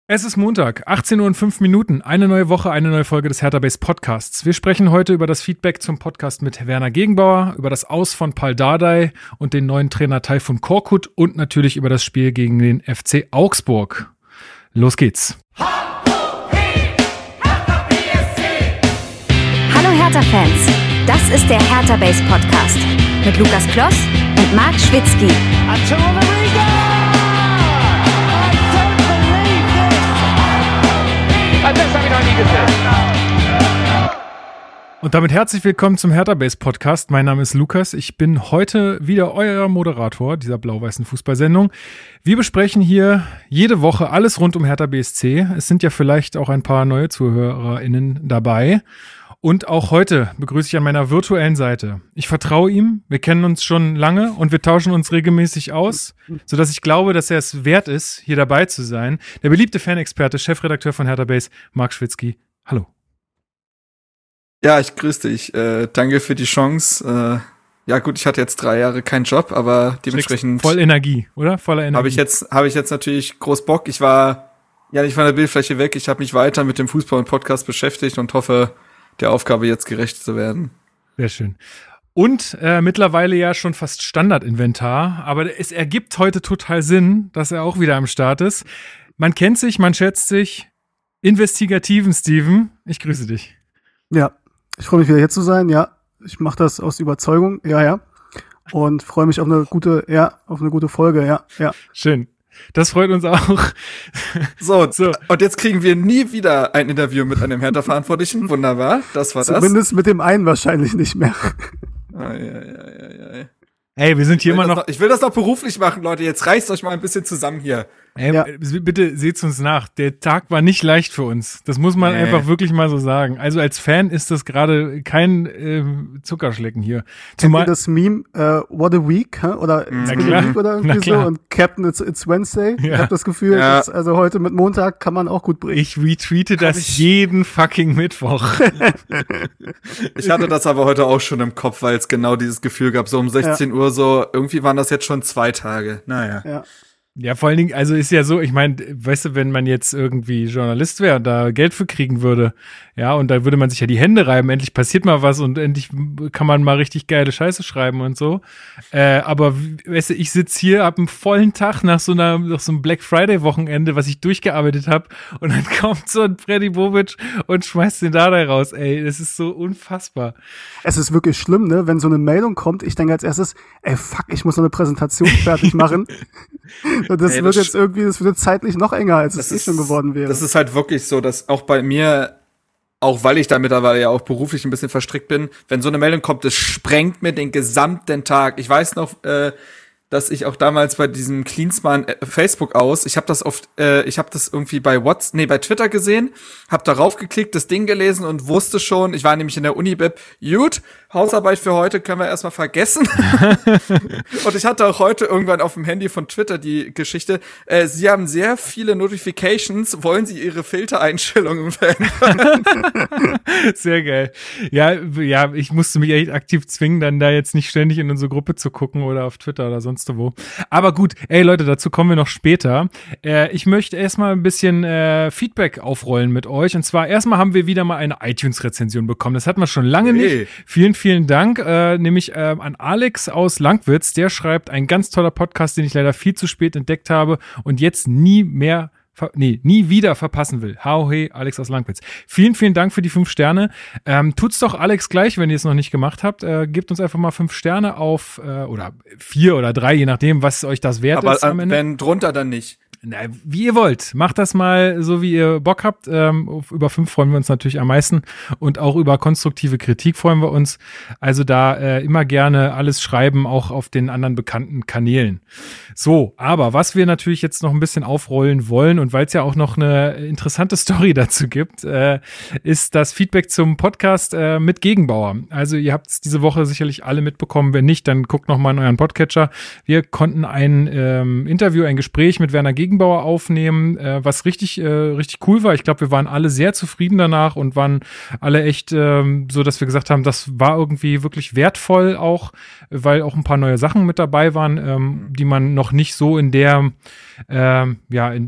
Es ist Montag, 18:05 Uhr, eine neue Woche, eine neue Folge des Hertha Base Podcasts. Wir sprechen heute über das Feedback zum Podcast mit Werner Gegenbauer, über das Aus von Pal Dardai und den neuen Trainer Tayfun Korkut und natürlich über das Spiel gegen den FC Augsburg. Los geht's. Hallo Hertha-Fans, das ist der Hertha Base Podcast mit Lukas Kloss und Marc Schwitzky. Und damit herzlich willkommen zum Hertha Base Podcast. Mein Name ist Lukas. Ich bin heute wieder euer Moderator dieser blau-weißen Fußballsendung. Wir besprechen hier jede Woche alles rund um Hertha BSC. Es sind ja vielleicht auch ein paar neue ZuhörerInnen dabei. Und auch heute begrüße ich an meiner virtuellen Seite. Ich vertraue ihm, wir kennen uns schon lange und wir tauschen uns regelmäßig aus, sodass ich glaube, dass er es wert ist, hier dabei zu sein. Der beliebte Fanexperte, Chefredakteur von Hertha Base, Marc Schwitzky. Hallo. Ja, ich grüße dich. Danke für die Chance. Ja gut, ich hatte jetzt 3 Jahre keinen Job, aber dementsprechend voll Energie, oder? Voller Energie. Habe ich jetzt natürlich groß Bock. Ich war ja nicht von der Bildfläche weg. Ich habe mich weiter mit dem Fußball und Podcast beschäftigt und hoffe, der Aufgabe jetzt gerecht zu werden. Sehr schön. Und mittlerweile ja schon fast Standardinventar, aber es ergibt heute total Sinn, dass er auch wieder am Start ist. Man kennt sich, man schätzt sich. Investigativen Steven, ich grüße dich. Ja, ich freue mich wieder hier zu sein, ja. Ich mache das aus Überzeugung, ja. Und freue mich auf eine gute Folge, ja. Schön. Das freut uns auch. So, und jetzt kriegen wir nie wieder ein Interview mit einem Hertha-Verantwortlichen. Wunderbar, das war das. Zumindest mit dem einen wahrscheinlich nicht mehr. Ja. Ey, wir sind hier immer noch. Ich will das doch beruflich machen, Leute. Jetzt reißt euch mal ein bisschen zusammen hier. Ey, ja. Bitte seht's uns nach. Der Tag war nicht leicht für uns. Das muss man einfach wirklich mal so sagen. Also als Fan ist das gerade kein Zuckerschlecken hier. Kennt ihr das Meme, what a week, oder it's been a week oder irgendwie so, und Captain, it's Wednesday. Ja. Ich habe das Gefühl, dass, also heute mit Montag kann man auch gut bringen. Ich retweete das jeden fucking Mittwoch. Ich hatte das aber heute auch schon im Kopf, weil es genau dieses Gefühl gab, so um 16 Uhr so, irgendwie waren das jetzt schon 2 Tage. Naja. Ja, vor allen Dingen, also ist ja so, ich meine, weißt du, wenn man jetzt irgendwie Journalist wäre und da Geld für kriegen würde, ja, und da würde man sich ja die Hände reiben, endlich passiert mal was und endlich kann man mal richtig geile Scheiße schreiben und so. Aber, weißt du, ich sitze hier, hab einen vollen Tag nach so einem Black Friday-Wochenende, was ich durchgearbeitet habe, und dann kommt so ein Freddy Bobic und schmeißt den Dardai raus, ey, das ist so unfassbar. Es ist wirklich schlimm, ne, wenn so eine Meldung kommt, ich denke als erstes, ich muss noch eine Präsentation fertig machen. Und das wird jetzt irgendwie, das wird zeitlich noch enger, als es schon geworden wäre. Das ist halt wirklich so, dass auch bei mir, auch weil ich da mittlerweile ja auch beruflich ein bisschen verstrickt bin, wenn so eine Meldung kommt, das sprengt mir den gesamten Tag. Ich weiß noch, dass ich auch damals bei diesem Klinsmann Facebook aus, ich habe das irgendwie bei Twitter gesehen, habe darauf geklickt, das Ding gelesen und wusste schon, ich war nämlich in der Uni-Bib, gut, Hausarbeit für heute können wir erstmal vergessen. Und ich hatte auch heute irgendwann auf dem Handy von Twitter die Geschichte, Sie haben sehr viele Notifications, wollen Sie Ihre Filtereinstellungen verändern? Sehr geil. Ja, ich musste mich echt aktiv zwingen, dann da jetzt nicht ständig in unsere Gruppe zu gucken oder auf Twitter oder sonst wo. Aber gut, ey Leute, dazu kommen wir noch später. Ich möchte erstmal ein bisschen Feedback aufrollen mit euch. Und zwar erstmal haben wir wieder mal eine iTunes-Rezension bekommen. Das hatten wir schon lange nicht. Vielen Dank. Nämlich an Alex aus Langwitz. Der schreibt, ein ganz toller Podcast, den ich leider viel zu spät entdeckt habe und jetzt nie wieder verpassen will. Hey, Alex aus Langwitz. Vielen Dank für die 5 Sterne. Tut's doch Alex gleich, wenn ihr es noch nicht gemacht habt. Gebt uns einfach mal 5 Sterne auf, oder 4 oder 3, je nachdem, was euch das wert ist am Ende. Aber wenn drunter, dann nicht. Na, wie ihr wollt. Macht das mal so, wie ihr Bock habt. Über 5 freuen wir uns natürlich am meisten. Und auch über konstruktive Kritik freuen wir uns. Also da immer gerne alles schreiben, auch auf den anderen bekannten Kanälen. So, aber was wir natürlich jetzt noch ein bisschen aufrollen wollen, und weil es ja auch noch eine interessante Story dazu gibt, ist das Feedback zum Podcast mit Gegenbauer. Also ihr habt es diese Woche sicherlich alle mitbekommen. Wenn nicht, dann guckt noch mal in euren Podcatcher. Wir konnten ein Interview, ein Gespräch mit Werner Gegenbauer aufnehmen, was richtig cool war. Ich glaube, wir waren alle sehr zufrieden danach und waren alle echt so, dass wir gesagt haben, das war irgendwie wirklich wertvoll auch, weil auch ein paar neue Sachen mit dabei waren, die man noch nicht so in dem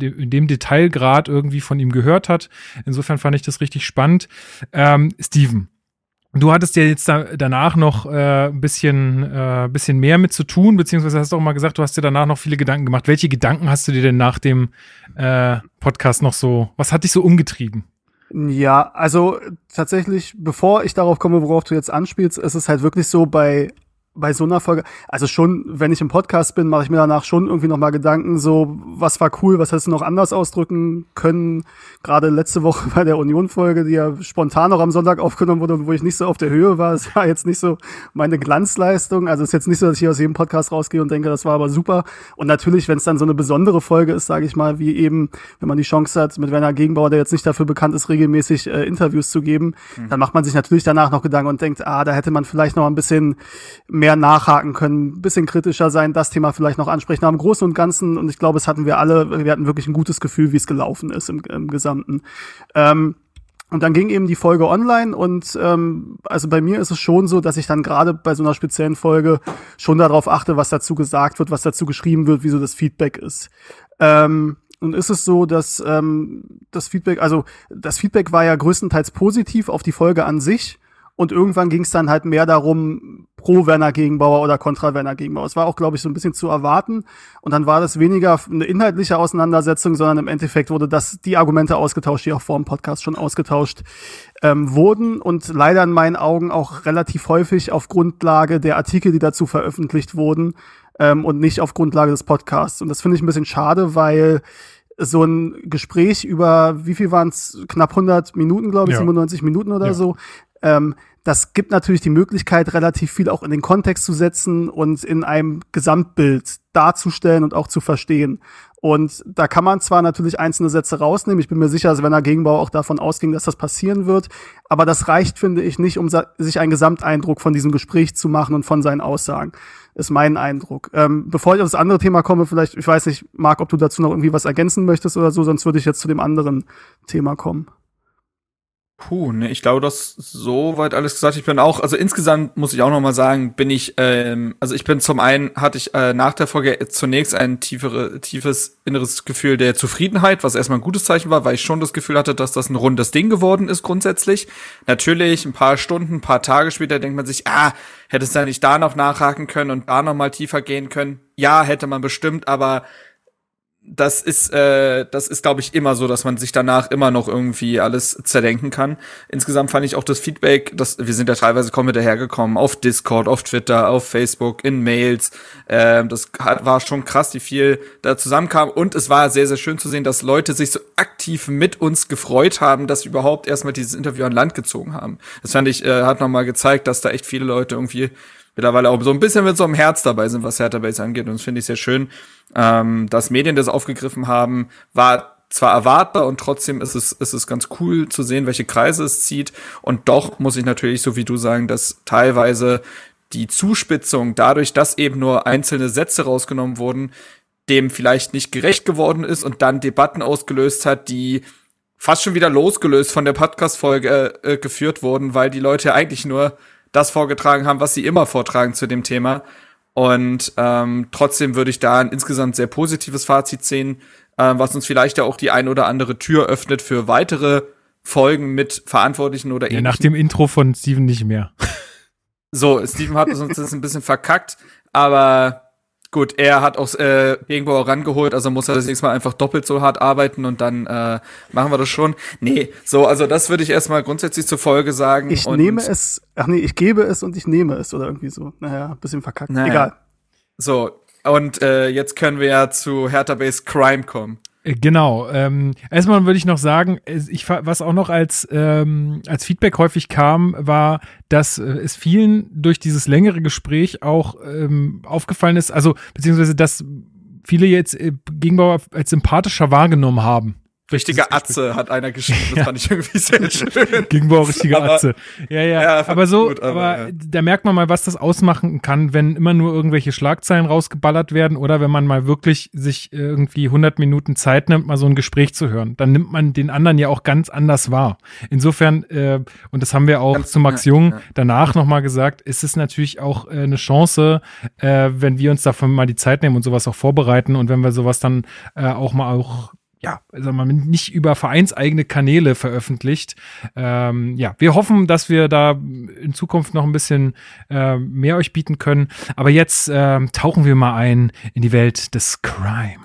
Detailgrad irgendwie von ihm gehört hat. Insofern fand ich das richtig spannend. Steven, du hattest ja jetzt danach noch ein bisschen mehr mit zu tun, beziehungsweise hast du auch mal gesagt, du hast dir danach noch viele Gedanken gemacht. Welche Gedanken hast du dir denn nach dem Podcast noch so, was hat dich so umgetrieben? Ja, also tatsächlich, bevor ich darauf komme, worauf du jetzt anspielst, ist es halt wirklich so bei so einer Folge, also schon, wenn ich im Podcast bin, mache ich mir danach schon irgendwie nochmal Gedanken, so, was war cool, was hättest du noch anders ausdrücken können. Gerade letzte Woche bei der Union-Folge, die ja spontan noch am Sonntag aufgenommen wurde und wo ich nicht so auf der Höhe war, es war jetzt nicht so meine Glanzleistung. Also es ist jetzt nicht so, dass ich hier aus jedem Podcast rausgehe und denke, das war aber super. Und natürlich, wenn es dann so eine besondere Folge ist, sage ich mal, wie eben, wenn man die Chance hat, mit Werner Gegenbauer, der jetzt nicht dafür bekannt ist, regelmäßig Interviews zu geben, dann macht man sich natürlich danach noch Gedanken und denkt, da hätte man vielleicht noch ein bisschen mehr nachhaken können, ein bisschen kritischer sein, das Thema vielleicht noch ansprechen. Aber im Großen und Ganzen, und ich glaube, es hatten wir alle, wir hatten wirklich ein gutes Gefühl, wie es gelaufen ist im Gesamten. Und dann ging eben die Folge online und also bei mir ist es schon so, dass ich dann gerade bei so einer speziellen Folge schon darauf achte, was dazu gesagt wird, was dazu geschrieben wird, wie so das Feedback ist. Und ist es so, dass das Feedback war ja größtenteils positiv auf die Folge an sich. Und irgendwann ging es dann halt mehr darum, pro Werner Gegenbauer oder kontra Werner Gegenbauer. Es war auch, glaube ich, so ein bisschen zu erwarten. Und dann war das weniger eine inhaltliche Auseinandersetzung, sondern im Endeffekt wurde die Argumente ausgetauscht, die auch vor dem Podcast schon ausgetauscht wurden. Und leider in meinen Augen auch relativ häufig auf Grundlage der Artikel, die dazu veröffentlicht wurden, und nicht auf Grundlage des Podcasts. Und das finde ich ein bisschen schade, weil so ein Gespräch über, wie viel waren es? Knapp 100 Minuten, glaube ich, 97 Minuten oder so. Das gibt natürlich die Möglichkeit, relativ viel auch in den Kontext zu setzen und in einem Gesamtbild darzustellen und auch zu verstehen. Und da kann man zwar natürlich einzelne Sätze rausnehmen, ich bin mir sicher, dass Werner Gegenbauer auch davon ausging, dass das passieren wird, aber das reicht, finde ich, nicht, um sich einen Gesamteindruck von diesem Gespräch zu machen und von seinen Aussagen. Ist mein Eindruck. Bevor ich auf das andere Thema komme, vielleicht, ich weiß nicht, Marc, ob du dazu noch irgendwie was ergänzen möchtest oder so, sonst würde ich jetzt zu dem anderen Thema kommen. Ich glaube, das soweit alles gesagt. Ich bin auch, also insgesamt muss ich auch noch mal sagen, bin ich, also ich bin zum einen, hatte ich nach der Folge zunächst ein tiefes inneres Gefühl der Zufriedenheit, was erstmal ein gutes Zeichen war, weil ich schon das Gefühl hatte, dass das ein rundes Ding geworden ist grundsätzlich. Natürlich, ein paar Stunden, ein paar Tage später denkt man sich, hättest du ja nicht da noch nachhaken können und da noch mal tiefer gehen können. Ja, hätte man bestimmt, aber das ist, glaube ich, immer so, dass man sich danach immer noch irgendwie alles zerdenken kann. Insgesamt fand ich auch das Feedback, wir sind ja teilweise kaum hinterhergekommen, auf Discord, auf Twitter, auf Facebook, in Mails. Das war schon krass, wie viel da zusammenkam. Und es war sehr, sehr schön zu sehen, dass Leute sich so aktiv mit uns gefreut haben, dass wir überhaupt erstmal dieses Interview an Land gezogen haben. Das fand ich, hat nochmal gezeigt, dass da echt viele Leute irgendwie mittlerweile auch so ein bisschen mit so einem Herz dabei sind, was Hertha Base angeht. Und das finde ich sehr schön. Dass Medien das aufgegriffen haben, war zwar erwartbar und trotzdem ist es ganz cool zu sehen, welche Kreise es zieht. Und doch muss ich natürlich, so wie du sagen, dass teilweise die Zuspitzung dadurch, dass eben nur einzelne Sätze rausgenommen wurden, dem vielleicht nicht gerecht geworden ist und dann Debatten ausgelöst hat, die fast schon wieder losgelöst von der Podcast-Folge geführt wurden, weil die Leute eigentlich nur das vorgetragen haben, was sie immer vortragen zu dem Thema. Und trotzdem würde ich da ein insgesamt sehr positives Fazit sehen, was uns vielleicht ja auch die ein oder andere Tür öffnet für weitere Folgen mit Verantwortlichen oder ähnlichem. Ja, nach dem Intro von Steven nicht mehr. So, Steven hat uns das ein bisschen verkackt, aber gut, er hat auch Gegenbauer rangeholt, also muss er das nächste Mal einfach doppelt so hart arbeiten und dann machen wir das schon. Nee, so, also das würde ich erstmal grundsätzlich zur Folge sagen. Ich gebe es und ich nehme es oder irgendwie so. Naja, bisschen verkackt. Egal. So, und jetzt können wir ja zu Hertha Base Crime kommen. Genau. Erstmal würde ich noch sagen, was auch noch als Feedback häufig kam, war, dass es vielen durch dieses längere Gespräch auch aufgefallen ist, also beziehungsweise, dass viele jetzt Gegenbauer als sympathischer wahrgenommen haben. Richtiger Atze, hat einer geschrieben, das fand ich irgendwie sehr schön. Gegenbauer richtiger Atze. Ja, aber so, gut, aber da merkt man mal, was das ausmachen kann, wenn immer nur irgendwelche Schlagzeilen rausgeballert werden oder wenn man mal wirklich sich irgendwie 100 Minuten Zeit nimmt, mal so ein Gespräch zu hören. Dann nimmt man den anderen ja auch ganz anders wahr. Insofern, und das haben wir auch zu Max Jung danach nochmal gesagt, ist es natürlich auch eine Chance, wenn wir uns davon mal die Zeit nehmen und sowas auch vorbereiten und wenn wir sowas dann auch ja, also man nicht über vereinseigene Kanäle veröffentlicht. Ja, wir hoffen, dass wir da in Zukunft noch ein bisschen mehr euch bieten können. Aber jetzt tauchen wir mal ein in die Welt des Crime.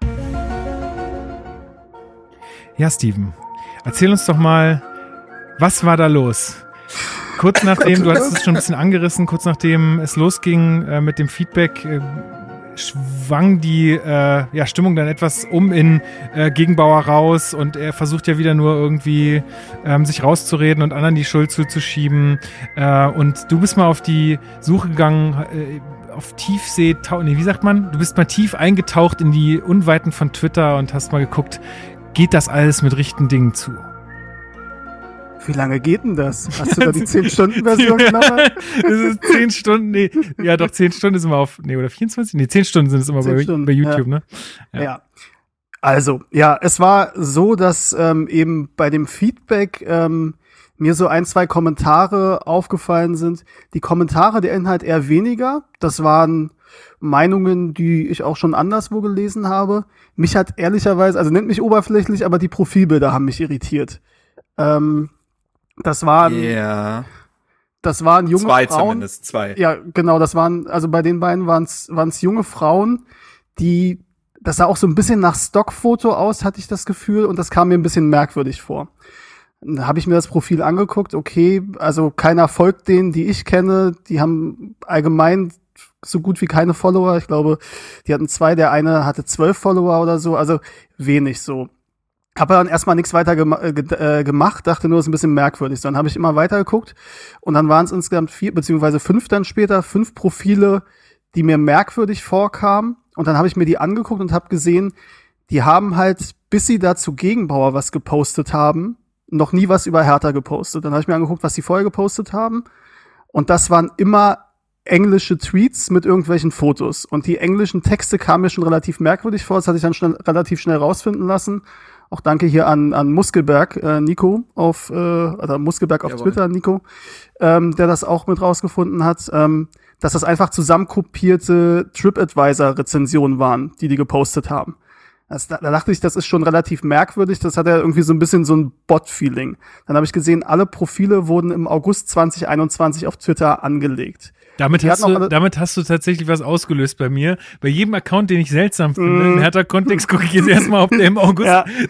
Ja, Steven, erzähl uns doch mal, was war da los? Kurz nachdem, du hast es schon ein bisschen angerissen, kurz nachdem es losging mit dem Feedback, schwang die Stimmung dann etwas in Gegenbauer raus und er versucht ja wieder nur irgendwie sich rauszureden und anderen die Schuld zuzuschieben. Und du bist mal auf die Suche gegangen, auf Tiefsee, wie sagt man? Du bist mal tief eingetaucht in die Unweiten von Twitter und hast mal geguckt, geht das alles mit richtigen Dingen zu? Wie lange geht denn das? Hast du da die 10-Stunden-Version genommen? Das ist 10 Stunden, ja doch, 10 Stunden ist immer oder 24? 10 Stunden sind es immer bei YouTube, ja. Ne? Ja. Also, ja, es war so, dass eben bei dem Feedback mir so 1, 2 Kommentare aufgefallen sind. Die Kommentare, der Inhalt eher weniger. Das waren Meinungen, die ich auch schon anderswo gelesen habe. Mich hat ehrlicherweise, also nennt mich oberflächlich, aber die Profilbilder haben mich irritiert. Das waren junge zwei Frauen. Zumindest, 2. Ja, genau, also bei den beiden waren's junge Frauen, das sah auch so ein bisschen nach Stockfoto aus, hatte ich das Gefühl, und das kam mir ein bisschen merkwürdig vor. Dann habe ich mir das Profil angeguckt, okay, also keiner folgt denen, die ich kenne, die haben allgemein so gut wie keine Follower, ich glaube, die hatten 2, der eine hatte 12 Follower oder so, also wenig so. Habe dann erstmal nichts weiter gemacht, dachte nur, es ist ein bisschen merkwürdig. Dann habe ich immer weiter geguckt und dann waren es insgesamt 4 beziehungsweise 5 dann später, 5 Profile, die mir merkwürdig vorkamen. Und dann habe ich mir die angeguckt und habe gesehen, die haben halt, bis sie da zu Gegenbauer was gepostet haben, noch nie was über Hertha gepostet. Dann habe ich mir angeguckt, was die vorher gepostet haben. Und das waren immer englische Tweets mit irgendwelchen Fotos. Und die englischen Texte kamen mir schon relativ merkwürdig vor. Das hatte ich dann relativ schnell rausfinden lassen. Auch danke hier an Muskelberg, Nico, also Muskelberg auf Twitter, Nico, der das auch mit rausgefunden hat, dass das einfach zusammenkopierte TripAdvisor-Rezensionen waren, die gepostet haben. Da dachte ich, das ist schon relativ merkwürdig, das hat ja irgendwie so ein bisschen so ein Bot-Feeling. Dann habe ich gesehen, alle Profile wurden im August 2021 auf Twitter angelegt. Damit hast du tatsächlich was ausgelöst bei mir. Bei jedem Account, den ich seltsam finde, im Hertha-Kontext gucke ich jetzt erstmal, ob der im August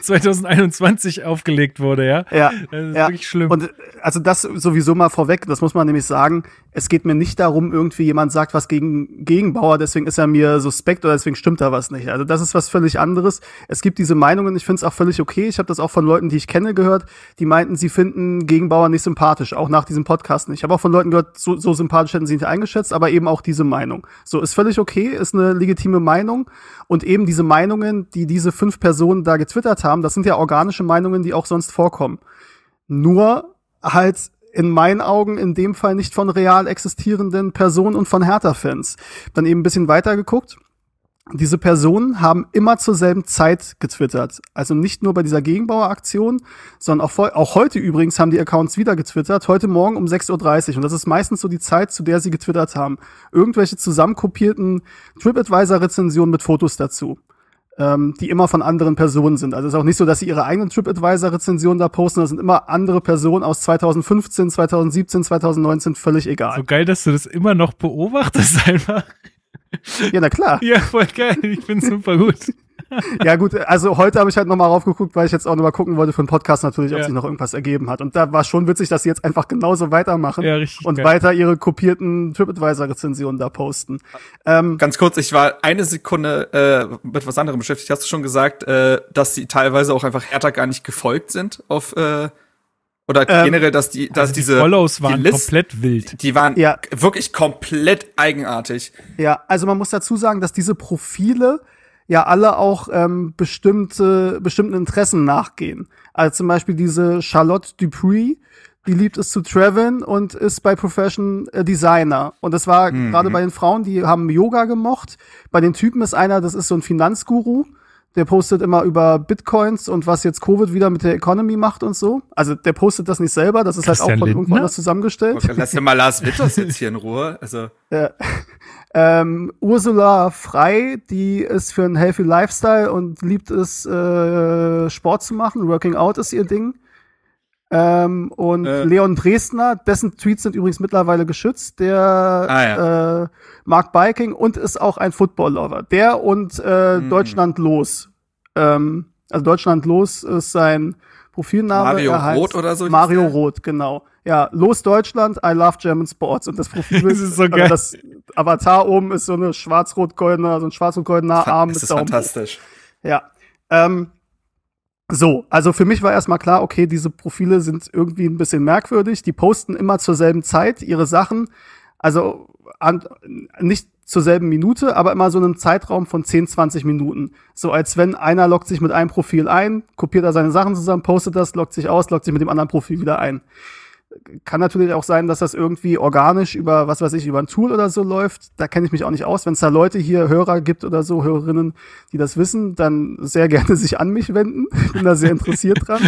2021 aufgelegt wurde, ja? Ja. Das ist wirklich schlimm. Und also das sowieso mal vorweg, das muss man nämlich sagen, es geht mir nicht darum, irgendwie jemand sagt was gegen Gegenbauer, deswegen ist er mir suspekt oder deswegen stimmt da was nicht. Also das ist was völlig anderes. Es gibt diese Meinungen, ich finde es auch völlig okay. Ich habe das auch von Leuten, die ich kenne, gehört, die meinten, sie finden Gegenbauer nicht sympathisch, auch nach diesem Podcast nicht. Ich habe auch von Leuten gehört, so sympathisch hätten sie nicht eingeschätzt, aber eben auch diese Meinung. So, ist völlig okay, ist eine legitime Meinung. Und eben diese Meinungen, die diese 5 Personen da getwittert haben, das sind ja organische Meinungen, die auch sonst vorkommen. Nur halt in meinen Augen in dem Fall nicht von real existierenden Personen und von Hertha-Fans. Dann eben ein bisschen weiter geguckt. Diese Personen haben immer zur selben Zeit getwittert. Also nicht nur bei dieser Gegenbauer-Aktion, sondern auch heute übrigens haben die Accounts wieder getwittert. Heute Morgen um 6:30 Uhr. Und das ist meistens so die Zeit, zu der sie getwittert haben. Irgendwelche zusammenkopierten TripAdvisor-Rezensionen mit Fotos dazu, die immer von anderen Personen sind. Also es ist auch nicht so, dass sie ihre eigenen TripAdvisor-Rezensionen da posten. Das sind immer andere Personen aus 2015, 2017, 2019, völlig egal. So geil, dass du das immer noch beobachtest einfach. Ja, na klar. Ja, voll geil. Ich find's super gut. Ja gut, also heute habe ich halt nochmal raufgeguckt, weil ich jetzt auch nochmal gucken wollte für den Podcast natürlich, ob sich noch irgendwas ergeben hat. Und da war schon witzig, dass sie jetzt einfach genauso weitermachen und geil. Weiter ihre kopierten TripAdvisor-Rezensionen da posten. Ganz kurz, ich war eine Sekunde mit was anderem beschäftigt. Hast du schon gesagt, dass sie teilweise auch einfach Hertha gar nicht gefolgt sind auf oder generell, dass diese Follows waren komplett wild. Die waren wirklich komplett eigenartig. Ja, also man muss dazu sagen, dass diese Profile ja alle auch bestimmten Interessen nachgehen. Also zum Beispiel diese Charlotte Dupuis, die liebt es zu traveln und ist bei Profession Designer. Und das war gerade bei den Frauen, die haben Yoga gemocht. Bei den Typen ist einer, das ist so ein Finanzguru, Der postet immer über Bitcoins und was jetzt Covid wieder mit der Economy macht und so. Also der postet das nicht selber, das ist halt auch von irgendwo anders zusammengestellt. Okay, lass dir mal Lars Witters jetzt hier in Ruhe. Also. Ursula Frey, die ist für einen Healthy Lifestyle und liebt es, Sport zu machen. Working Out ist ihr Ding. Leon Dresdner, dessen Tweets sind übrigens mittlerweile geschützt, der mag Biking und ist auch ein Football-Lover. Der und Deutschland los. Also Deutschland los ist sein Profilname. Mario Roth oder so? Mario Roth, genau. Ja, Los Deutschland, I love German Sports. Und das Profil das ist so geil. Das Avatar oben ist so ein schwarz-rot-goldener Arm mit Daumen. Das ist fantastisch. Ja. So, also für mich war erstmal klar, okay, diese Profile sind irgendwie ein bisschen merkwürdig. Die posten immer zur selben Zeit ihre Sachen. Also nicht zur selben Minute, aber immer so einen Zeitraum von 10, 20 Minuten. So als wenn einer loggt sich mit einem Profil ein, kopiert da seine Sachen zusammen, postet das, loggt sich aus, loggt sich mit dem anderen Profil wieder ein. Kann natürlich auch sein, dass das irgendwie organisch über, was weiß ich, über ein Tool oder so läuft. Da kenne ich mich auch nicht aus. Wenn es da Leute hier, Hörer gibt oder so, Hörerinnen, die das wissen, dann sehr gerne sich an mich wenden. Ich bin da sehr interessiert dran.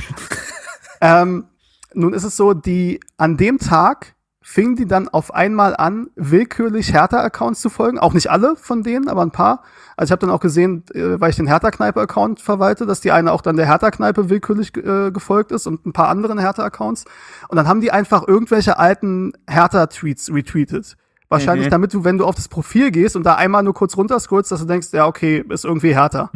Nun ist es so, an dem Tag fingen die dann auf einmal an, willkürlich Hertha-Accounts zu folgen. Auch nicht alle von denen, aber ein paar. Also ich habe dann auch gesehen, weil ich den Hertha-Kneipe-Account verwalte, dass die eine auch dann der Hertha-Kneipe willkürlich gefolgt ist und ein paar anderen Hertha-Accounts. Und dann haben die einfach irgendwelche alten Hertha-Tweets retweetet. Wahrscheinlich damit du, wenn du auf das Profil gehst und da einmal nur kurz runterscrollst, dass du denkst, ja, okay, ist irgendwie Hertha.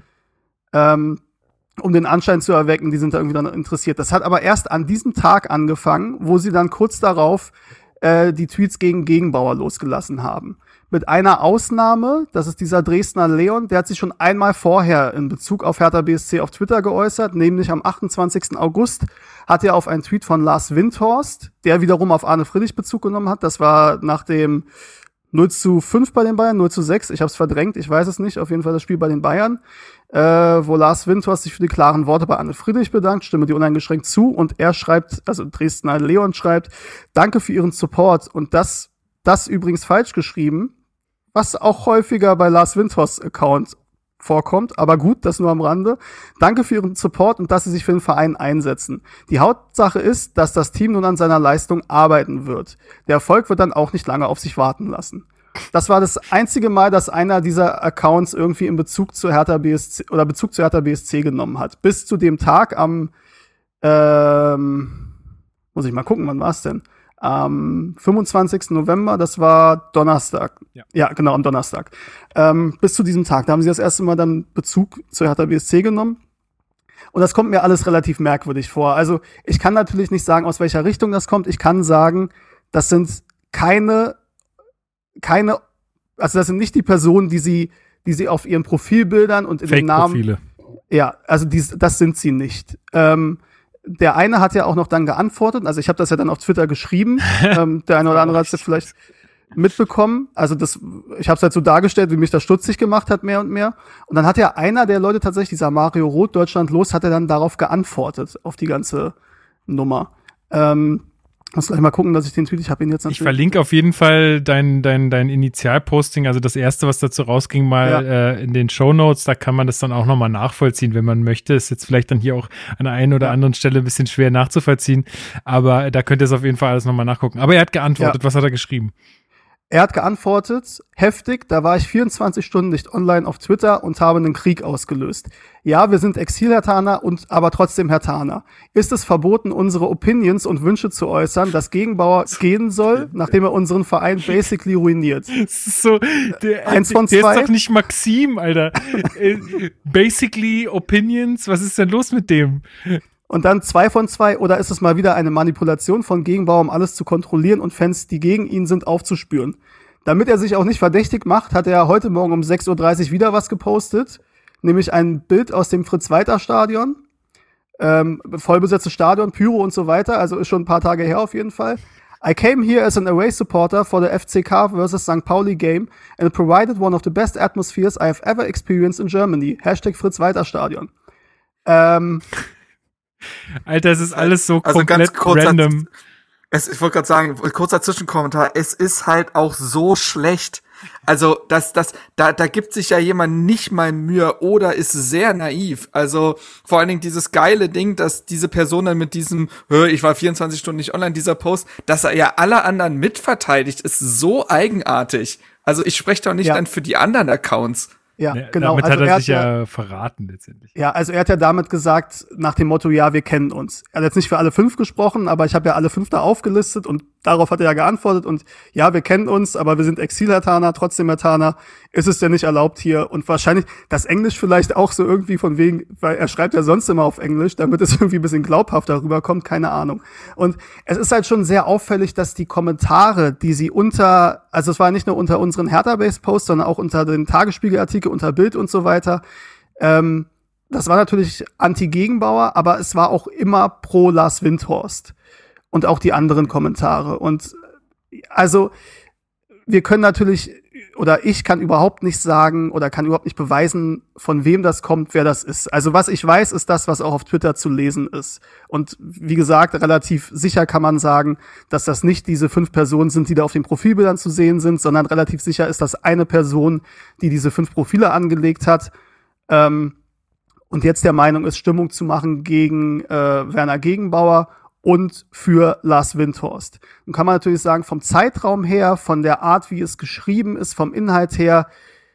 Um den Anschein zu erwecken, die sind da irgendwie dann interessiert. Das hat aber erst an diesem Tag angefangen, wo sie dann kurz darauf die Tweets gegen Gegenbauer losgelassen haben. Mit einer Ausnahme, das ist dieser Dresdner Leon, der hat sich schon einmal vorher in Bezug auf Hertha BSC auf Twitter geäußert, nämlich am 28. August hat er auf einen Tweet von Lars Windhorst, der wiederum auf Arne Friedrich Bezug genommen hat. Das war nach dem 0:5 bei den Bayern, 0:6, ich hab's verdrängt, ich weiß es nicht, auf jeden Fall das Spiel bei den Bayern, wo Lars Windhorst sich für die klaren Worte bei Arne Friedrich bedankt, stimme die uneingeschränkt zu und er schreibt, also Dresdner Leon schreibt, danke für Ihren Support und das übrigens falsch geschrieben, was auch häufiger bei Lars Windhorsts Account vorkommt, aber gut, das nur am Rande. Danke für Ihren Support und dass Sie sich für den Verein einsetzen. Die Hauptsache ist, dass das Team nun an seiner Leistung arbeiten wird. Der Erfolg wird dann auch nicht lange auf sich warten lassen. Das war das einzige Mal, dass einer dieser Accounts irgendwie in Bezug zu Hertha BSC oder Bezug zu Hertha BSC genommen hat. Bis zu dem Tag am muss ich mal gucken, wann war es denn? Am 25. November, das war Donnerstag. Ja, genau, am Donnerstag. Bis zu diesem Tag. Da haben sie das erste Mal dann Bezug zu Hertha BSC genommen. Und das kommt mir alles relativ merkwürdig vor. Also ich kann natürlich nicht sagen, aus welcher Richtung das kommt. Ich kann sagen, das sind keine, also das sind nicht die Personen, die sie auf ihren Profilbildern und in den Namen. Fake-Profile. Ja, also das sind sie nicht. Der eine hat ja auch noch dann geantwortet, also ich habe das ja dann auf Twitter geschrieben, der eine oder andere hat es vielleicht mitbekommen, also ich habe es halt so dargestellt, wie mich das stutzig gemacht hat, mehr und mehr. Und dann hat ja einer der Leute tatsächlich, dieser Mario Roth, Deutschland los, hat er dann darauf geantwortet, auf die ganze Nummer. Muss gleich mal gucken, dass ich den Tweet, ich habe ihn jetzt natürlich. Ich verlinke auf jeden Fall dein Initialposting, also das erste, was dazu rausging, mal in den Shownotes. Da kann man das dann auch nochmal nachvollziehen, wenn man möchte. Ist jetzt vielleicht dann hier auch an der einen oder anderen Stelle ein bisschen schwer nachzuvollziehen, aber da könnt ihr es auf jeden Fall alles nochmal nachgucken. Aber er hat geantwortet. Was hat er geschrieben? Er hat geantwortet, heftig, da war ich 24 Stunden nicht online auf Twitter und habe einen Krieg ausgelöst. Ja, wir sind Exil-Hertaner aber trotzdem Hertaner. Ist es verboten, unsere Opinions und Wünsche zu äußern, dass Gegenbauer gehen soll, nachdem er unseren Verein basically ruiniert? Das ist so, der ist doch nicht Maxim, Alter. Basically Opinions, was ist denn los mit dem? Und dann 2 von 2, oder ist es mal wieder eine Manipulation von Gegenbauer, um alles zu kontrollieren und Fans, die gegen ihn sind, aufzuspüren? Damit er sich auch nicht verdächtig macht, hat er heute Morgen um 6:30 Uhr wieder was gepostet, nämlich ein Bild aus dem Fritz-Walter-Stadion, vollbesetztes Stadion, Pyro und so weiter, also ist schon ein paar Tage her auf jeden Fall. I came here as an away supporter for the FCK vs. St. Pauli game and it provided one of the best atmospheres I have ever experienced in Germany. #Fritz-Walter-Stadion. Alter, es ist alles so komplett random. Ich wollte gerade sagen, kurzer Zwischenkommentar, es ist halt auch so schlecht, Also, da gibt sich ja jemand nicht mal Mühe oder ist sehr naiv. Also, vor allen Dingen dieses geile Ding, dass diese Person dann mit diesem, ich war 24 Stunden nicht online, dieser Post, dass er ja alle anderen mitverteidigt, ist so eigenartig. Also, ich spreche doch nicht dann für die anderen Accounts. Ja, genau. Damit hat er sich ja verraten letztendlich. Ja, also er hat ja damit gesagt, nach dem Motto, ja, wir kennen uns. Er hat jetzt nicht für alle 5 gesprochen, aber ich habe ja alle 5 da aufgelistet und darauf hat er ja geantwortet und ja, wir kennen uns, aber wir sind Exil-Hertaner, trotzdem Hertaner, ist es denn nicht erlaubt hier? Und wahrscheinlich das Englisch vielleicht auch so irgendwie von wegen, weil er schreibt ja sonst immer auf Englisch, damit es irgendwie ein bisschen glaubhafter rüberkommt, keine Ahnung. Und es ist halt schon sehr auffällig, dass die Kommentare, die sie also es war nicht nur unter unseren Hertha-Base-Posts, sondern auch unter den Tagesspiegel-Artikel, unter Bild und so weiter, das war natürlich Anti-Gegenbauer, aber es war auch immer pro Lars Windhorst. Und auch die anderen Kommentare. Und also, wir können natürlich, oder ich kann überhaupt nicht sagen oder kann überhaupt nicht beweisen, von wem das kommt, wer das ist. Also was ich weiß, ist das, was auch auf Twitter zu lesen ist. Und wie gesagt, relativ sicher kann man sagen, dass das nicht diese 5 Personen sind, die da auf den Profilbildern zu sehen sind, sondern relativ sicher ist das eine Person, die diese 5 Profile angelegt hat. Und jetzt der Meinung ist, Stimmung zu machen gegen Werner Gegenbauer und für Lars Windhorst. Nun kann man natürlich sagen, vom Zeitraum her, von der Art, wie es geschrieben ist, vom Inhalt her,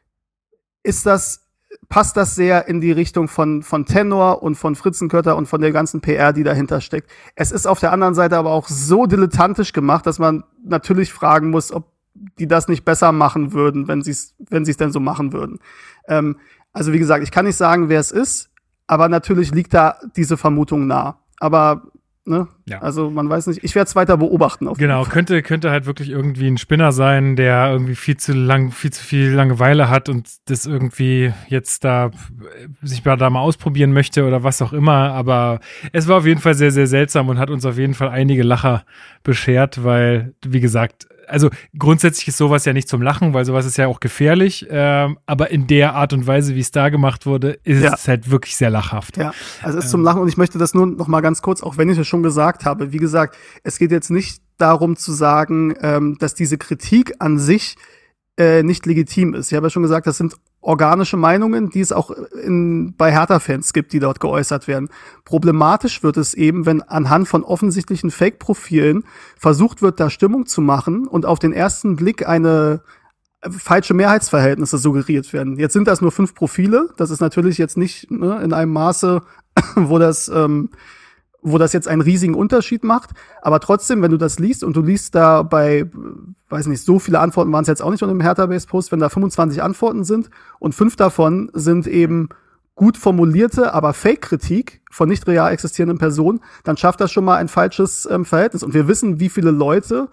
passt das sehr in die Richtung von Tenor und von Fritzenkötter und von der ganzen PR, die dahinter steckt. Es ist auf der anderen Seite aber auch so dilettantisch gemacht, dass man natürlich fragen muss, ob die das nicht besser machen würden, wenn sie es denn so machen würden. Also wie gesagt, ich kann nicht sagen, wer es ist, aber natürlich liegt da diese Vermutung nah. Aber ne? Ja. Also man weiß nicht, ich werde es weiter beobachten. Genau, könnte halt wirklich irgendwie ein Spinner sein, der irgendwie viel zu viel Langeweile hat und das irgendwie jetzt sich da mal ausprobieren möchte oder was auch immer, aber es war auf jeden Fall sehr, sehr seltsam und hat uns auf jeden Fall einige Lacher beschert, weil, wie gesagt, also grundsätzlich ist sowas ja nicht zum Lachen, weil sowas ist ja auch gefährlich, aber in der Art und Weise, wie es da gemacht wurde, ist es halt wirklich sehr lachhaft. Ja, also es ist zum Lachen und ich möchte das nur noch mal ganz kurz, auch wenn ich es schon gesagt habe, wie gesagt, es geht jetzt nicht darum zu sagen, dass diese Kritik an sich nicht legitim ist. Ich habe ja schon gesagt, das sind organische Meinungen, die es auch bei Hertha-Fans gibt, die dort geäußert werden. Problematisch wird es eben, wenn anhand von offensichtlichen Fake-Profilen versucht wird, da Stimmung zu machen und auf den ersten Blick eine falsche Mehrheitsverhältnisse suggeriert werden. Jetzt sind das nur 5 Profile. Das ist natürlich jetzt nicht in einem Maße, wo das jetzt einen riesigen Unterschied macht. Aber trotzdem, wenn du das liest und du liest da weiß nicht, so viele Antworten waren es jetzt auch nicht unter dem Hertha-Base-Post, wenn da 25 Antworten sind und 5 davon sind eben gut formulierte, aber Fake-Kritik von nicht real existierenden Personen, dann schafft das schon mal ein falsches Verhältnis. Und wir wissen, wie viele Leute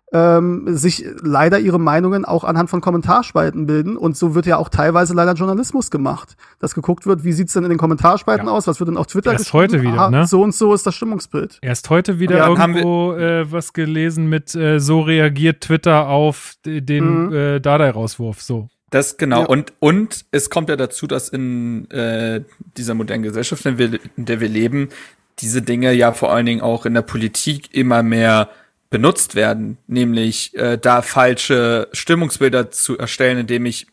sich leider ihre Meinungen auch anhand von Kommentarspalten bilden. Und so wird ja auch teilweise leider Journalismus gemacht. Dass geguckt wird, wie sieht's denn in den Kommentarspalten aus? Was wird denn auf Twitter geschrieben? Erst heute wieder, ne? So und so ist das Stimmungsbild. Erst heute wieder irgendwo was gelesen mit so reagiert Twitter auf den Dardai-Rauswurf, so. Das genau. Ja. Und es kommt ja dazu, dass in dieser modernen Gesellschaft, in der wir leben, diese Dinge ja vor allen Dingen auch in der Politik immer mehr benutzt werden, nämlich da falsche Stimmungsbilder zu erstellen, indem ich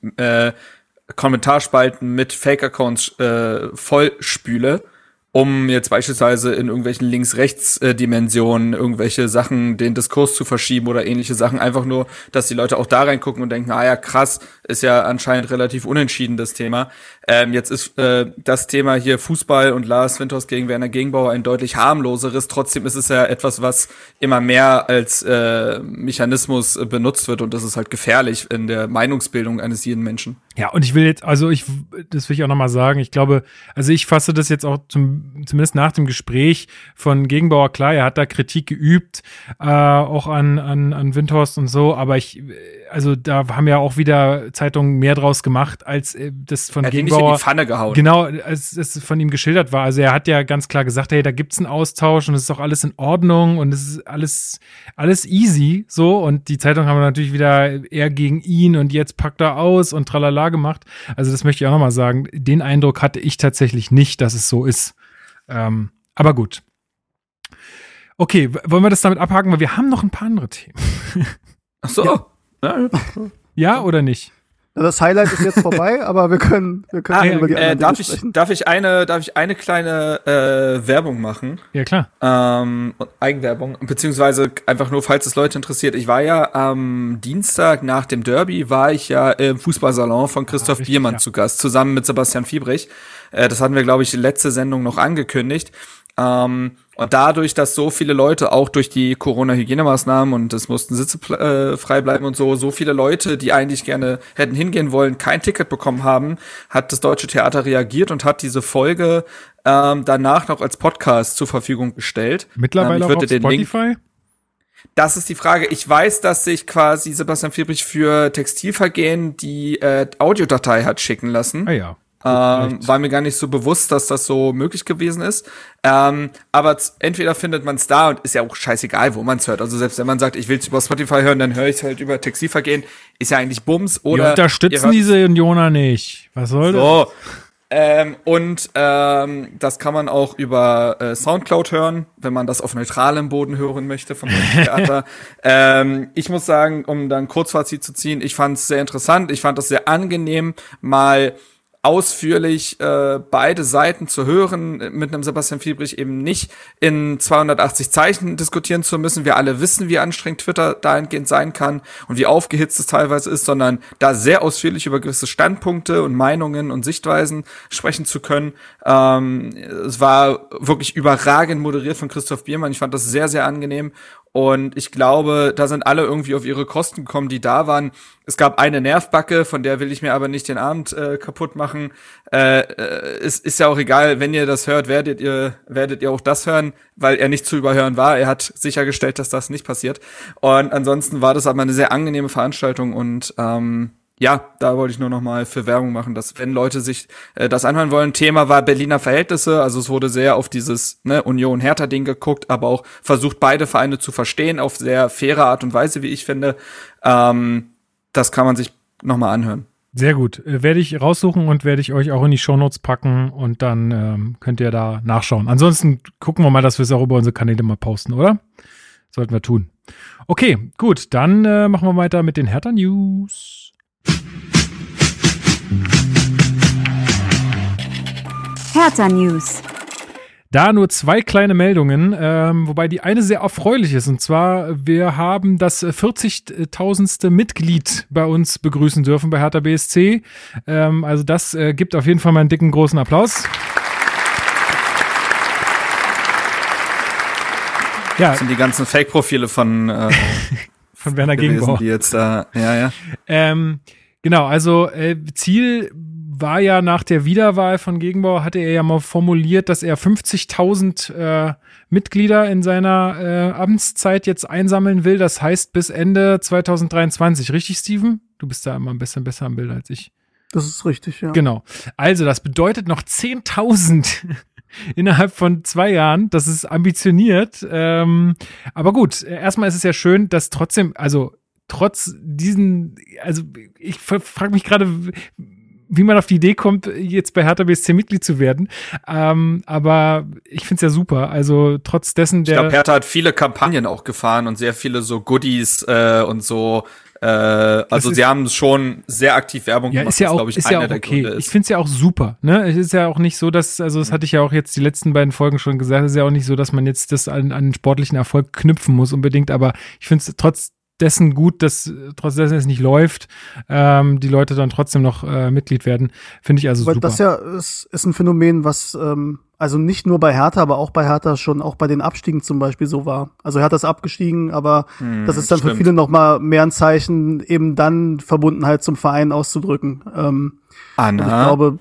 Kommentarspalten mit Fake-Accounts vollspüle, um jetzt beispielsweise in irgendwelchen Links-Rechts-Dimensionen irgendwelche Sachen, den Diskurs zu verschieben oder ähnliche Sachen, einfach nur, dass die Leute auch da reingucken und denken, ja krass, ist ja anscheinend relativ unentschieden, das Thema. Jetzt ist das Thema hier Fußball und Lars Windhorst gegen Werner Gegenbauer ein deutlich harmloseres. Trotzdem ist es ja etwas, was immer mehr als Mechanismus benutzt wird und das ist halt gefährlich in der Meinungsbildung eines jeden Menschen. Ja, und das will ich auch nochmal sagen, ich glaube, also ich fasse das jetzt auch zumindest nach dem Gespräch von Gegenbauer, klar, er hat da Kritik geübt, auch an Windhorst und so, aber also da haben ja auch wieder Zeitungen mehr draus gemacht, als das von Gegenbauer. Nicht in die Pfanne gehauen. Genau, als es von ihm geschildert war. Also er hat ja ganz klar gesagt, hey, da gibt's einen Austausch und es ist auch alles in Ordnung und es ist alles easy, so. Und die Zeitung haben natürlich wieder eher gegen ihn und jetzt packt er aus und tralala gemacht. Also das möchte ich auch nochmal sagen. Den Eindruck hatte ich tatsächlich nicht, dass es so ist. Aber gut. Okay, wollen wir das damit abhaken? Weil wir haben noch ein paar andere Themen. Ach so. Ja. Ja oder nicht? Das Highlight ist jetzt vorbei, aber wir können über die anderen Dinge sprechen. Darf ich eine kleine Werbung machen? Ja, klar. Eigenwerbung, beziehungsweise einfach nur, falls es Leute interessiert. Ich war ja am Dienstag nach dem Derby, war ich ja im Fußballsalon von Christoph Biermann zu Gast, zusammen mit Sebastian Fiebrich. Das hatten wir, glaube ich, letzte Sendung noch angekündigt. Und dadurch, dass so viele Leute auch durch die Corona-Hygienemaßnahmen und es mussten Sitze frei bleiben und so viele Leute, die eigentlich gerne hätten hingehen wollen, kein Ticket bekommen haben, hat das Deutsche Theater reagiert und hat diese Folge danach noch als Podcast zur Verfügung gestellt. Mittlerweile auch auf Spotify? Das ist die Frage. Ich weiß, dass sich quasi Sebastian Fiebrich für Textilvergehen die Audiodatei hat schicken lassen. Ah ja. War mir gar nicht so bewusst, dass das so möglich gewesen ist. Aber entweder findet man es da und ist ja auch scheißegal, wo man es hört. Also selbst wenn man sagt, ich will es über Spotify hören, dann höre ich es halt über Textilvergehen. Ist ja eigentlich Bums. Oder wir unterstützen diese Unioner nicht. Was soll das? Das kann man auch über Soundcloud hören, wenn man das auf neutralem Boden hören möchte vom Theater. Ich muss sagen, um dann Kurzfazit zu ziehen, ich fand es sehr interessant. Ich fand es sehr angenehm, mal ausführlich beide Seiten zu hören, mit einem Sebastian Fiebrich eben nicht in 280 Zeichen diskutieren zu müssen. Wir alle wissen, wie anstrengend Twitter dahingehend sein kann und wie aufgehitzt es teilweise ist, sondern da sehr ausführlich über gewisse Standpunkte und Meinungen und Sichtweisen sprechen zu können. Es war wirklich überragend moderiert von Christoph Biermann. Ich fand das sehr, sehr angenehm. Und ich glaube, da sind alle irgendwie auf ihre Kosten gekommen, die da waren. Es gab eine Nervbacke, von der will ich mir aber nicht den Abend kaputt machen. Es ist ja auch egal, wenn ihr das hört, werdet ihr auch das hören, weil er nicht zu überhören war. Er hat sichergestellt, dass das nicht passiert. Und ansonsten war das aber eine sehr angenehme Veranstaltung und ja, da wollte ich nur noch mal für Werbung machen, dass wenn Leute sich das anhören wollen, Thema war Berliner Verhältnisse, also es wurde sehr auf dieses Union-Hertha-Ding geguckt, aber auch versucht, beide Vereine zu verstehen, auf sehr faire Art und Weise, wie ich finde. Das kann man sich noch mal anhören. Sehr gut. Werde ich raussuchen und werde ich euch auch in die Shownotes packen und dann könnt ihr da nachschauen. Ansonsten gucken wir mal, dass wir es auch über unsere Kanäle mal posten, oder? Sollten wir tun. Okay, gut, dann machen wir weiter mit den Hertha-News. Hertha News. Da nur 2 kleine Meldungen, wobei die eine sehr erfreulich ist. Und zwar, wir haben das 40.000. Mitglied bei uns begrüßen dürfen bei Hertha BSC. Also das gibt auf jeden Fall mal einen dicken, großen Applaus. Ja. Das sind die ganzen Fake-Profile von Werner Gegenbauer. Die jetzt da, ja. Genau, also Ziel war ja nach der Wiederwahl von Gegenbauer, hatte er ja mal formuliert, dass er 50.000 Mitglieder in seiner Amtszeit jetzt einsammeln will. Das heißt bis Ende 2023. Richtig, Steven? Du bist da immer ein bisschen besser am Bild als ich. Das ist richtig, ja. Genau. Also das bedeutet noch 10.000 innerhalb von 2 Jahren. Das ist ambitioniert. Aber gut, erstmal ist es ja schön, dass trotzdem, also trotz diesen, also ich frage mich gerade, wie man auf die Idee kommt, jetzt bei Hertha BSC Mitglied zu werden. Aber ich finde es ja super. Also trotz dessen ich glaube, Hertha hat viele Kampagnen auch gefahren und sehr viele so Goodies und so. Also sie haben schon sehr aktiv Werbung gemacht. Ist ja auch, glaube ich, ist ja auch okay. Ich finde es ja auch super. Ne? Es ist ja auch nicht so, dass, also das hatte ich ja auch jetzt die letzten beiden Folgen schon gesagt, es ist ja auch nicht so, dass man jetzt das an sportlichen Erfolg knüpfen muss unbedingt. Aber ich finde es trotz dessen gut, dass trotz dessen es nicht läuft, die Leute dann trotzdem noch Mitglied werden, finde ich also super. Das ja ist ein Phänomen, was also nicht nur bei Hertha, aber auch bei Hertha schon auch bei den Abstiegen zum Beispiel so war. Also Hertha ist abgestiegen, aber das ist dann für viele noch mal mehr ein Zeichen, eben dann Verbundenheit zum Verein auszudrücken. Anna. Und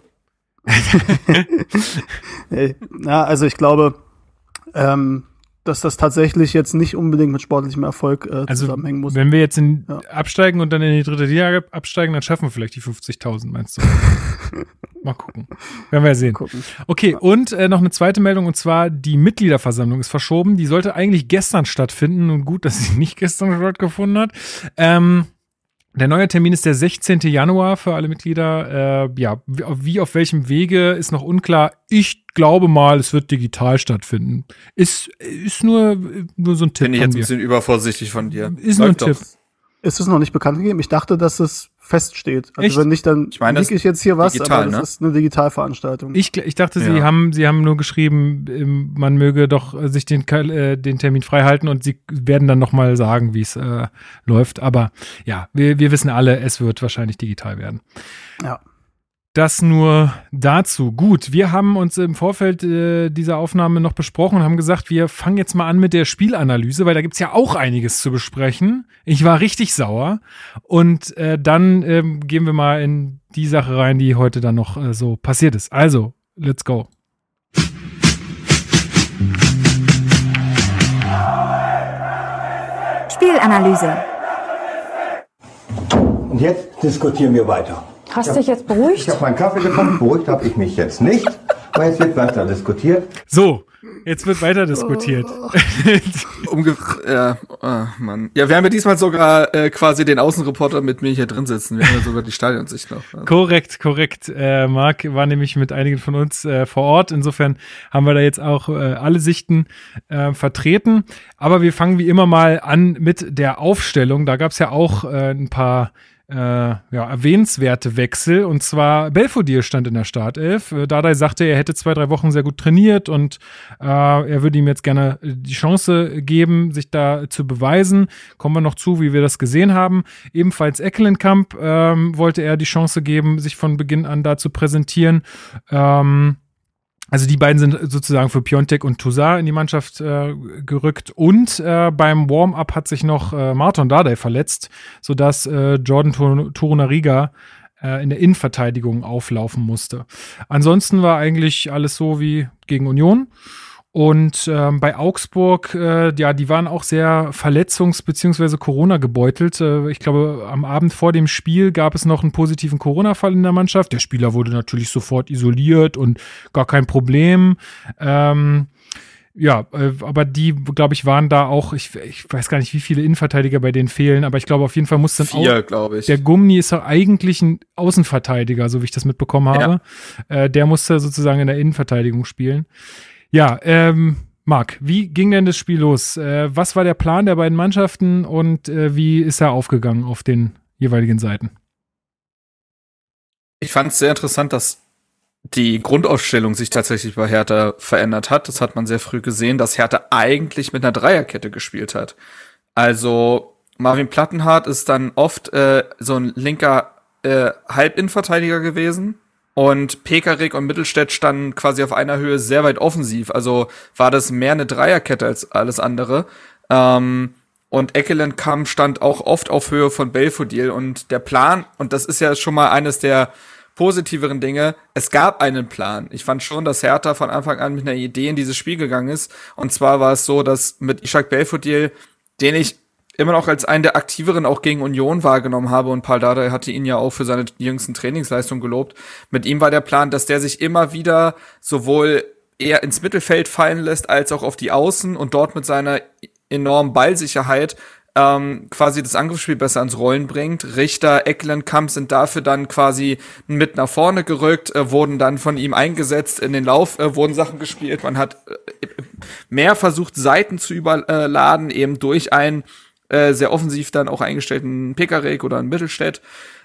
ich glaube, dass das tatsächlich jetzt nicht unbedingt mit sportlichem Erfolg zusammenhängen muss. Wenn wir jetzt absteigen und dann in die 3. Liga absteigen, dann schaffen wir vielleicht die 50.000, meinst du? Mal gucken. Werden wir ja sehen. Okay, und noch eine zweite Meldung, und zwar die Mitgliederversammlung ist verschoben. Die sollte eigentlich gestern stattfinden und gut, dass sie nicht gestern stattgefunden hat. Der neue Termin ist der 16. Januar für alle Mitglieder. Wie auf welchem Wege ist noch unklar. Ich glaube mal, es wird digital stattfinden. Ist nur so ein Tipp. Bin ich jetzt ein bisschen übervorsichtig von dir. Ist nur ein Tipp. Ist es noch nicht bekannt gegeben? Ich dachte, dass es feststeht. Also Echt? wenn nicht, dann Ich meine, liege ich jetzt hier was, digital, aber das ne? ist eine Digitalveranstaltung. Ich dachte, sie haben nur geschrieben, man möge doch sich den Termin frei halten und sie werden dann nochmal sagen, wie es läuft. Aber ja, wir wissen alle, es wird wahrscheinlich digital werden. Ja. Das nur dazu. Gut, wir haben uns im Vorfeld dieser Aufnahme noch besprochen und haben gesagt, wir fangen jetzt mal an mit der Spielanalyse, weil da gibt's ja auch einiges zu besprechen. Ich war richtig sauer. Und dann gehen wir mal in die Sache rein, die heute dann noch so passiert ist. Also, let's go. Spielanalyse. Und jetzt diskutieren wir weiter. Hast du dich jetzt beruhigt? Ich habe meinen Kaffee getrunken, beruhigt habe ich mich jetzt nicht, weil jetzt wird weiter diskutiert. So, jetzt wird weiter diskutiert. Mann. Ja, wir haben ja diesmal sogar quasi den Außenreporter mit mir hier drin sitzen. Wir haben ja sogar die Stadionsicht noch. Also. Korrekt. Marc war nämlich mit einigen von uns vor Ort. Insofern haben wir da jetzt auch alle Sichten vertreten. Aber wir fangen wie immer mal an mit der Aufstellung. Da gab es ja auch ein paar erwähnenswerte Wechsel, und zwar Belfodil stand in der Startelf. Dardai sagte, er hätte 2-3 Wochen sehr gut trainiert und er würde ihm jetzt gerne die Chance geben, sich da zu beweisen. Kommen wir noch zu, wie wir das gesehen haben. Ebenfalls Ekkelenkamp wollte er die Chance geben, sich von Beginn an da zu präsentieren. Also die beiden sind sozusagen für Piontek und Toussaint in die Mannschaft gerückt, und beim Warm-up hat sich noch Marton Dardai verletzt, sodass Jordan Torunariga in der Innenverteidigung auflaufen musste. Ansonsten war eigentlich alles so wie gegen Union. Und bei Augsburg, die waren auch sehr verletzungs- bzw. Corona gebeutelt. Ich glaube, am Abend vor dem Spiel gab es noch einen positiven Corona-Fall in der Mannschaft. Der Spieler wurde natürlich sofort isoliert und gar kein Problem. Aber die, glaube ich, waren da auch, ich weiß gar nicht, wie viele Innenverteidiger bei denen fehlen, aber ich glaube, auf jeden Fall muss dann 4, glaube ich. Der Gummi ist doch eigentlich ein Außenverteidiger, so wie ich das mitbekommen habe. Ja. Der musste sozusagen in der Innenverteidigung spielen. Ja, Marc, wie ging denn das Spiel los? Was war der Plan der beiden Mannschaften und wie ist er aufgegangen auf den jeweiligen Seiten? Ich fand es sehr interessant, dass die Grundausstellung sich tatsächlich bei Hertha verändert hat. Das hat man sehr früh gesehen, dass Hertha eigentlich mit einer Dreierkette gespielt hat. Also Marvin Plattenhardt ist dann oft so ein linker Halbinnenverteidiger gewesen. Und Pekarik und Mittelstädt standen quasi auf einer Höhe sehr weit offensiv. Also war das mehr eine Dreierkette als alles andere. Und Ekkelenkamp stand auch oft auf Höhe von Belfodil. Und der Plan, und das ist ja schon mal eines der positiveren Dinge, es gab einen Plan. Ich fand schon, dass Hertha von Anfang an mit einer Idee in dieses Spiel gegangen ist. Und zwar war es so, dass mit Ishak Belfodil, den ich immer noch als einen der aktiveren auch gegen Union wahrgenommen habe, und Paul Dardai hatte ihn ja auch für seine jüngsten Trainingsleistungen gelobt. Mit ihm war der Plan, dass der sich immer wieder sowohl eher ins Mittelfeld fallen lässt, als auch auf die Außen und dort mit seiner enormen Ballsicherheit quasi das Angriffsspiel besser ans Rollen bringt. Richter, Ekkelenkamp sind dafür dann quasi mit nach vorne gerückt, wurden dann von ihm eingesetzt, in den Lauf wurden Sachen gespielt. Man hat mehr versucht, Seiten zu überladen, eben durch einen sehr offensiv dann auch eingestellten Pekarik oder einen Mittelstädt.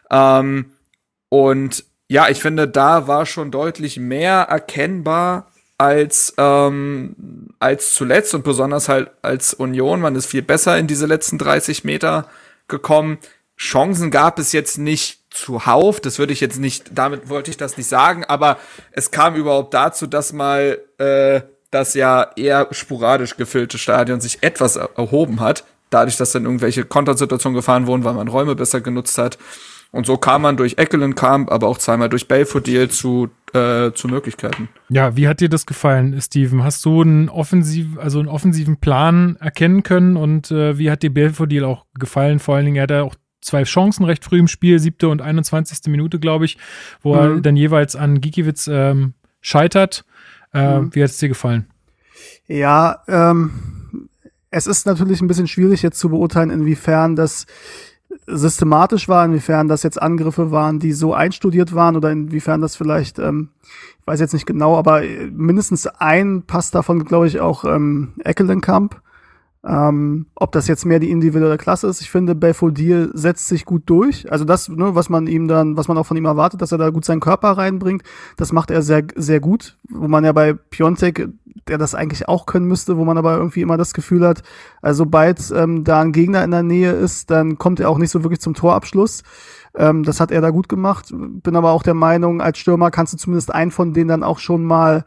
Und ja, ich finde, da war schon deutlich mehr erkennbar als zuletzt, und besonders halt als Union. Man ist viel besser in diese letzten 30 Meter gekommen. Chancen gab es jetzt nicht zuhauf, damit wollte ich das nicht sagen, aber es kam überhaupt dazu, dass mal das ja eher sporadisch gefüllte Stadion sich etwas erhoben hat, dadurch, dass dann irgendwelche Kontersituationen gefahren wurden, weil man Räume besser genutzt hat. Und so kam man durch Ekkelenkamp, aber auch zweimal durch Belfodil zu Möglichkeiten. Ja, wie hat dir das gefallen, Steven? Hast du einen offensiven Plan erkennen können, und wie hat dir Belfodil auch gefallen? Vor allen Dingen, er hatte auch 2 Chancen recht früh im Spiel, 7. und 21. Minute, glaube ich, wo er dann jeweils an Gikiewicz scheitert. Wie hat es dir gefallen? Ja, es ist natürlich ein bisschen schwierig jetzt zu beurteilen, inwiefern das systematisch war, inwiefern das jetzt Angriffe waren, die so einstudiert waren, oder inwiefern das vielleicht, ich weiß jetzt nicht genau, aber mindestens ein Pass davon, glaube ich, auch Ekkelenkamp. Ob das jetzt mehr die individuelle Klasse ist, ich finde, Belfodil setzt sich gut durch. Also das, ne, was man auch von ihm erwartet, dass er da gut seinen Körper reinbringt, das macht er sehr, sehr gut. Wo man ja bei Piontek, der das eigentlich auch können müsste, wo man aber irgendwie immer das Gefühl hat, also sobald da ein Gegner in der Nähe ist, dann kommt er auch nicht so wirklich zum Torabschluss. Das hat er da gut gemacht. Bin aber auch der Meinung, als Stürmer kannst du zumindest einen von denen dann auch schon mal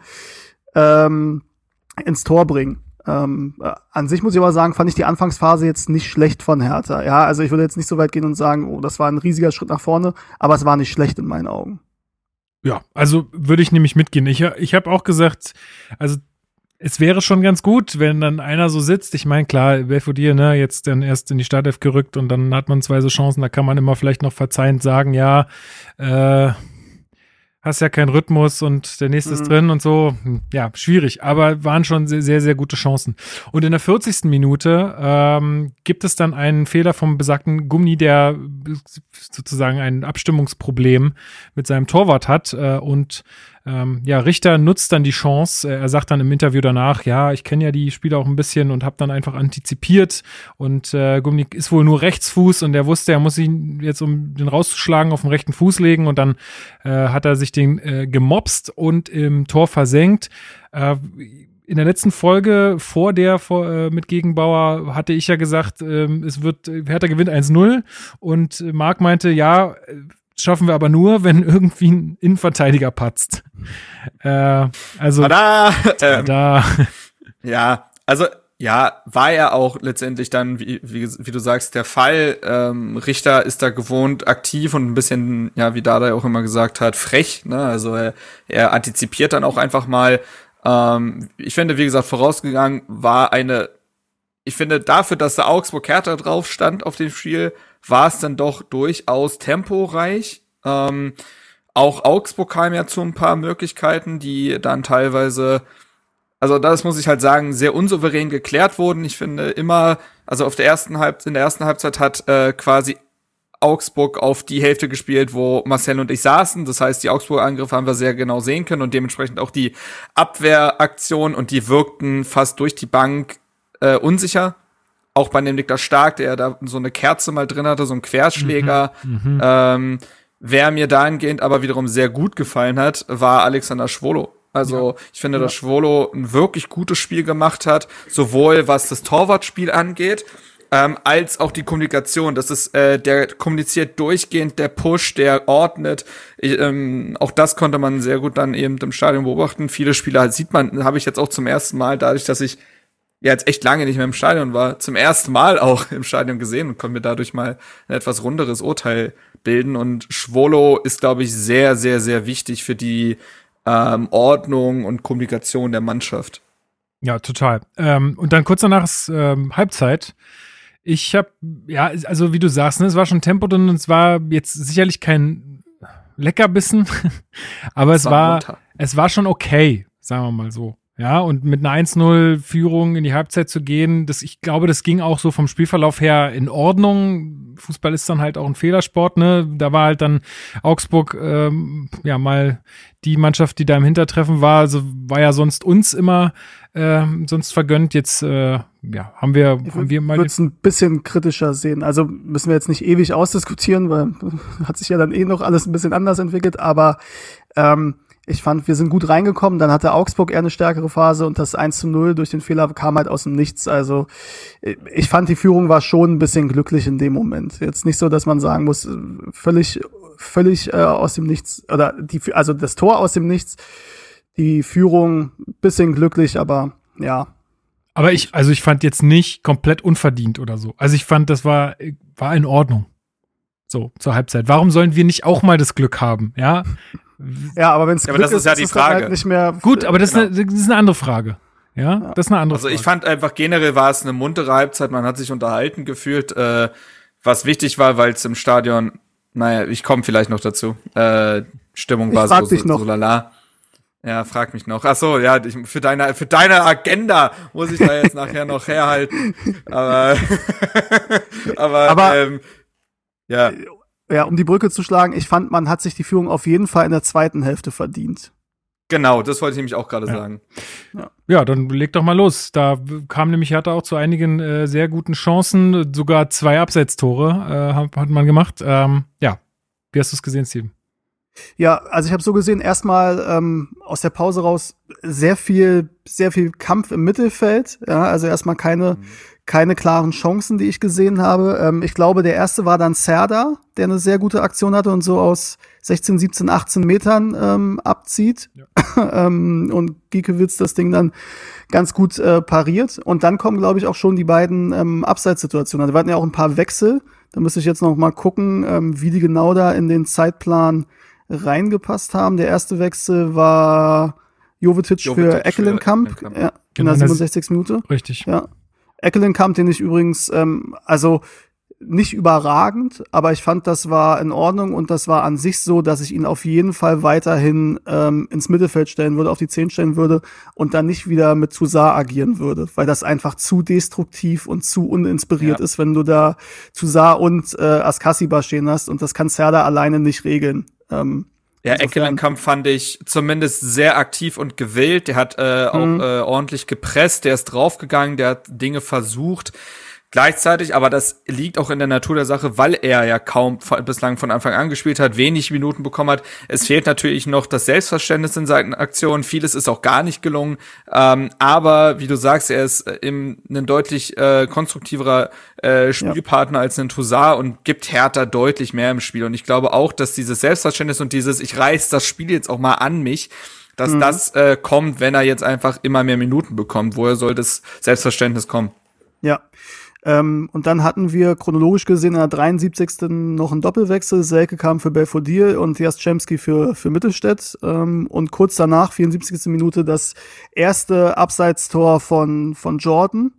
ins Tor bringen. An sich muss ich aber sagen, fand ich die Anfangsphase jetzt nicht schlecht von Hertha. Ja, also ich würde jetzt nicht so weit gehen und sagen, oh, das war ein riesiger Schritt nach vorne, aber es war nicht schlecht in meinen Augen. Ja, also würde ich nämlich mitgehen. Ich habe auch gesagt, also es wäre schon ganz gut, wenn dann einer so sitzt. Ich meine, klar, Belfodil, ne, jetzt dann erst in die Startelf gerückt und dann hat man 2 so Chancen, da kann man immer vielleicht noch verzeihend sagen, ja, hast ja keinen Rhythmus und der nächste ist drin und so. Ja, schwierig, aber waren schon sehr, sehr, sehr gute Chancen. Und in der 40. Minute gibt es dann einen Fehler vom besagten Gummi, der sozusagen ein Abstimmungsproblem mit seinem Torwart hat und Richter nutzt dann die Chance. Er sagt dann im Interview danach, ja, ich kenne ja die Spieler auch ein bisschen und habe dann einfach antizipiert und Gumnik ist wohl nur Rechtsfuß und er wusste, er muss ihn jetzt, um den rauszuschlagen, auf den rechten Fuß legen und dann hat er sich den gemopst und im Tor versenkt. In der letzten Folge mit Gegenbauer hatte ich ja gesagt, Hertha gewinnt 1-0 und Marc meinte, ja, schaffen wir aber nur, wenn irgendwie ein Innenverteidiger patzt. Tada! Da. Ja, also ja, war ja auch letztendlich dann, wie du sagst, der Fall. Richter ist da gewohnt aktiv und ein bisschen, ja, wie Dada auch immer gesagt hat, frech. Ne? Also er antizipiert dann auch einfach mal. Ich finde, wie gesagt, vorausgegangen war ich finde, dafür, dass da Augsburg Hertha drauf stand auf dem Spiel, war es dann doch durchaus temporeich. Auch Augsburg kam ja zu ein paar Möglichkeiten, die dann teilweise, also das muss ich halt sagen, sehr unsouverän geklärt wurden. Ich finde immer, also in der ersten Halbzeit hat quasi Augsburg auf die Hälfte gespielt, wo Marcel und ich saßen. Das heißt, die Augsburger Angriffe haben wir sehr genau sehen können und dementsprechend auch die Abwehraktion und die wirkten fast durch die Bank unsicher. Auch bei dem Niklas Stark, der da so eine Kerze mal drin hatte, so ein Querschläger. Wer mir dahingehend aber wiederum sehr gut gefallen hat, war Alexander Schwolo. Also ich finde, dass Schwolo ein wirklich gutes Spiel gemacht hat, sowohl was das Torwartspiel angeht, als auch die Kommunikation. Das ist, der kommuniziert durchgehend, der pusht, der ordnet. Auch das konnte man sehr gut dann eben im Stadion beobachten. Viele Spieler habe ich jetzt auch zum ersten Mal, dadurch, dass ich ja jetzt echt lange nicht mehr im Stadion war, zum ersten Mal auch im Stadion gesehen und konnte mir dadurch mal ein etwas runderes Urteil bilden. Und Schwolo ist, glaube ich, sehr, sehr, sehr wichtig für die Ordnung und Kommunikation der Mannschaft. Ja, total. Und dann kurz danach ist Halbzeit. Ich habe, ja, also wie du sagst, ne, es war schon Tempo drin und es war jetzt sicherlich kein Leckerbissen, aber es war schon okay, sagen wir mal so. Ja, und mit einer 1-0-Führung in die Halbzeit zu gehen, ich glaube, das ging auch so vom Spielverlauf her in Ordnung. Fußball ist dann halt auch ein Fehlersport, ne? Da war halt dann Augsburg mal die Mannschaft, die da im Hintertreffen war. Also war ja sonst uns immer sonst vergönnt. Jetzt haben wir mal. Ich würde es ein bisschen kritischer sehen. Also müssen wir jetzt nicht ewig ausdiskutieren, weil hat sich ja dann noch alles ein bisschen anders entwickelt. Aber ich fand, wir sind gut reingekommen, dann hatte Augsburg eher eine stärkere Phase und das 1-0 durch den Fehler kam halt aus dem Nichts. Also ich fand, die Führung war schon ein bisschen glücklich in dem Moment. Jetzt nicht so, dass man sagen muss, völlig aus dem Nichts, oder also das Tor aus dem Nichts, die Führung ein bisschen glücklich, aber ja. Aber ich fand jetzt nicht komplett unverdient oder so. Also ich fand, das war in Ordnung. So, zur Halbzeit. Warum sollen wir nicht auch mal das Glück haben, ja? Ja, aber wenn es Glück das ist ja die Frage. Halt nicht mehr. Gut, aber das ist eine andere Frage. Ja, das ist eine andere Frage. Also ich fand einfach generell war es eine muntere Halbzeit, man hat sich unterhalten gefühlt, was wichtig war, weil es im Stadion, naja, ich komme vielleicht noch dazu, Stimmung war so lala. Ja, frag mich noch. Ach so, ja, für deine Agenda muss ich da jetzt nachher noch herhalten. Aber ja. Ja, um die Brücke zu schlagen, ich fand, man hat sich die Führung auf jeden Fall in der zweiten Hälfte verdient. Genau, das wollte ich nämlich auch gerade sagen. Ja, dann leg doch mal los. Da kam nämlich Hertha auch zu einigen sehr guten Chancen. Sogar 2 Abseitstore hat man gemacht. Ja, wie hast du es gesehen, Steven? Ja, also ich habe so gesehen, erstmal aus der Pause raus sehr viel Kampf im Mittelfeld. Ja, also erstmal keine klaren Chancen, die ich gesehen habe. Ich glaube, der erste war dann Serdar, der eine sehr gute Aktion hatte und so aus 16, 17, 18 Metern abzieht. Ja. Und Giekewitz das Ding dann ganz gut pariert. Und dann kommen, glaube ich, auch schon die beiden Abseitssituationen. Also wir hatten ja auch ein paar Wechsel. Da müsste ich jetzt noch mal gucken, wie die genau da in den Zeitplan reingepasst haben. Der erste Wechsel war Jovetic für Ekkelenkamp. Ja, in der 67. Minute. Richtig. Ja. Ekkelenkamp, den ich übrigens, also nicht überragend, aber ich fand, das war in Ordnung und das war an sich so, dass ich ihn auf jeden Fall weiterhin ins Mittelfeld stellen würde, auf die 10 stellen würde und dann nicht wieder mit Toussaint agieren würde, weil das einfach zu destruktiv und zu uninspiriert ist, wenn du da Toussaint und Askasiba stehen hast und das kann Serdar alleine nicht regeln. Ja, Ekkelenkamp fand ich zumindest sehr aktiv und gewillt. Der hat auch ordentlich gepresst, der ist draufgegangen, der hat Dinge versucht. Gleichzeitig, aber das liegt auch in der Natur der Sache, weil er ja kaum bislang von Anfang an gespielt hat, wenig Minuten bekommen hat. Es fehlt natürlich noch das Selbstverständnis in seinen Aktionen. Vieles ist auch gar nicht gelungen. Aber wie du sagst, er ist ein deutlich konstruktiverer Spielpartner als ein Toussaint und gibt Hertha deutlich mehr im Spiel. Und ich glaube auch, dass dieses Selbstverständnis und dieses, ich reiß das Spiel jetzt auch mal an mich, dass das kommt, wenn er jetzt einfach immer mehr Minuten bekommt. Woher soll das Selbstverständnis kommen? Ja. Und dann hatten wir chronologisch gesehen in der 73. noch einen Doppelwechsel. Selke kam für Belfodil und Jastrzębski für Mittelstädt. Und kurz danach, 74. Minute, das erste Abseitstor von Jordan,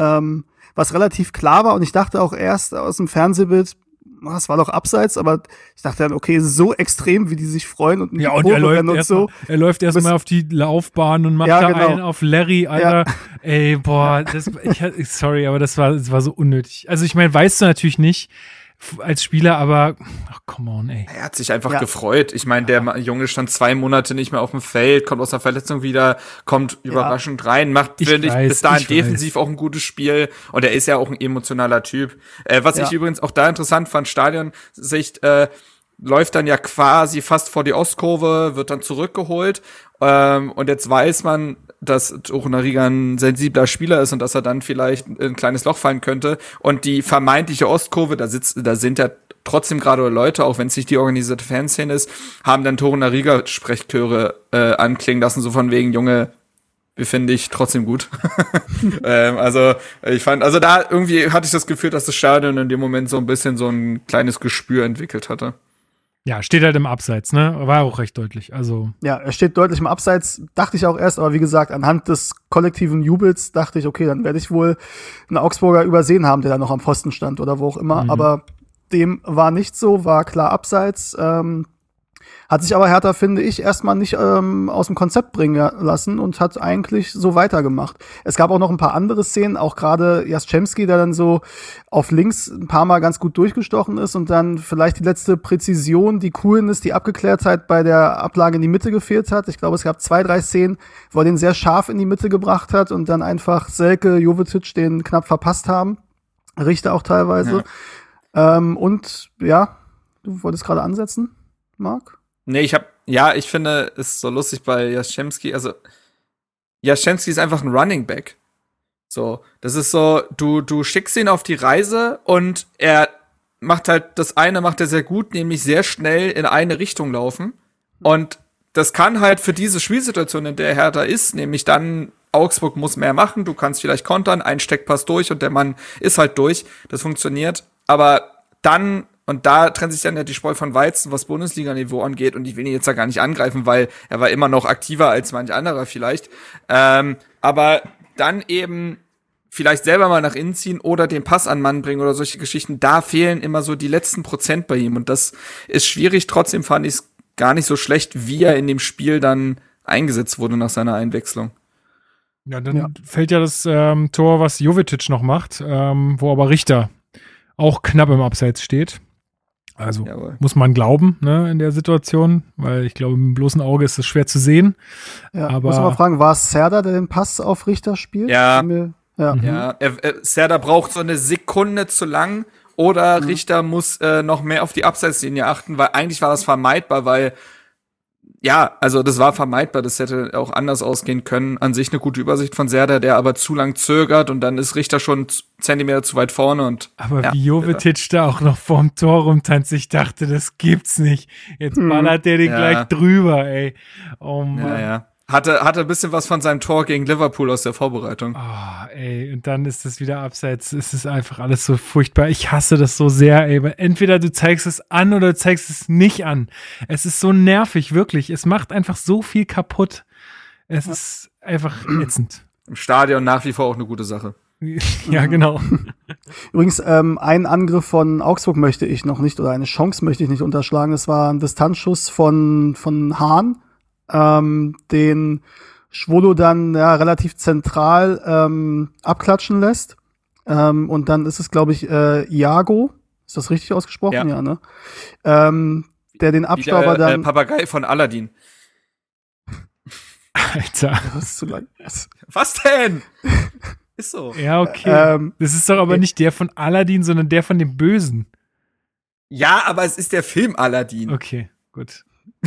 was relativ klar war. Und ich dachte auch erst aus dem Fernsehbild, es war doch abseits, aber ich dachte dann, okay, so extrem, wie die sich freuen und in die Kurve rennen und so. Er läuft erstmal auf die Laufbahn und macht einen auf Larry, Alter. Ja. Ey, boah, sorry, aber das war so unnötig. Also ich meine, weißt du natürlich nicht als Spieler, aber ach, come on, ey. Er hat sich einfach gefreut. Ich meine, der Junge stand 2 Monate nicht mehr auf dem Feld, kommt aus der Verletzung wieder, kommt überraschend rein, macht, finde ich, bis dahin defensiv auch ein gutes Spiel und er ist ja auch ein emotionaler Typ. Was ich übrigens auch da interessant fand, Stadionsicht, läuft dann ja quasi fast vor die Ostkurve, wird dann zurückgeholt und jetzt weiß man, dass Torunariga ein sensibler Spieler ist und dass er dann vielleicht in ein kleines Loch fallen könnte. Und die vermeintliche Ostkurve, da sind ja trotzdem gerade Leute, auch wenn es nicht die organisierte Fanszene ist, haben dann Torunariga Sprechchöre anklingen lassen, so von wegen, Junge, wir finden dich trotzdem gut. Also da irgendwie hatte ich das Gefühl, dass das Stadion in dem Moment so ein bisschen so ein kleines Gespür entwickelt hatte. Ja, steht halt im Abseits, ne? War auch recht deutlich. Also ja, er steht deutlich im Abseits, dachte ich auch erst, aber wie gesagt, anhand des kollektiven Jubels dachte ich, okay, dann werde ich wohl einen Augsburger übersehen haben, der da noch am Pfosten stand oder wo auch immer. Aber dem war nicht so, war klar Abseits. Hat sich aber Hertha, finde ich, erstmal nicht aus dem Konzept bringen lassen und hat eigentlich so weitergemacht. Es gab auch noch ein paar andere Szenen, auch gerade Jastrzębski, der dann so auf links ein paar Mal ganz gut durchgestochen ist und dann vielleicht die letzte Präzision, die Coolness, die Abgeklärtheit bei der Ablage in die Mitte gefehlt hat. Ich glaube, es gab 2, 3 Szenen, wo er den sehr scharf in die Mitte gebracht hat und dann einfach Selke, Jovetic den knapp verpasst haben. Richter auch teilweise. Ja. Und ja, du wolltest gerade ansetzen, Marc? Nee, ich finde, es ist so lustig bei Jastrzębski, also Jastrzębski ist einfach ein Running Back. So, das ist so, du schickst ihn auf die Reise und er macht halt, macht er sehr gut, nämlich sehr schnell in eine Richtung laufen. Und das kann halt für diese Spielsituation, in der Hertha ist, nämlich dann Augsburg muss mehr machen, du kannst vielleicht kontern, ein Steckpass durch und der Mann ist halt durch, das funktioniert, aber dann und da trennt sich dann ja die Spreu von Weizen, was Bundesliga-Niveau angeht. Und ich will ihn jetzt da gar nicht angreifen, weil er war immer noch aktiver als manch anderer vielleicht. Aber dann eben vielleicht selber mal nach innen ziehen oder den Pass an Mann bringen oder solche Geschichten. Da fehlen immer so die letzten Prozent bei ihm. Und das ist schwierig. Trotzdem fand ich es gar nicht so schlecht, wie er in dem Spiel dann eingesetzt wurde nach seiner Einwechslung. Ja, dann fällt ja das Tor, was Jovetic noch macht, wo aber Richter auch knapp im Abseits steht. Also Jawohl. muss man glauben, ne, in der Situation, weil ich glaube, mit dem bloßen Auge ist es schwer zu sehen. Ja, Aber muss man mal fragen, war es Serdar, der den Pass auf Richter spielt? Ja. Ja. Ja, Serdar braucht so eine Sekunde zu lang oder Richter muss noch mehr auf die Abseitslinie achten, weil eigentlich war das vermeidbar, weil ja, also das war vermeidbar, das hätte auch anders ausgehen können. An sich eine gute Übersicht von Serdar, der aber zu lang zögert und dann ist Richter schon Zentimeter zu weit vorne und aber ja, wie Jovetic da auch noch vorm Tor rumtanzt, ich dachte, das gibt's nicht. Jetzt ballert der den Ja. gleich drüber, ey. Oh Mann. ja. Hatte ein bisschen was von seinem Tor gegen Liverpool aus der Vorbereitung. Oh, ey, und dann ist das wieder abseits. Es ist einfach alles so furchtbar. Ich hasse das so sehr, ey. Weil entweder du zeigst es an oder du zeigst es nicht an. Es ist so nervig, wirklich. Es macht einfach so viel kaputt. Es ist einfach ätzend. Im Stadion nach wie vor auch eine gute Sache. Ja, genau. Übrigens, einen Angriff von Augsburg möchte ich noch nicht, oder eine Chance möchte ich nicht unterschlagen. Das war ein Distanzschuss von Hahn, den Schwolo dann relativ zentral abklatschen lässt. Und dann ist es, glaube ich, Iago. Ist das richtig ausgesprochen? Ja, ne? Der den Abstauber dann. Papagei von Aladdin. Alter. Das ist zu lang. Was denn? Ist so. Ja, okay. Das ist doch aber nicht der von Aladdin, sondern der von dem Bösen. Ja, aber es ist der Film Aladdin. Okay, gut.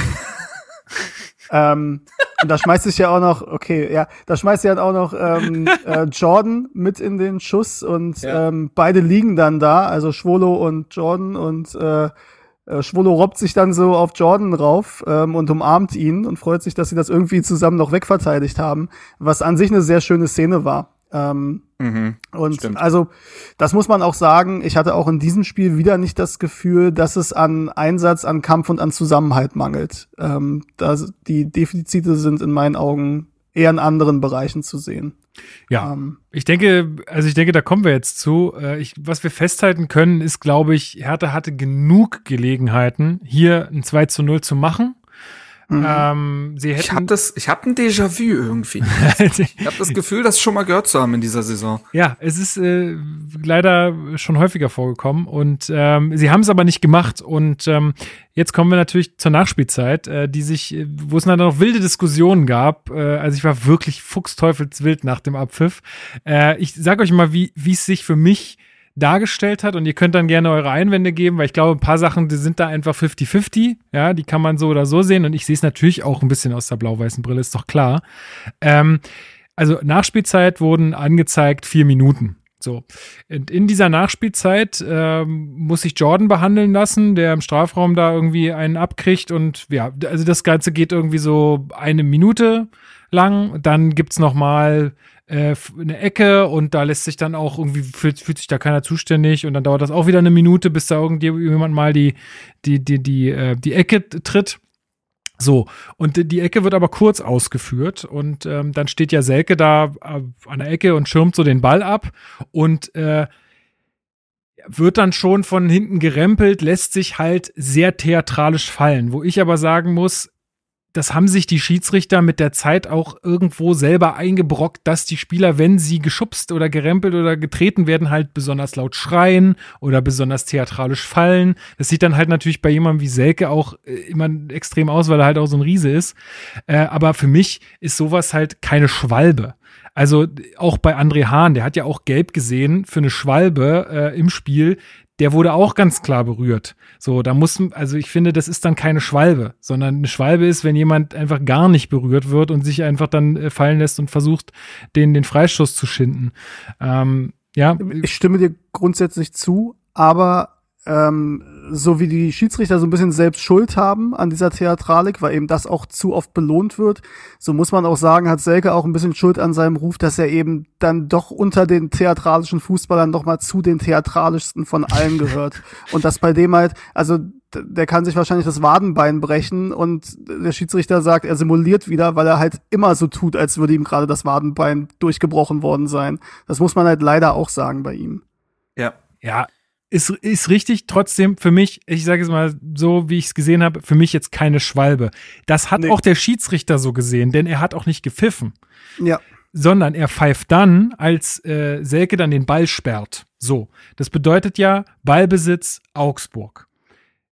Und da schmeißt sich ja auch noch, da schmeißt ja auch noch Jordan mit in den Schuss und beide liegen dann da, also Schwolo und Jordan und Schwolo robbt sich dann so auf Jordan rauf und umarmt ihn und freut sich, dass sie das irgendwie zusammen noch wegverteidigt haben, was an sich eine sehr schöne Szene war. Und stimmt. also, das muss man auch sagen, ich hatte auch in diesem Spiel wieder nicht das Gefühl, dass es an Einsatz, an Kampf und an Zusammenhalt mangelt. Die Defizite sind in meinen Augen eher in anderen Bereichen zu sehen. Ja, ich denke, da kommen wir jetzt zu. Was wir festhalten können, ist, glaube ich, Hertha hatte genug Gelegenheiten, hier ein 2:0 zu machen. Sie hätten Ich hab ein Déjà-vu irgendwie. Ich habe das Gefühl, das schon mal gehört zu haben in dieser Saison. Ja, es ist leider schon häufiger vorgekommen und sie haben es aber nicht gemacht und jetzt kommen wir natürlich zur Nachspielzeit, wo es dann noch wilde Diskussionen gab. Also ich war wirklich fuchsteufelswild nach dem Abpfiff. Ich sage euch mal, wie es sich für mich dargestellt hat und ihr könnt dann gerne eure Einwände geben, weil ich glaube, ein paar Sachen, die sind da einfach 50-50, ja, die kann man so oder so sehen und ich sehe es natürlich auch ein bisschen aus der blau-weißen Brille, ist doch klar. Also Nachspielzeit wurden angezeigt 4 Minuten. So. Und in dieser Nachspielzeit muss sich Jordan behandeln lassen, der im Strafraum da irgendwie einen abkriegt und ja, also das Ganze geht irgendwie so 1 Minute lang, dann gibt's noch mal eine Ecke und da lässt sich dann auch irgendwie, fühlt sich da keiner zuständig und dann dauert das auch wieder 1 Minute, bis da irgendjemand mal die Ecke tritt. So, und die Ecke wird aber kurz ausgeführt und dann steht ja Selke da an der Ecke und schirmt so den Ball ab und wird dann schon von hinten gerempelt, lässt sich halt sehr theatralisch fallen, wo ich aber sagen muss, das haben sich die Schiedsrichter mit der Zeit auch irgendwo selber eingebrockt, dass die Spieler, wenn sie geschubst oder gerempelt oder getreten werden, halt besonders laut schreien oder besonders theatralisch fallen. Das sieht dann halt natürlich bei jemandem wie Selke auch immer extrem aus, weil er halt auch so ein Riese ist. Aber für mich ist sowas halt keine Schwalbe. Also auch bei André Hahn, der hat ja auch gelb gesehen für eine Schwalbe im Spiel. Der wurde auch ganz klar berührt. So, also ich finde, das ist dann keine Schwalbe, sondern eine Schwalbe ist, wenn jemand einfach gar nicht berührt wird und sich einfach dann fallen lässt und versucht, den Freistoß zu schinden. Ja. Ich stimme dir grundsätzlich zu, aber so wie die Schiedsrichter so ein bisschen selbst Schuld haben an dieser Theatralik, weil eben das auch zu oft belohnt wird, so muss man auch sagen, hat Selke auch ein bisschen Schuld an seinem Ruf, dass er eben dann doch unter den theatralischen Fußballern noch mal zu den theatralischsten von allen gehört. Und das bei dem halt, also der kann sich wahrscheinlich das Wadenbein brechen und der Schiedsrichter sagt, er simuliert wieder, weil er halt immer so tut, als würde ihm gerade das Wadenbein durchgebrochen worden sein. Das muss man halt leider auch sagen bei ihm. Ja. Ist richtig, trotzdem für mich, ich sage es mal so, wie ich es gesehen habe, für mich jetzt keine Schwalbe. Das hat auch der Schiedsrichter so gesehen, denn er hat auch nicht gepfiffen. Ja. Sondern er pfeift dann, als Selke dann den Ball sperrt. So, das bedeutet ja Ballbesitz Augsburg.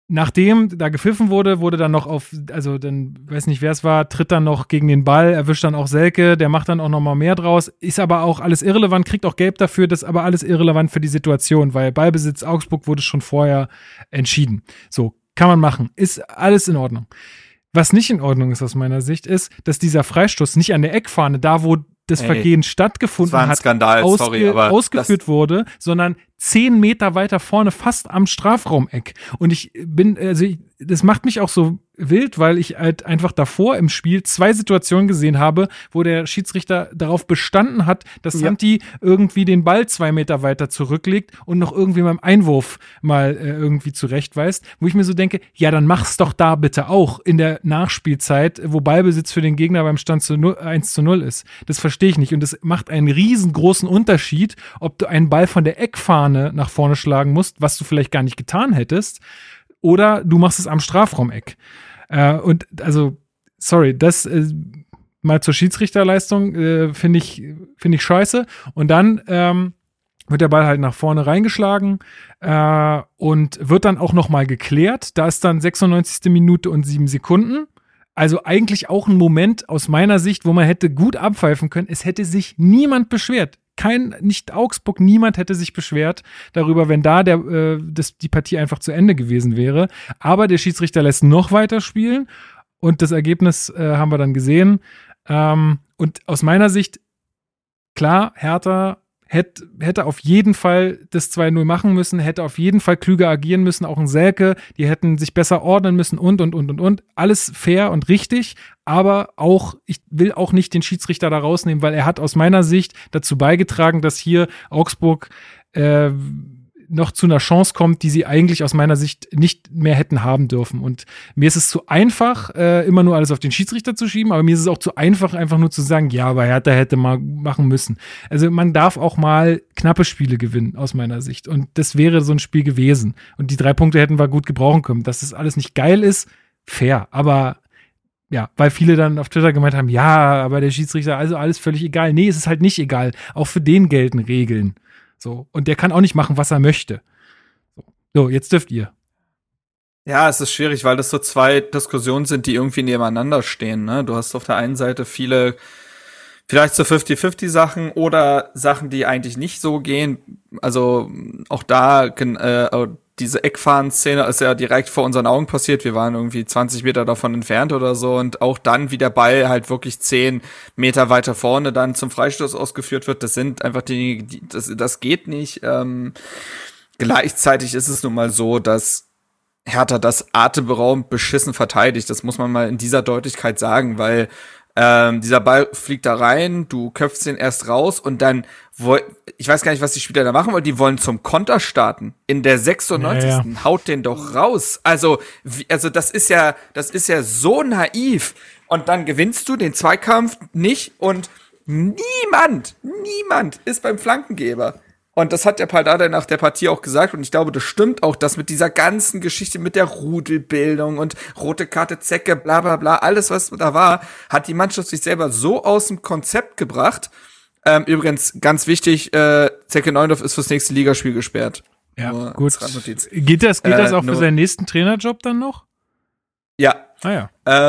Nachdem da gepfiffen wurde dann noch dann weiß nicht, wer es war, tritt dann noch gegen den Ball, erwischt dann auch Selke, der macht dann auch noch mal mehr draus, ist aber auch alles irrelevant, kriegt auch Gelb dafür, das ist aber alles irrelevant für die Situation, weil Ballbesitz Augsburg wurde schon vorher entschieden. So, kann man machen, ist alles in Ordnung. Was nicht in Ordnung ist aus meiner Sicht, ist, dass dieser Freistoß nicht an der Eckfahne, da wo das Vergehen stattgefunden hat, Skandal, ausgeführt wurde, sondern 10 Meter weiter vorne, fast am Strafraumeck. Und das macht mich auch so wild, weil ich halt einfach davor im Spiel 2 Situationen gesehen habe, wo der Schiedsrichter darauf bestanden hat, dass Santi irgendwie den Ball 2 Meter weiter zurücklegt und noch irgendwie beim Einwurf mal irgendwie zurechtweist, wo ich mir so denke, ja, dann mach's doch da bitte auch in der Nachspielzeit, wo Ballbesitz für den Gegner beim Stand 1:0 ist. Das verstehe ich nicht. Und das macht einen riesengroßen Unterschied, ob du einen Ball von der Eckfahne nach vorne schlagen musst, was du vielleicht gar nicht getan hättest, oder du machst es am Strafraumeck. Und also, sorry, das mal zur Schiedsrichterleistung finde ich scheiße. Und dann wird der Ball halt nach vorne reingeschlagen und wird dann auch nochmal geklärt. Da ist dann 96. Minute und 7 Sekunden. Also eigentlich auch ein Moment aus meiner Sicht, wo man hätte gut abpfeifen können. Es hätte sich niemand beschwert. Nicht Augsburg, niemand hätte sich beschwert darüber, wenn da die Partie einfach zu Ende gewesen wäre. Aber der Schiedsrichter lässt noch weiter spielen und das Ergebnis haben wir dann gesehen. Und aus meiner Sicht, klar, Hertha hätte auf jeden Fall das 2:0 machen müssen, hätte auf jeden Fall klüger agieren müssen, auch ein Selke, die hätten sich besser ordnen müssen und. Alles fair und richtig, aber auch, ich will auch nicht den Schiedsrichter da rausnehmen, weil er hat aus meiner Sicht dazu beigetragen, dass hier Augsburg noch zu einer Chance kommt, die sie eigentlich aus meiner Sicht nicht mehr hätten haben dürfen. Und mir ist es zu einfach, immer nur alles auf den Schiedsrichter zu schieben, aber mir ist es auch zu einfach nur zu sagen, ja, aber Hertha hätte mal machen müssen. Also man darf auch mal knappe Spiele gewinnen, aus meiner Sicht. Und das wäre so ein Spiel gewesen. Und die 3 Punkte hätten wir gut gebrauchen können. Dass das alles nicht geil ist, fair. Aber ja, weil viele dann auf Twitter gemeint haben, ja, aber der Schiedsrichter, also alles völlig egal. Nee, es ist halt nicht egal. Auch für den gelten Regeln. So, und der kann auch nicht machen, was er möchte. So, jetzt dürft ihr. Ja, es ist schwierig, weil das so 2 Diskussionen sind, die irgendwie nebeneinander stehen. Ne? Du hast auf der einen Seite viele, vielleicht so 50-50 Sachen oder Sachen, die eigentlich nicht so gehen. Also auch da, diese Eckfahnen-Szene ist ja direkt vor unseren Augen passiert. Wir waren irgendwie 20 Meter davon entfernt oder so. Und auch dann, wie der Ball halt wirklich 10 Meter weiter vorne dann zum Freistoß ausgeführt wird, das sind einfach Dinge, das geht nicht. Gleichzeitig ist es nun mal so, dass Hertha das atemberaubend beschissen verteidigt. Das muss man mal in dieser Deutlichkeit sagen, weil dieser Ball fliegt da rein, du köpfst den erst raus und dann ich weiß gar nicht, was die Spieler da machen wollen, die wollen zum Konter starten. In der 96. Ja. Haut den doch raus. Also das ist ja so naiv. Und dann gewinnst du den Zweikampf nicht und niemand ist beim Flankengeber. Und das hat der Paldada nach der Partie auch gesagt. Und ich glaube, das stimmt auch, dass mit dieser ganzen Geschichte mit der Rudelbildung und rote Karte Zecke, bla bla bla, alles, was da war, hat die Mannschaft sich selber so aus dem Konzept gebracht. Übrigens, ganz wichtig, Zecke Neuendorf ist fürs nächste Ligaspiel gesperrt. Ja, nur gut. Geht das auch für seinen nächsten Trainerjob dann noch? Ja. Ah ja.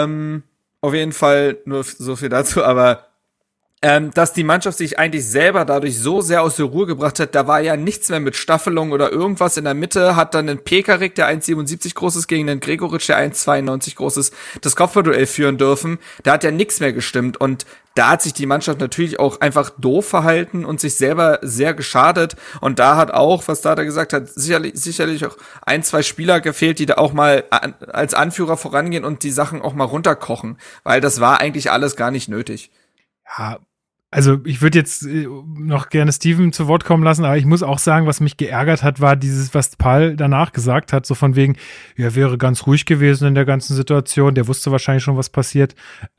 Auf jeden Fall nur so viel dazu, aber dass die Mannschaft sich eigentlich selber dadurch so sehr aus der Ruhe gebracht hat, da war ja nichts mehr mit Staffelung oder irgendwas. In der Mitte hat dann ein Pekarik, der 1,77 groß ist, gegen den Gregoritsch, der 1,92 groß ist, das Kopfballduell führen dürfen. Da hat ja nichts mehr gestimmt und da hat sich die Mannschaft natürlich auch einfach doof verhalten und sich selber sehr geschadet. Und da hat auch, was Dada gesagt hat, sicherlich auch 1, 2 Spieler gefehlt, die da auch mal als Anführer vorangehen und die Sachen auch mal runterkochen. Weil das war eigentlich alles gar nicht nötig. Ja, also ich würde jetzt noch gerne Steven zu Wort kommen lassen, aber ich muss auch sagen, was mich geärgert hat, war dieses, was Paul danach gesagt hat, so von wegen, er wäre ganz ruhig gewesen in der ganzen Situation, der wusste wahrscheinlich schon, was passiert.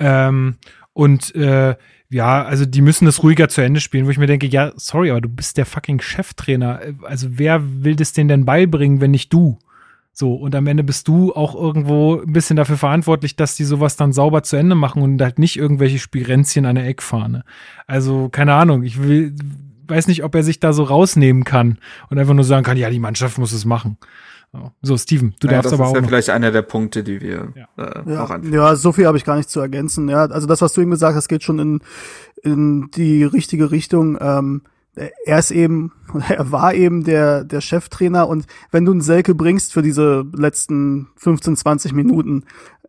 Ja, also die müssen das ruhiger zu Ende spielen, wo ich mir denke, ja, sorry, aber du bist der fucking Cheftrainer. Also wer will das denen denn beibringen, wenn nicht du? So, und am Ende bist du auch irgendwo ein bisschen dafür verantwortlich, dass die sowas dann sauber zu Ende machen und halt nicht irgendwelche Spielränzchen an der Eckfahne. Also, keine Ahnung, weiß nicht, ob er sich da so rausnehmen kann und einfach nur sagen kann, ja, die Mannschaft muss es machen. So, Steven, du darfst aber auch Das ist ja noch. vielleicht einer der Punkte, die wir noch anführen. Ja, so viel habe ich gar nicht zu ergänzen. Ja, also das, was du eben gesagt hast, geht schon in die richtige Richtung. Er war eben der Cheftrainer, und wenn du einen Selke bringst für diese letzten 15, 20 Minuten,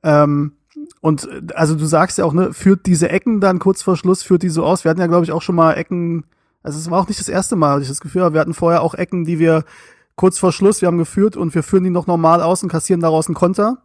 und also du sagst ja auch, ne, führt diese Ecken dann kurz vor Schluss, führt die so aus. Wir hatten ja, glaube ich, auch schon mal Ecken, also es war auch nicht das erste Mal, hatte ich das Gefühl, aber wir hatten vorher auch Ecken, die wir kurz vor Schluss, wir haben geführt und wir führen die noch normal aus und kassieren daraus einen Konter.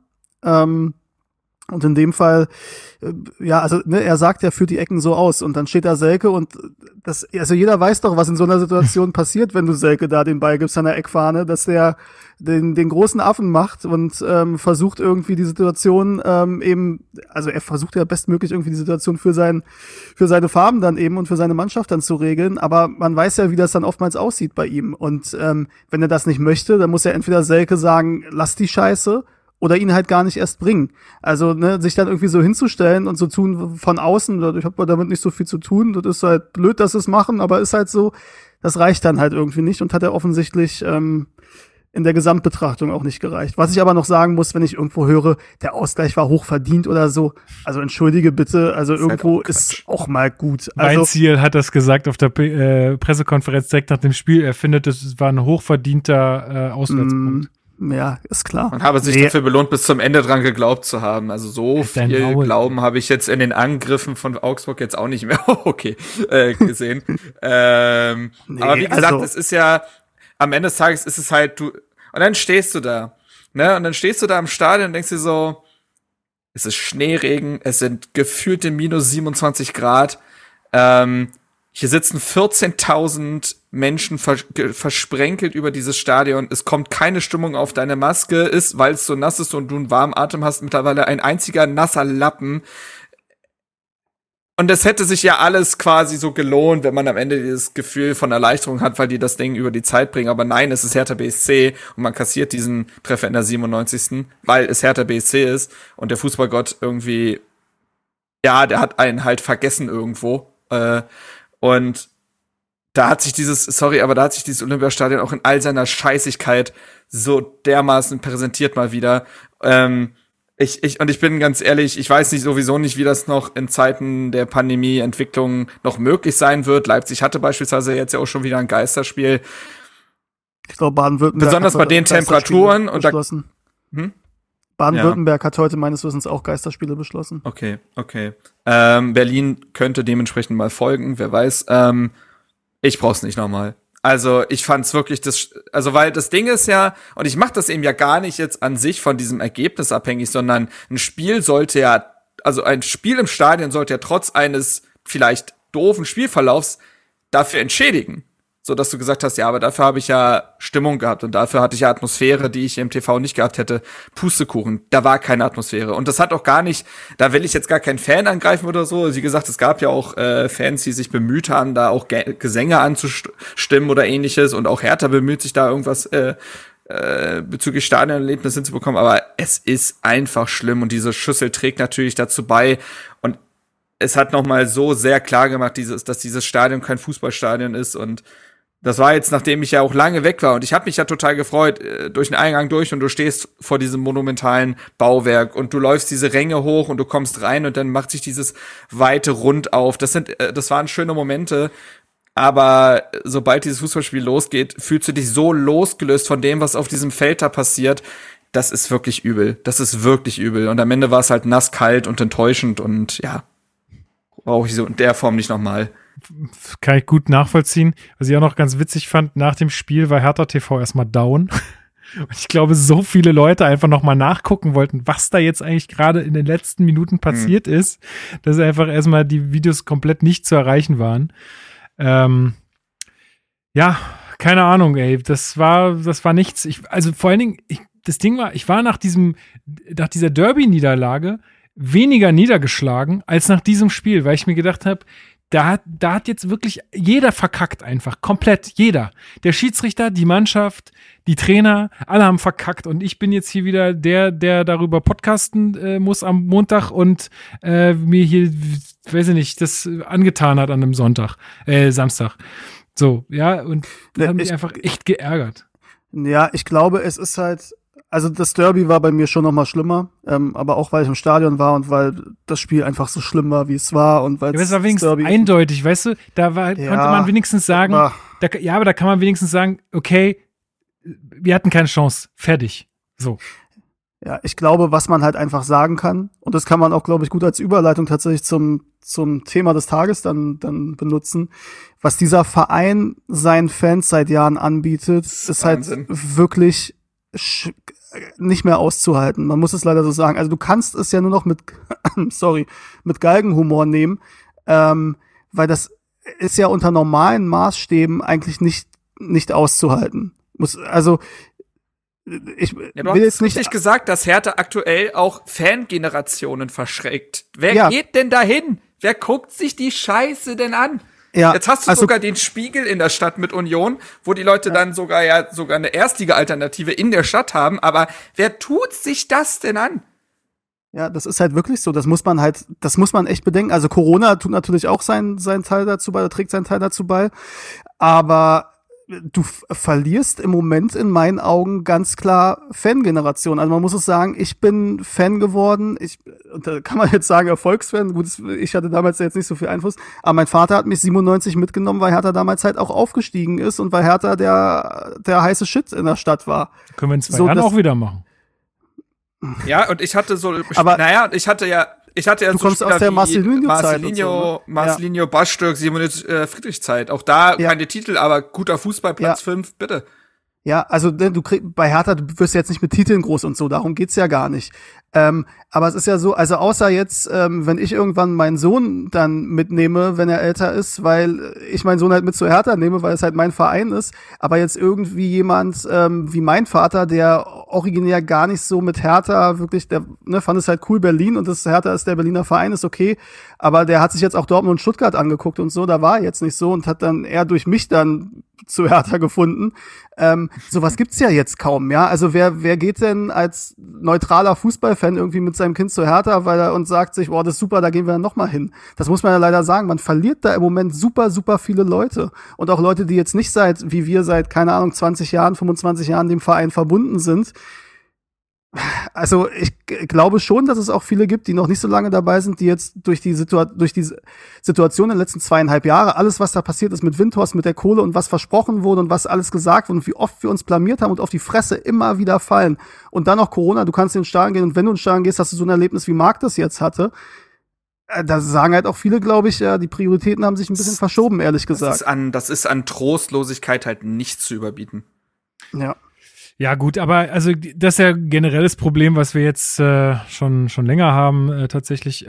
Und in dem Fall, also ne, er sagt, er führt die Ecken so aus, und dann steht da Selke, und also jeder weiß doch, was in so einer Situation passiert, wenn du Selke da den Ball gibst an der Eckfahne, dass der den großen Affen macht und versucht irgendwie die Situation also er versucht ja bestmöglich irgendwie die Situation für seine Farben dann eben und für seine Mannschaft dann zu regeln, aber man weiß ja, wie das dann oftmals aussieht bei ihm, und wenn er das nicht möchte, dann muss er entweder Selke sagen, lass die Scheiße, oder ihn halt gar nicht erst bringen. Also, ne, sich dann irgendwie so hinzustellen und so tun von außen, ich habe damit nicht so viel zu tun, das ist halt blöd, dass sie es machen, aber ist halt so, das reicht dann halt irgendwie nicht, und hat er offensichtlich in der Gesamtbetrachtung auch nicht gereicht. Was ich aber noch sagen muss, wenn ich irgendwo höre, der Ausgleich war hochverdient oder so, also entschuldige bitte, also ist irgendwo halt ist auch mal gut. Also, Weinziel hat das gesagt auf der Pressekonferenz direkt nach dem Spiel, er findet, es war ein hochverdienter Auswärtspunkt. Ja, ist klar. Man habe sich dafür belohnt, bis zum Ende dran geglaubt zu haben. Also so viel Glauben habe ich jetzt in den Angriffen von Augsburg jetzt auch nicht mehr gesehen. Aber wie gesagt, es ist ja, am Ende des Tages ist es halt, und dann stehst du da, ne? Und dann stehst du da im Stadion und denkst dir so, es ist Schneeregen, es sind gefühlte minus 27 Grad, hier sitzen 14.000 Menschen versprenkelt über dieses Stadion. Es kommt keine Stimmung auf deine Maske, weil es so nass ist und du einen warmen Atem hast, mittlerweile ein einziger nasser Lappen. Und das hätte sich ja alles quasi so gelohnt, wenn man am Ende dieses Gefühl von Erleichterung hat, weil die das Ding über die Zeit bringen. Aber nein, es ist Hertha BSC und man kassiert diesen Treffer in der 97., weil es Hertha BSC ist und der Fußballgott irgendwie, ja, der hat einen halt vergessen irgendwo. Und da hat sich dieses Olympiastadion auch in all seiner Scheißigkeit so dermaßen präsentiert mal wieder. Ich bin ganz ehrlich, ich weiß sowieso nicht, wie das noch in Zeiten der Pandemie-Entwicklung noch möglich sein wird. Leipzig hatte beispielsweise jetzt ja auch schon wieder ein Geisterspiel. Ich glaube, Baden-Württemberg besonders bei den Temperaturen und beschlossen. Baden-Württemberg hat heute meines Wissens auch Geisterspiele beschlossen. Okay. Berlin könnte dementsprechend mal folgen, wer weiß. Ich brauch's nicht nochmal. Also ich fand's wirklich weil das Ding ist ja, und ich mach das eben ja gar nicht jetzt an sich von diesem Ergebnis abhängig, sondern ein Spiel im Stadion sollte ja trotz eines vielleicht doofen Spielverlaufs dafür entschädigen. So dass du gesagt hast, ja, aber dafür habe ich ja Stimmung gehabt und dafür hatte ich ja Atmosphäre, die ich im TV nicht gehabt hätte. Pustekuchen, da war keine Atmosphäre. Und das hat auch gar nicht, da will ich jetzt gar keinen Fan angreifen oder so. Wie gesagt, es gab ja auch Fans, die sich bemüht haben, da auch Gesänge anzustimmen oder ähnliches. Und auch Hertha bemüht sich da irgendwas bezüglich Stadionerlebnis hinzubekommen. Aber es ist einfach schlimm und diese Schüssel trägt natürlich dazu bei. Und es hat nochmal so sehr klar gemacht, dass dieses Stadion kein Fußballstadion ist. Und das war jetzt, nachdem ich ja auch lange weg war. Und ich habe mich ja total gefreut, durch den Eingang durch, und du stehst vor diesem monumentalen Bauwerk und du läufst diese Ränge hoch und du kommst rein und dann macht sich dieses weite Rund auf. Das waren schöne Momente. Aber sobald dieses Fußballspiel losgeht, fühlst du dich so losgelöst von dem, was auf diesem Feld da passiert. Das ist wirklich übel. Und am Ende war es halt nass, kalt und enttäuschend. Und ja, brauche ich so in der Form nicht nochmal. Kann ich gut nachvollziehen. Was ich auch noch ganz witzig fand, nach dem Spiel war Hertha TV erstmal down. Und ich glaube, so viele Leute einfach nochmal nachgucken wollten, was da jetzt eigentlich gerade in den letzten Minuten passiert ist, dass einfach erstmal die Videos komplett nicht zu erreichen waren. Ja, keine Ahnung, ey. Das war nichts. Also vor allen Dingen, das Ding war, ich war nach dieser Derby-Niederlage weniger niedergeschlagen als nach diesem Spiel, weil ich mir gedacht habe, da hat jetzt wirklich jeder verkackt einfach, komplett jeder. Der Schiedsrichter, die Mannschaft, die Trainer, alle haben verkackt und ich bin jetzt hier wieder der darüber podcasten muss am Montag und mir hier, weiß ich nicht, das angetan hat an einem Samstag. So, ja, und das hat mich einfach echt geärgert. Ja, ich glaube, es ist halt, also das Derby war bei mir schon noch mal schlimmer, aber auch weil ich im Stadion war und weil das Spiel einfach so schlimm war, wie es war und weil Ja, aber es war wenigstens eindeutig, weißt du? Da konnte man wenigstens sagen, aber da kann man wenigstens sagen, okay, wir hatten keine Chance, fertig. So. Ja, ich glaube, was man halt einfach sagen kann, und das kann man auch, glaube ich, gut als Überleitung tatsächlich zum Thema des Tages dann benutzen, was dieser Verein seinen Fans seit Jahren anbietet, ist Wahnsinn. Halt wirklich nicht mehr auszuhalten. Man muss es leider so sagen. Also du kannst es ja nur noch mit Galgenhumor nehmen, weil das ist ja unter normalen Maßstäben eigentlich nicht auszuhalten. Ich will jetzt nicht richtig gesagt, dass Hertha aktuell auch Fangenerationen verschreckt. Wer geht denn dahin? Wer guckt sich die Scheiße denn an? Ja, jetzt hast du sogar den Spiegel in der Stadt mit Union, wo die Leute dann sogar eine Erstliga-Alternative in der Stadt haben. Aber wer tut sich das denn an? Ja, das ist halt wirklich so. Das muss man echt bedenken. Also Corona tut natürlich auch seinen Teil dazu bei, trägt seinen Teil dazu bei. Aber du verlierst im Moment in meinen Augen ganz klar Fangeneration. Also man muss es sagen, ich bin Fan geworden. Und da kann man jetzt sagen, Erfolgsfan. Gut, ich hatte damals jetzt nicht so viel Einfluss. Aber mein Vater hat mich 97 mitgenommen, weil Hertha damals halt auch aufgestiegen ist und weil Hertha der heiße Shit in der Stadt war. Können wir in 2 Jahren auch wieder machen. Ja, und ich hatte du kommst aus der Marcelinho-Zeit. Marcelinho, Bastürk, Simonitz, Friedrich-Zeit. Auch da keine Titel, aber guter Fußball, Platz 5, bitte. Ja, also bei Hertha, du wirst jetzt nicht mit Titeln groß und so, darum geht's ja gar nicht. Aber es ist ja so, also außer jetzt, wenn ich irgendwann meinen Sohn dann mitnehme, wenn er älter ist, weil ich meinen Sohn halt mit zu Hertha nehme, weil es halt mein Verein ist, aber jetzt irgendwie jemand wie mein Vater, der originär gar nicht so mit Hertha wirklich, der fand es halt cool, Berlin, und das Hertha ist der Berliner Verein, ist okay, aber der hat sich jetzt auch Dortmund und Stuttgart angeguckt und so, da war er jetzt nicht so und hat dann eher durch mich dann zu Hertha gefunden. Sowas gibt's ja jetzt kaum, ja. Also wer geht denn als neutraler Fußballfan irgendwie mit seinem Kind zu Hertha, und sagt sich, das ist super, da gehen wir dann noch mal hin. Das muss man ja leider sagen. Man verliert da im Moment super, super viele Leute. Und auch Leute, die jetzt nicht wie wir seit, keine Ahnung, 20 Jahren, 25 Jahren dem Verein verbunden sind. Also ich glaube schon, dass es auch viele gibt, die noch nicht so lange dabei sind, die jetzt durch die Situation in den letzten 2,5 Jahre, alles, was da passiert ist mit Windhorst, mit der Kohle und was versprochen wurde und was alles gesagt wurde und wie oft wir uns blamiert haben und auf die Fresse immer wieder fallen. Und dann noch Corona, du kannst in den Stadion gehen und wenn du in den Stadion gehst, hast du so ein Erlebnis, wie Marc das jetzt hatte. Da sagen halt auch viele, glaube ich, die Prioritäten haben sich ein bisschen verschoben, ehrlich gesagt. Das ist an Trostlosigkeit halt nicht zu überbieten. Ja. Ja gut, aber also das ist ja generelles Problem, was wir jetzt schon länger haben tatsächlich.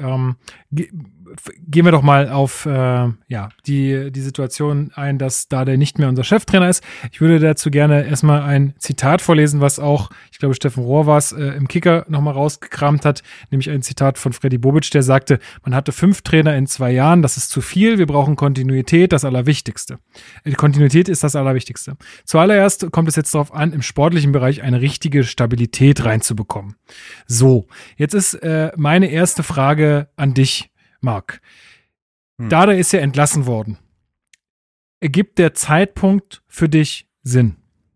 Gehen wir doch mal auf die Situation ein, dass Dardai nicht mehr unser Cheftrainer ist. Ich würde dazu gerne erstmal ein Zitat vorlesen, was auch, ich glaube, Steffen Rohr war es, im Kicker nochmal rausgekramt hat, nämlich ein Zitat von Freddy Bobic, der sagte, man hatte 5 Trainer in 2 Jahren, das ist zu viel, wir brauchen Kontinuität, das Allerwichtigste. Kontinuität ist das Allerwichtigste. Zuallererst kommt es jetzt darauf an, im sportlichen Bereich eine richtige Stabilität reinzubekommen. So, jetzt ist meine erste Frage an dich, Marc. Dardai ist ja entlassen worden. Ergibt der Zeitpunkt für dich Sinn?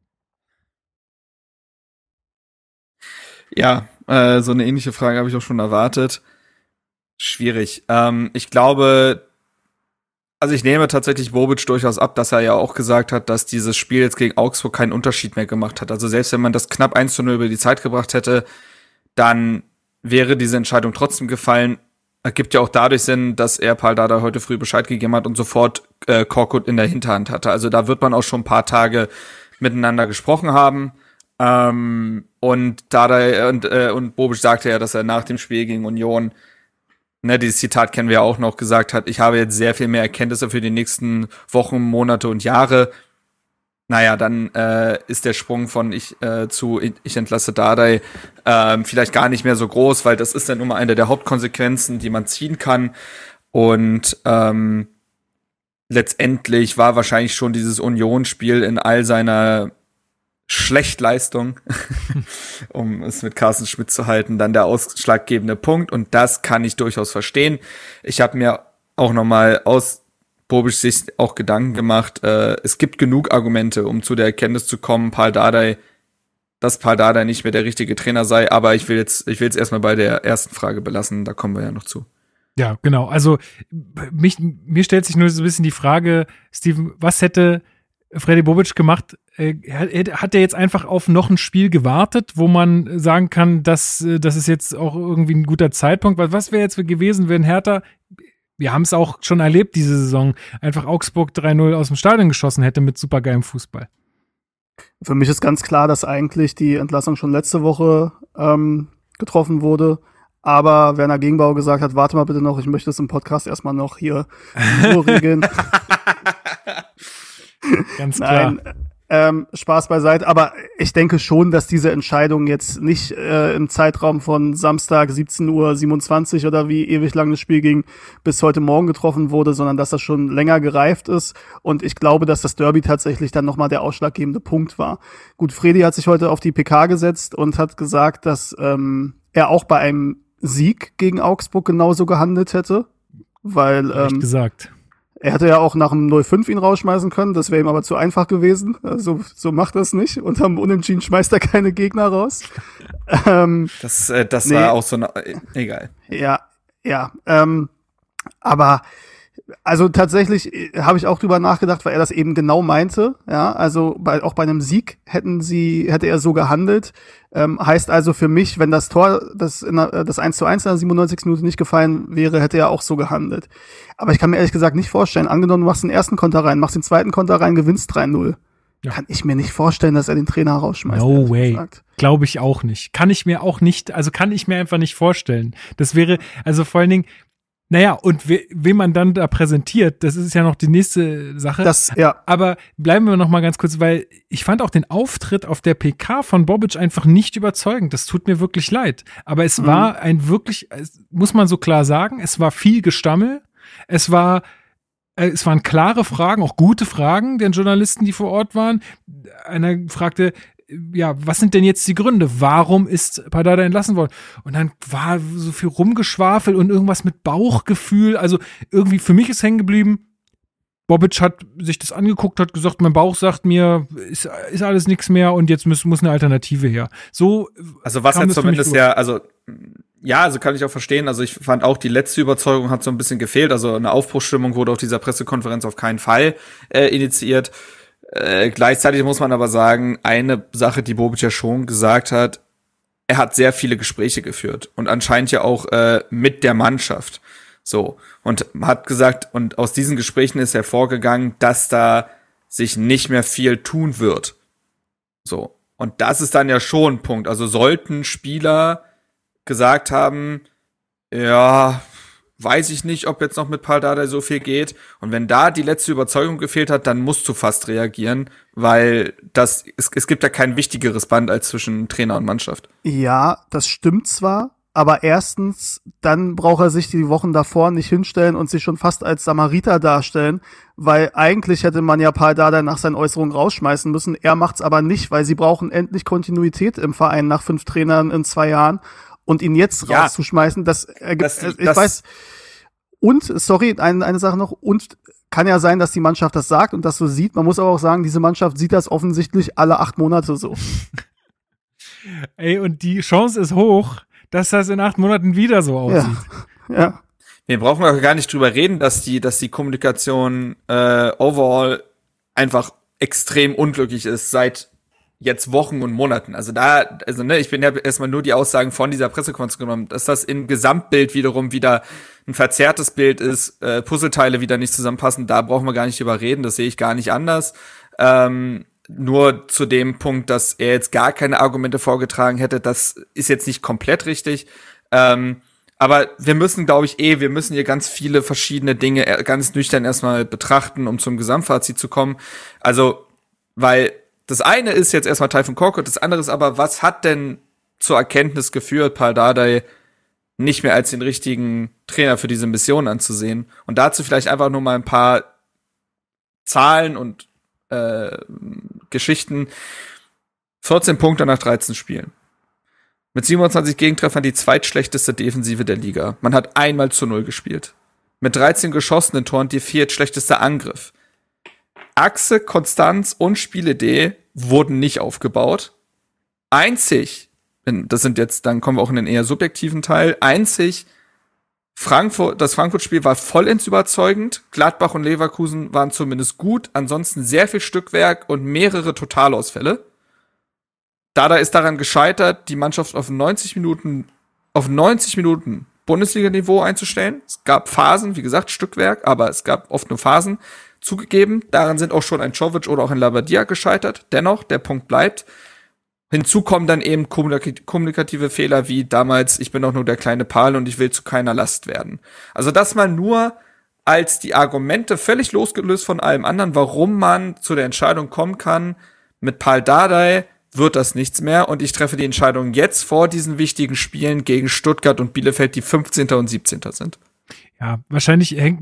Ja, so eine ähnliche Frage habe ich auch schon erwartet. Schwierig. Ich glaube, also ich nehme tatsächlich Bobic durchaus ab, dass er ja auch gesagt hat, dass dieses Spiel jetzt gegen Augsburg keinen Unterschied mehr gemacht hat. Also selbst wenn man das knapp 1:0 über die Zeit gebracht hätte, dann wäre diese Entscheidung trotzdem gefallen. Ergibt ja auch dadurch Sinn, dass er Pal Dardai heute früh Bescheid gegeben hat und sofort Korkut in der Hinterhand hatte. Also da wird man auch schon ein paar Tage miteinander gesprochen haben. Und Dardai und Bobic sagte ja, dass er nach dem Spiel gegen Union, dieses Zitat kennen wir ja auch noch, gesagt hat, ich habe jetzt sehr viel mehr Erkenntnisse für die nächsten Wochen, Monate und Jahre. Naja, dann ist der Sprung von ich entlasse Dardai vielleicht gar nicht mehr so groß, weil das ist dann immer eine der Hauptkonsequenzen, die man ziehen kann. Und letztendlich war wahrscheinlich schon dieses Union-Spiel in all seiner Schlechtleistung, um es mit Carsten Schmidt zu halten, dann der ausschlaggebende Punkt. Und das kann ich durchaus verstehen. Ich habe mir auch noch mal Bobic sich auch Gedanken gemacht. Es gibt genug Argumente, um zu der Erkenntnis zu kommen, dass Paul Dardai nicht mehr der richtige Trainer sei. Aber ich will jetzt erstmal bei der ersten Frage belassen. Da kommen wir ja noch zu. Ja, genau. Also mir stellt sich nur so ein bisschen die Frage, Steven, was hätte Freddy Bobic gemacht? Hat er jetzt einfach auf noch ein Spiel gewartet, wo man sagen kann, das ist jetzt auch irgendwie ein guter Zeitpunkt? Was wäre jetzt gewesen, wenn Hertha, wir haben es auch schon erlebt diese Saison, einfach Augsburg 3-0 aus dem Stadion geschossen hätte mit supergeilem Fußball? Für mich ist ganz klar, dass eigentlich die Entlassung schon letzte Woche getroffen wurde. Aber Werner Gegenbauer gesagt hat, warte mal bitte noch, ich möchte es im Podcast erstmal noch hier so regeln. Ganz klar. Nein, Spaß beiseite. Aber ich denke schon, dass diese Entscheidung jetzt nicht im Zeitraum von Samstag 17:27 Uhr oder wie ewig lang das Spiel ging, bis heute Morgen getroffen wurde, sondern dass das schon länger gereift ist. Und ich glaube, dass das Derby tatsächlich dann nochmal der ausschlaggebende Punkt war. Gut, Fredi hat sich heute auf die PK gesetzt und hat gesagt, dass er auch bei einem Sieg gegen Augsburg genauso gehandelt hätte, weil gesagt. Er hätte ja auch nach dem 0-5 ihn rausschmeißen können, das wäre ihm aber zu einfach gewesen. So macht er es nicht. Unterm Unentschieden schmeißt er keine Gegner raus. Das war auch so eine, egal. Ja. Aber also tatsächlich habe ich auch drüber nachgedacht, weil er das eben genau meinte. Ja, also auch bei einem Sieg hätte er so gehandelt. Heißt also für mich, wenn das Tor, das 1:1 in der 97. Minute nicht gefallen wäre, hätte er auch so gehandelt. Aber ich kann mir ehrlich gesagt nicht vorstellen, angenommen, du machst den ersten Konter rein, machst den zweiten Konter rein, gewinnst 3-0. Ja. Kann ich mir nicht vorstellen, dass er den Trainer rausschmeißt. No way. Glaube ich auch nicht. Kann ich mir einfach nicht vorstellen. Das wäre, also vor allen Dingen, naja, und wen man dann da präsentiert, das ist ja noch die nächste Sache. Aber bleiben wir noch mal ganz kurz, weil ich fand auch den Auftritt auf der PK von Bobic einfach nicht überzeugend. Das tut mir wirklich leid. Aber es war muss man so klar sagen, es war viel Gestammel. Es waren klare Fragen, auch gute Fragen der Journalisten, die vor Ort waren. Einer fragte, ja, was sind denn jetzt die Gründe? Warum ist Pardada entlassen worden? Und dann war so viel Rumgeschwafel und irgendwas mit Bauchgefühl. Also irgendwie für mich ist hängen geblieben, Bobic hat sich das angeguckt, hat gesagt, mein Bauch sagt mir, ist alles nichts mehr und jetzt muss eine Alternative her. So. Also was hat zumindest also kann ich auch verstehen. Also ich fand auch, die letzte Überzeugung hat so ein bisschen gefehlt. Also eine Aufbruchsstimmung wurde auf dieser Pressekonferenz auf keinen Fall initiiert. Gleichzeitig muss man aber sagen, eine Sache, die Bobic ja schon gesagt hat, er hat sehr viele Gespräche geführt und anscheinend ja auch mit der Mannschaft. So. Und hat gesagt, und aus diesen Gesprächen ist hervorgegangen, dass da sich nicht mehr viel tun wird. So. Und das ist dann ja schon ein Punkt. Also sollten Spieler gesagt haben, ja, weiß ich nicht, ob jetzt noch mit Pardada so viel geht. Und wenn da die letzte Überzeugung gefehlt hat, dann musst du fast reagieren, weil es gibt ja kein wichtigeres Band als zwischen Trainer und Mannschaft. Ja, das stimmt zwar, aber erstens, dann braucht er sich die Wochen davor nicht hinstellen und sich schon fast als Samariter darstellen, weil eigentlich hätte man ja Pardada nach seinen Äußerungen rausschmeißen müssen. Er macht's aber nicht, weil sie brauchen endlich Kontinuität im Verein nach 5 Trainern in 2 Jahren. Und ihn jetzt rauszuschmeißen, das weiß. Und, sorry, eine Sache noch. Und kann ja sein, dass die Mannschaft das sagt und das so sieht. Man muss aber auch sagen, diese Mannschaft sieht das offensichtlich alle 8 Monate so. Ey, und die Chance ist hoch, dass das in 8 Monaten wieder so aussieht. Ja. Wir brauchen auch gar nicht drüber reden, dass die Kommunikation overall einfach extrem unglücklich ist seit jetzt Wochen und Monaten. Ich bin ja erstmal nur die Aussagen von dieser Pressekonferenz genommen, dass das im Gesamtbild wiederum wieder ein verzerrtes Bild ist, Puzzleteile wieder nicht zusammenpassen, da brauchen wir gar nicht drüber reden, das sehe ich gar nicht anders. Nur zu dem Punkt, dass er jetzt gar keine Argumente vorgetragen hätte, das ist jetzt nicht komplett richtig. Aber wir müssen, glaube ich, wir müssen hier ganz viele verschiedene Dinge ganz nüchtern erstmal betrachten, um zum Gesamtfazit zu kommen. Also, weil das eine ist jetzt erstmal Tayfun Korkut, das andere ist aber, was hat denn zur Erkenntnis geführt, Pardada nicht mehr als den richtigen Trainer für diese Mission anzusehen? Und dazu vielleicht einfach nur mal ein paar Zahlen und Geschichten. 14 Punkte nach 13 Spielen. Mit 27 Gegentreffern die zweitschlechteste Defensive der Liga. Man hat 1-0 gespielt. mit 13 geschossenen Toren dir fehlt schlechtester Angriff. Achse, Konstanz und Spielidee wurden nicht aufgebaut. Einzig, das sind jetzt, dann kommen wir auch in den eher subjektiven Teil, das Frankfurt-Spiel war vollends überzeugend. Gladbach und Leverkusen waren zumindest gut. Ansonsten sehr viel Stückwerk und mehrere Totalausfälle. Dada ist daran gescheitert, die Mannschaft auf 90 Minuten Bundesliga-Niveau einzustellen. Es gab Phasen, wie gesagt, Stückwerk, aber es gab oft nur Phasen. Zugegeben, daran sind auch schon ein Czovic oder auch ein Labadia gescheitert. Dennoch, der Punkt bleibt. Hinzu kommen dann eben kommunikative Fehler wie damals, ich bin doch nur der kleine Pal und ich will zu keiner Last werden. Also das mal nur als die Argumente völlig losgelöst von allem anderen, warum man zu der Entscheidung kommen kann, mit Pal Dardai wird das nichts mehr und ich treffe die Entscheidung jetzt vor diesen wichtigen Spielen gegen Stuttgart und Bielefeld, die 15. und 17. sind. Ja, wahrscheinlich hängt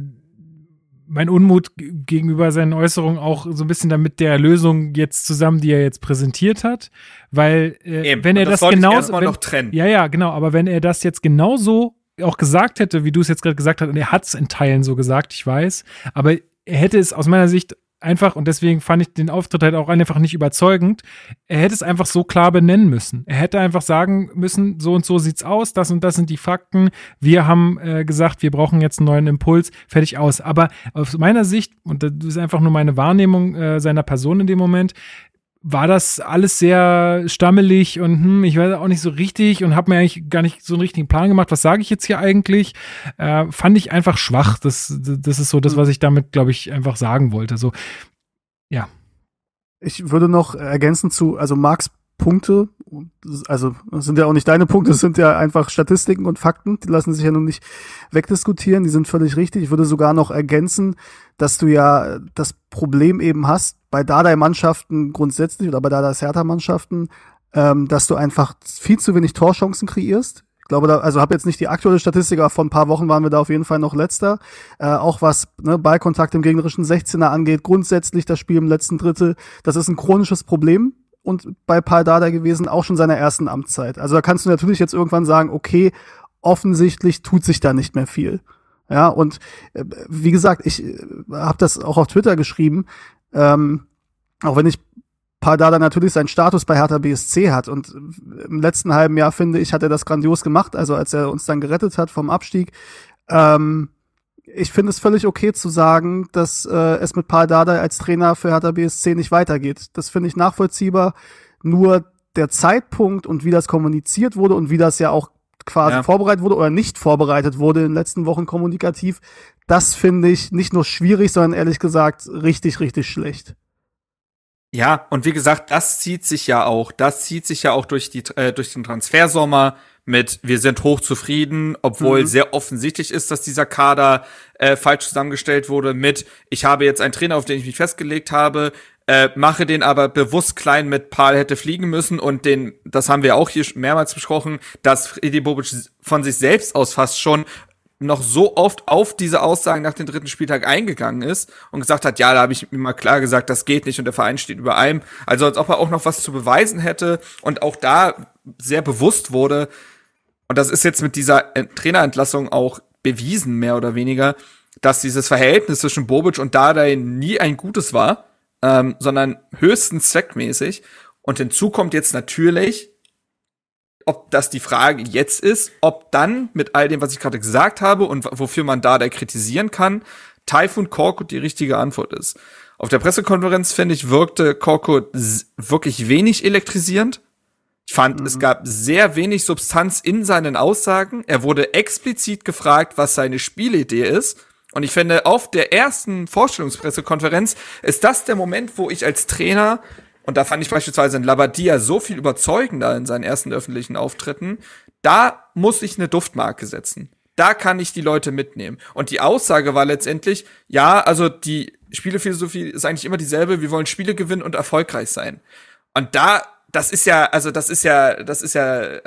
mein Unmut gegenüber seinen Äußerungen auch so ein bisschen damit der Lösung jetzt zusammen, die er jetzt präsentiert hat, weil wenn er das genauso noch trennen. Ja, genau, aber wenn er das jetzt genauso auch gesagt hätte, wie du es jetzt gerade gesagt hast, und er hat es in Teilen so gesagt, ich weiß, aber er hätte es aus meiner Sicht einfach, und deswegen fand ich den Auftritt halt auch einfach nicht überzeugend, er hätte es einfach so klar benennen müssen. Er hätte einfach sagen müssen, so und so sieht's aus, das und das sind die Fakten, wir haben gesagt, wir brauchen jetzt einen neuen Impuls, fertig aus. Aber aus meiner Sicht, und das ist einfach nur meine Wahrnehmung seiner Person in dem Moment, war das alles sehr stammelig und ich weiß auch nicht so richtig und habe mir eigentlich gar nicht so einen richtigen Plan gemacht. Was sage ich jetzt hier eigentlich? Fand ich einfach schwach. Das ist so das, was ich damit, glaube ich, einfach sagen wollte. So, ja. Ich würde noch ergänzen zu, also Marks Punkte, also das sind ja auch nicht deine Punkte, das sind ja einfach Statistiken und Fakten, die lassen sich ja nun nicht wegdiskutieren, die sind völlig richtig. Ich würde sogar noch ergänzen, dass du ja das Problem eben hast, bei Dardai-Mannschaften grundsätzlich oder bei Dardais Hertha-Mannschaften, dass du einfach viel zu wenig Torchancen kreierst. Ich glaube, also habe jetzt nicht die aktuelle Statistik, aber vor ein paar Wochen waren wir da auf jeden Fall noch letzter. Auch was Ballkontakt im gegnerischen 16er angeht, grundsätzlich das Spiel im letzten Drittel, das ist ein chronisches Problem. Und bei Pal Dardai gewesen, auch schon seiner ersten Amtszeit. Also da kannst du natürlich jetzt irgendwann sagen, okay, offensichtlich tut sich da nicht mehr viel. Ja, und wie gesagt, ich habe das auch auf Twitter geschrieben, auch wenn ich Pal Dardai natürlich seinen Status bei Hertha BSC hat und im letzten halben Jahr, finde ich, hat er das grandios gemacht, also als er uns dann gerettet hat vom Abstieg. Ich finde es völlig okay zu sagen, dass es mit Pal Dardai als Trainer für Hertha BSC nicht weitergeht. Das finde ich nachvollziehbar. Nur der Zeitpunkt und wie das kommuniziert wurde und wie das ja auch quasi vorbereitet wurde oder nicht vorbereitet wurde in den letzten Wochen kommunikativ, das finde ich nicht nur schwierig, sondern ehrlich gesagt richtig, richtig schlecht. Ja, und wie gesagt, das zieht sich ja auch durch den Transfersommer mit, wir sind hochzufrieden, obwohl sehr offensichtlich ist, dass dieser Kader falsch zusammengestellt wurde mit, ich habe jetzt einen Trainer, auf den ich mich festgelegt habe, mache den aber bewusst klein mit Pal hätte fliegen müssen und das haben wir auch hier mehrmals besprochen, dass Fredi Bobic von sich selbst aus fast schon noch so oft auf diese Aussagen nach dem 3. Spieltag eingegangen ist und gesagt hat, ja, da habe ich mir mal klar gesagt, das geht nicht und der Verein steht über allem. Also als ob er auch noch was zu beweisen hätte und auch da sehr bewusst wurde, und das ist jetzt mit dieser Trainerentlassung auch bewiesen, mehr oder weniger, dass dieses Verhältnis zwischen Bobic und Dardai nie ein gutes war, sondern höchstens zweckmäßig. Und hinzu kommt jetzt natürlich, ob das die Frage jetzt ist, ob dann mit all dem, was ich gerade gesagt habe und wofür man Dardai kritisieren kann, Tayfun Korkut die richtige Antwort ist. Auf der Pressekonferenz, finde ich, wirkte Korkut wirklich wenig elektrisierend. Ich fand, es gab sehr wenig Substanz in seinen Aussagen. Er wurde explizit gefragt, was seine Spielidee ist. Und ich finde, auf der ersten Vorstellungspressekonferenz ist das der Moment, wo ich als Trainer, und da fand ich beispielsweise in Labadia so viel überzeugender in seinen ersten öffentlichen Auftritten, da muss ich eine Duftmarke setzen. Da kann ich die Leute mitnehmen. Und die Aussage war letztendlich, ja, also die Spielephilosophie ist eigentlich immer dieselbe, wir wollen Spiele gewinnen und erfolgreich sein. Und das ist ja,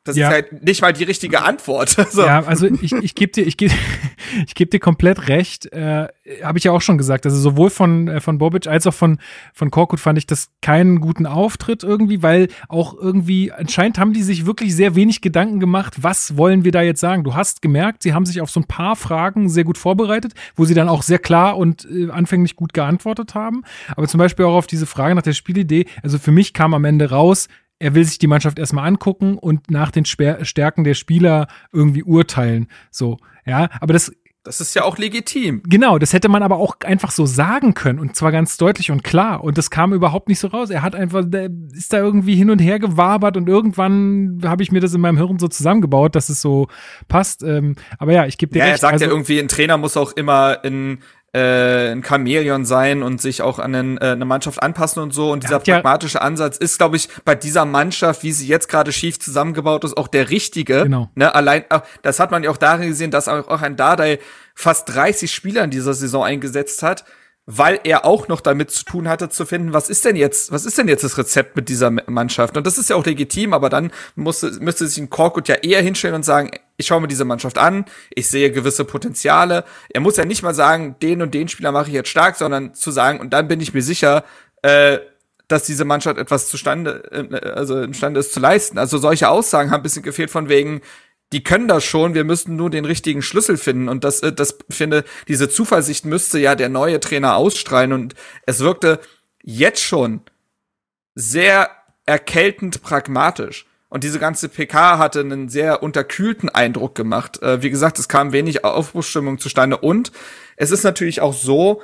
Das ist halt nicht mal die richtige Antwort. So. Ja, also ich geb dir komplett recht. Habe ich ja auch schon gesagt. Also sowohl von Bobic als auch von Korkut fand ich das keinen guten Auftritt irgendwie, weil auch irgendwie anscheinend haben die sich wirklich sehr wenig Gedanken gemacht, was wollen wir da jetzt sagen. Du hast gemerkt, sie haben sich auf so ein paar Fragen sehr gut vorbereitet, wo sie dann auch sehr klar und anfänglich gut geantwortet haben. Aber zum Beispiel auch auf diese Frage nach der Spielidee. Also für mich kam am Ende raus, er will sich die Mannschaft erstmal angucken und nach den Stärken der Spieler irgendwie urteilen. So, ja, aber das ist ja auch legitim. Genau, das hätte man aber auch einfach so sagen können und zwar ganz deutlich und klar. Und das kam überhaupt nicht so raus. Er hat einfach, der ist da irgendwie hin und her gewabert und irgendwann habe ich mir das in meinem Hirn so zusammengebaut, dass es so passt. Aber ja, ich gebe dir recht. Er sagt ja irgendwie, ein Trainer muss auch immer ein Chamäleon sein und sich auch an eine Mannschaft anpassen und so. Und dieser pragmatische Ansatz ist, glaube ich, bei dieser Mannschaft, wie sie jetzt gerade schief zusammengebaut ist, auch der richtige. Genau. Ne, allein, das hat man ja auch darin gesehen, dass auch ein Dardai fast 30 Spieler in dieser Saison eingesetzt hat, weil er auch noch damit zu tun hatte, zu finden, was ist denn jetzt das Rezept mit dieser Mannschaft? Und das ist ja auch legitim, aber dann müsste sich ein Korkut ja eher hinstellen und sagen, ich schaue mir diese Mannschaft an, ich sehe gewisse Potenziale. Er muss ja nicht mal sagen, den und den Spieler mache ich jetzt stark, sondern zu sagen, und dann bin ich mir sicher, dass diese Mannschaft etwas imstande ist zu leisten. Also solche Aussagen haben ein bisschen gefehlt von wegen, die können das schon, wir müssen nur den richtigen Schlüssel finden. Und das finde, diese Zuversicht müsste ja der neue Trainer ausstrahlen. Und es wirkte jetzt schon sehr erkältend pragmatisch. Und diese ganze PK hatte einen sehr unterkühlten Eindruck gemacht. Wie gesagt, es kam wenig Aufbruchsstimmung zustande. Und es ist natürlich auch so,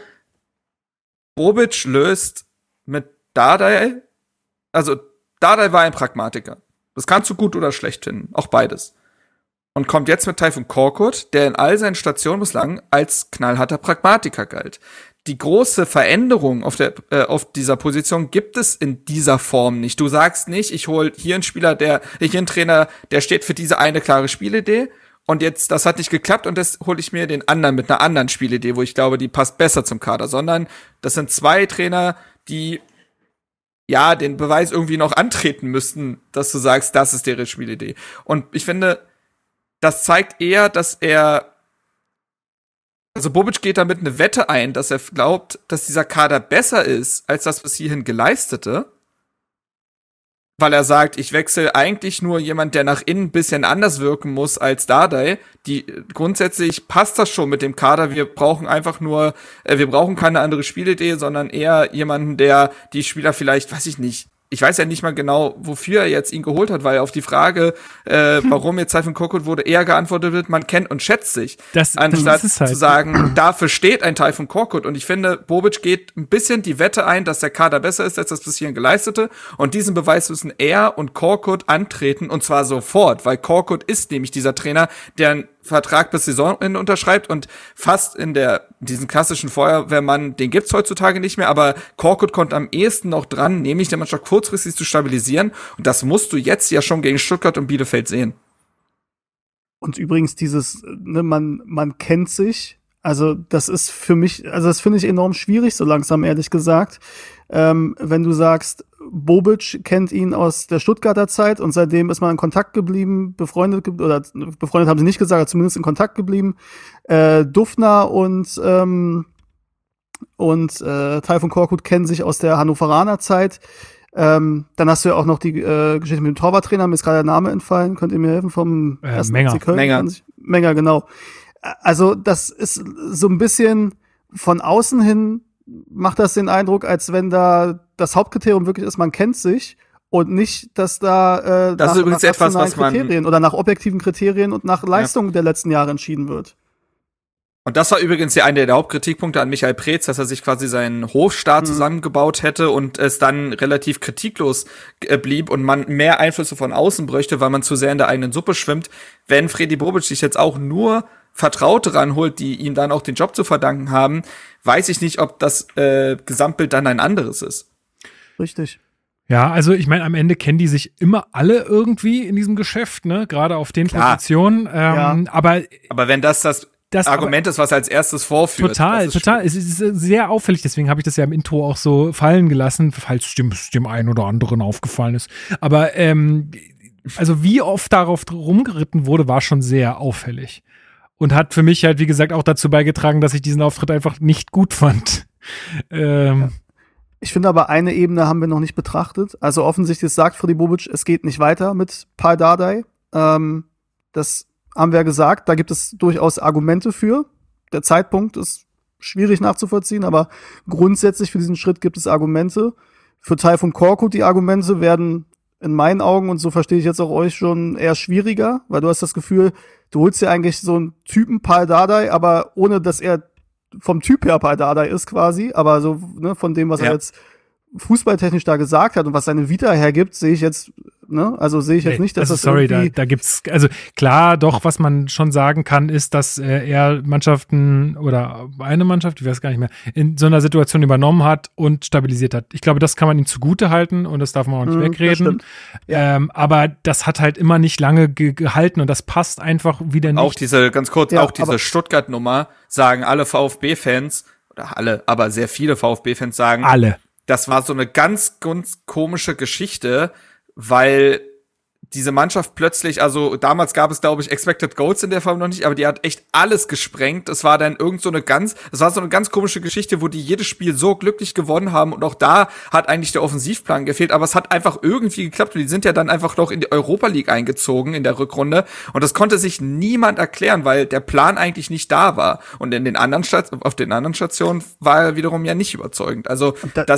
Bobic löst mit Dardai, also Dardai war ein Pragmatiker. Das kannst du gut oder schlecht finden, auch beides. Und kommt jetzt mit Tayfun Korkut, der in all seinen Stationen bislang als knallharter Pragmatiker galt. Die große Veränderung auf dieser Position gibt es in dieser Form nicht. Du sagst nicht, ich hole hier einen Trainer, der steht für diese eine klare Spielidee und jetzt, das hat nicht geklappt und das hole ich mir den anderen mit einer anderen Spielidee, wo ich glaube, die passt besser zum Kader, sondern das sind zwei Trainer, die ja den Beweis irgendwie noch antreten müssten, dass du sagst, das ist deren Spielidee. Und ich finde, das zeigt eher, dass Bobic geht damit eine Wette ein, dass er glaubt, dass dieser Kader besser ist, als das bis hierhin geleistete, weil er sagt, ich wechsle eigentlich nur jemand, der nach innen ein bisschen anders wirken muss als Dardai. Grundsätzlich passt das schon mit dem Kader, wir brauchen keine andere Spielidee, sondern eher jemanden, der die Spieler vielleicht, ich weiß ja nicht mal genau, wofür er jetzt ihn geholt hat, weil auf die Frage, warum jetzt Tayfun Korkut wurde, eher geantwortet wird, man kennt und schätzt sich. Anstatt ist halt zu sagen, dafür steht ein Tayfun Korkut. Und ich finde, Bobic geht ein bisschen die Wette ein, dass der Kader besser ist als das bis hierhin geleistete. Und diesen Beweis müssen er und Korkut antreten, und zwar sofort, weil Korkut ist nämlich dieser Trainer, der einen Vertrag bis Saisonende unterschreibt und fast diesen klassischen Feuerwehrmann, den gibt's heutzutage nicht mehr, aber Korkut kommt am ehesten noch dran, nämlich der Mannschaft kurzfristig zu stabilisieren, und das musst du jetzt ja schon gegen Stuttgart und Bielefeld sehen. Und übrigens dieses, man kennt sich, also das ist für mich, also das finde ich enorm schwierig, so langsam, ehrlich gesagt, wenn du sagst, Bobic kennt ihn aus der Stuttgarter Zeit und seitdem ist man in Kontakt geblieben, befreundet haben sie nicht gesagt, aber zumindest in Kontakt geblieben. Dufner und Tayfun Korkut kennen sich aus der Hannoveraner Zeit. Dann hast du ja auch noch die Geschichte mit dem Torwarttrainer, mir ist gerade der Name entfallen, könnt ihr mir helfen, vom ersten FC Köln? Menger, genau. Also das ist so ein bisschen von außen hin, macht das den Eindruck, als wenn da das Hauptkriterium wirklich ist, man kennt sich und nicht, dass da das ist übrigens etwas, was man Kriterien oder nach objektiven Kriterien und nach Leistungen der letzten Jahre entschieden wird. Und das war übrigens ja einer der Hauptkritikpunkte an Michael Preetz, dass er sich quasi seinen Hofstaat zusammengebaut hätte und es dann relativ kritiklos blieb und man mehr Einflüsse von außen bräuchte, weil man zu sehr in der eigenen Suppe schwimmt. Wenn Fredi Bobic sich jetzt auch nur Vertraute ranholt, die ihm dann auch den Job zu verdanken haben, weiß ich nicht, ob das Gesamtbild dann ein anderes ist. Richtig. Ja, also ich meine, am Ende kennen die sich immer alle irgendwie in diesem Geschäft, ne? Gerade auf den Positionen. Aber wenn das Argument ist, was als erstes vorführt. Total. Es ist sehr auffällig, deswegen habe ich das ja im Intro auch so fallen gelassen, falls dem einen oder anderen aufgefallen ist. Aber also wie oft darauf rumgeritten wurde, war schon sehr auffällig. Und hat für mich halt, wie gesagt, auch dazu beigetragen, dass ich diesen Auftritt einfach nicht gut fand. Ich finde aber, eine Ebene haben wir noch nicht betrachtet. Also offensichtlich sagt Freddy Bobic, es geht nicht weiter mit Pal Dardai. Das haben wir ja gesagt, da gibt es durchaus Argumente für. Der Zeitpunkt ist schwierig nachzuvollziehen, aber grundsätzlich für diesen Schritt gibt es Argumente. Für Tayfun Korkut die Argumente werden in meinen Augen, und so verstehe ich jetzt auch euch, schon eher schwieriger, weil du hast das Gefühl, du holst dir eigentlich so einen Typen Pal Dardai, aber ohne, dass er vom Typ her Pal Dardai ist quasi, aber so, ne, von dem, was er jetzt fußballtechnisch da gesagt hat und was seine Vita hergibt, sehe ich jetzt, ne, also sehe ich jetzt nicht, dass also das irgendwie da gibt's, also klar, doch, was man schon sagen kann, ist, dass er Mannschaften oder eine Mannschaft, ich weiß gar nicht mehr, in so einer Situation übernommen hat und stabilisiert hat. Ich glaube, das kann man ihm zugute halten und das darf man auch nicht wegreden. Ja. Aber das hat halt immer nicht lange gehalten und das passt einfach wieder nicht. Auch diese Stuttgart-Nummer sagen alle VfB-Fans, oder alle, aber sehr viele VfB-Fans sagen, alle. Das war so eine ganz, ganz komische Geschichte, weil diese Mannschaft plötzlich, also damals gab es, glaube ich, Expected Goals in der Form noch nicht, aber die hat echt alles gesprengt. Es war dann so eine ganz komische Geschichte, wo die jedes Spiel so glücklich gewonnen haben und auch da hat eigentlich der Offensivplan gefehlt, aber es hat einfach irgendwie geklappt und die sind ja dann einfach noch in die Europa League eingezogen in der Rückrunde und das konnte sich niemand erklären, weil der Plan eigentlich nicht da war und auf den anderen Stationen war er wiederum ja nicht überzeugend. Also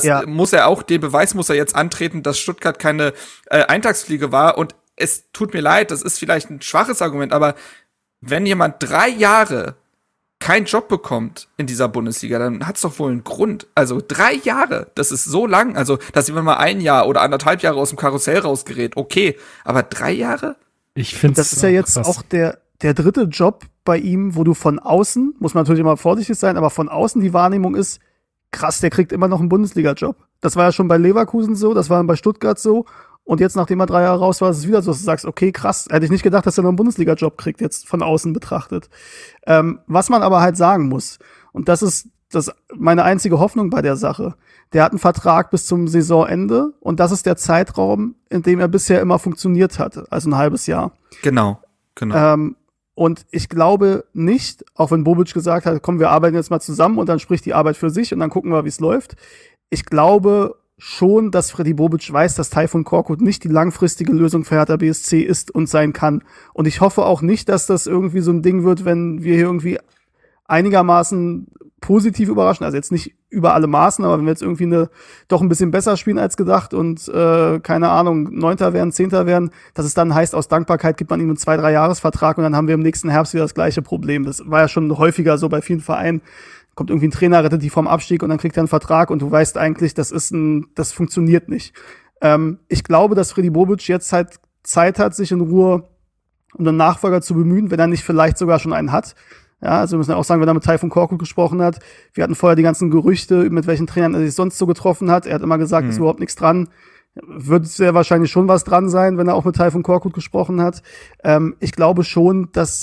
den Beweis muss er jetzt antreten, dass Stuttgart keine Eintagsfliege war und es tut mir leid, das ist vielleicht ein schwaches Argument, aber wenn jemand 3 Jahre keinen Job bekommt in dieser Bundesliga, dann hat's doch wohl einen Grund. Also 3 Jahre, das ist so lang. Also, dass jemand mal 1 Jahr oder 1,5 Jahre aus dem Karussell rausgerät, okay. Aber 3 Jahre? Ich finde das ist ja jetzt krass. Auch der dritte Job bei ihm, wo du von außen, muss man natürlich immer vorsichtig sein, aber von außen die Wahrnehmung ist, krass, der kriegt immer noch einen Bundesliga-Job. Das war ja schon bei Leverkusen so, das war dann bei Stuttgart so. Und jetzt, nachdem er 3 Jahre raus war, ist es wieder so, dass du sagst, okay, krass, hätte ich nicht gedacht, dass er noch einen Bundesliga-Job kriegt, jetzt von außen betrachtet. Was man aber halt sagen muss, und das ist meine einzige Hoffnung bei der Sache, der hat einen Vertrag bis zum Saisonende und das ist der Zeitraum, in dem er bisher immer funktioniert hat, also ein halbes Jahr. Genau. Und ich glaube nicht, auch wenn Bobic gesagt hat, komm, wir arbeiten jetzt mal zusammen und dann spricht die Arbeit für sich und dann gucken wir, wie es läuft. Ich glaube schon, dass Freddy Bobic weiß, dass Tayfun Korkut nicht die langfristige Lösung für Hertha BSC ist und sein kann. Und ich hoffe auch nicht, dass das irgendwie so ein Ding wird, wenn wir hier irgendwie einigermaßen positiv überraschen, also jetzt nicht über alle Maßen, aber wenn wir jetzt irgendwie doch ein bisschen besser spielen als gedacht und keine Ahnung, 9. werden, 10. werden, dass es dann heißt, aus Dankbarkeit gibt man ihm einen 2-3-Jahres-Vertrag und dann haben wir im nächsten Herbst wieder das gleiche Problem. Das war ja schon häufiger so bei vielen Vereinen. Kommt irgendwie ein Trainer, rettet die vom Abstieg und dann kriegt er einen Vertrag und du weißt eigentlich, das funktioniert nicht. Ich glaube, dass Freddy Bobic jetzt halt Zeit hat, sich in Ruhe um einen Nachfolger zu bemühen, wenn er nicht vielleicht sogar schon einen hat. Ja, also wir müssen ja auch sagen, wenn er mit Tayfun Korkut gesprochen hat, wir hatten vorher die ganzen Gerüchte, mit welchen Trainern er sich sonst so getroffen hat. Er hat immer gesagt, ist überhaupt nichts dran. Wird sehr wahrscheinlich schon was dran sein, wenn er auch mit Tayfun Korkut gesprochen hat. Ich glaube schon, dass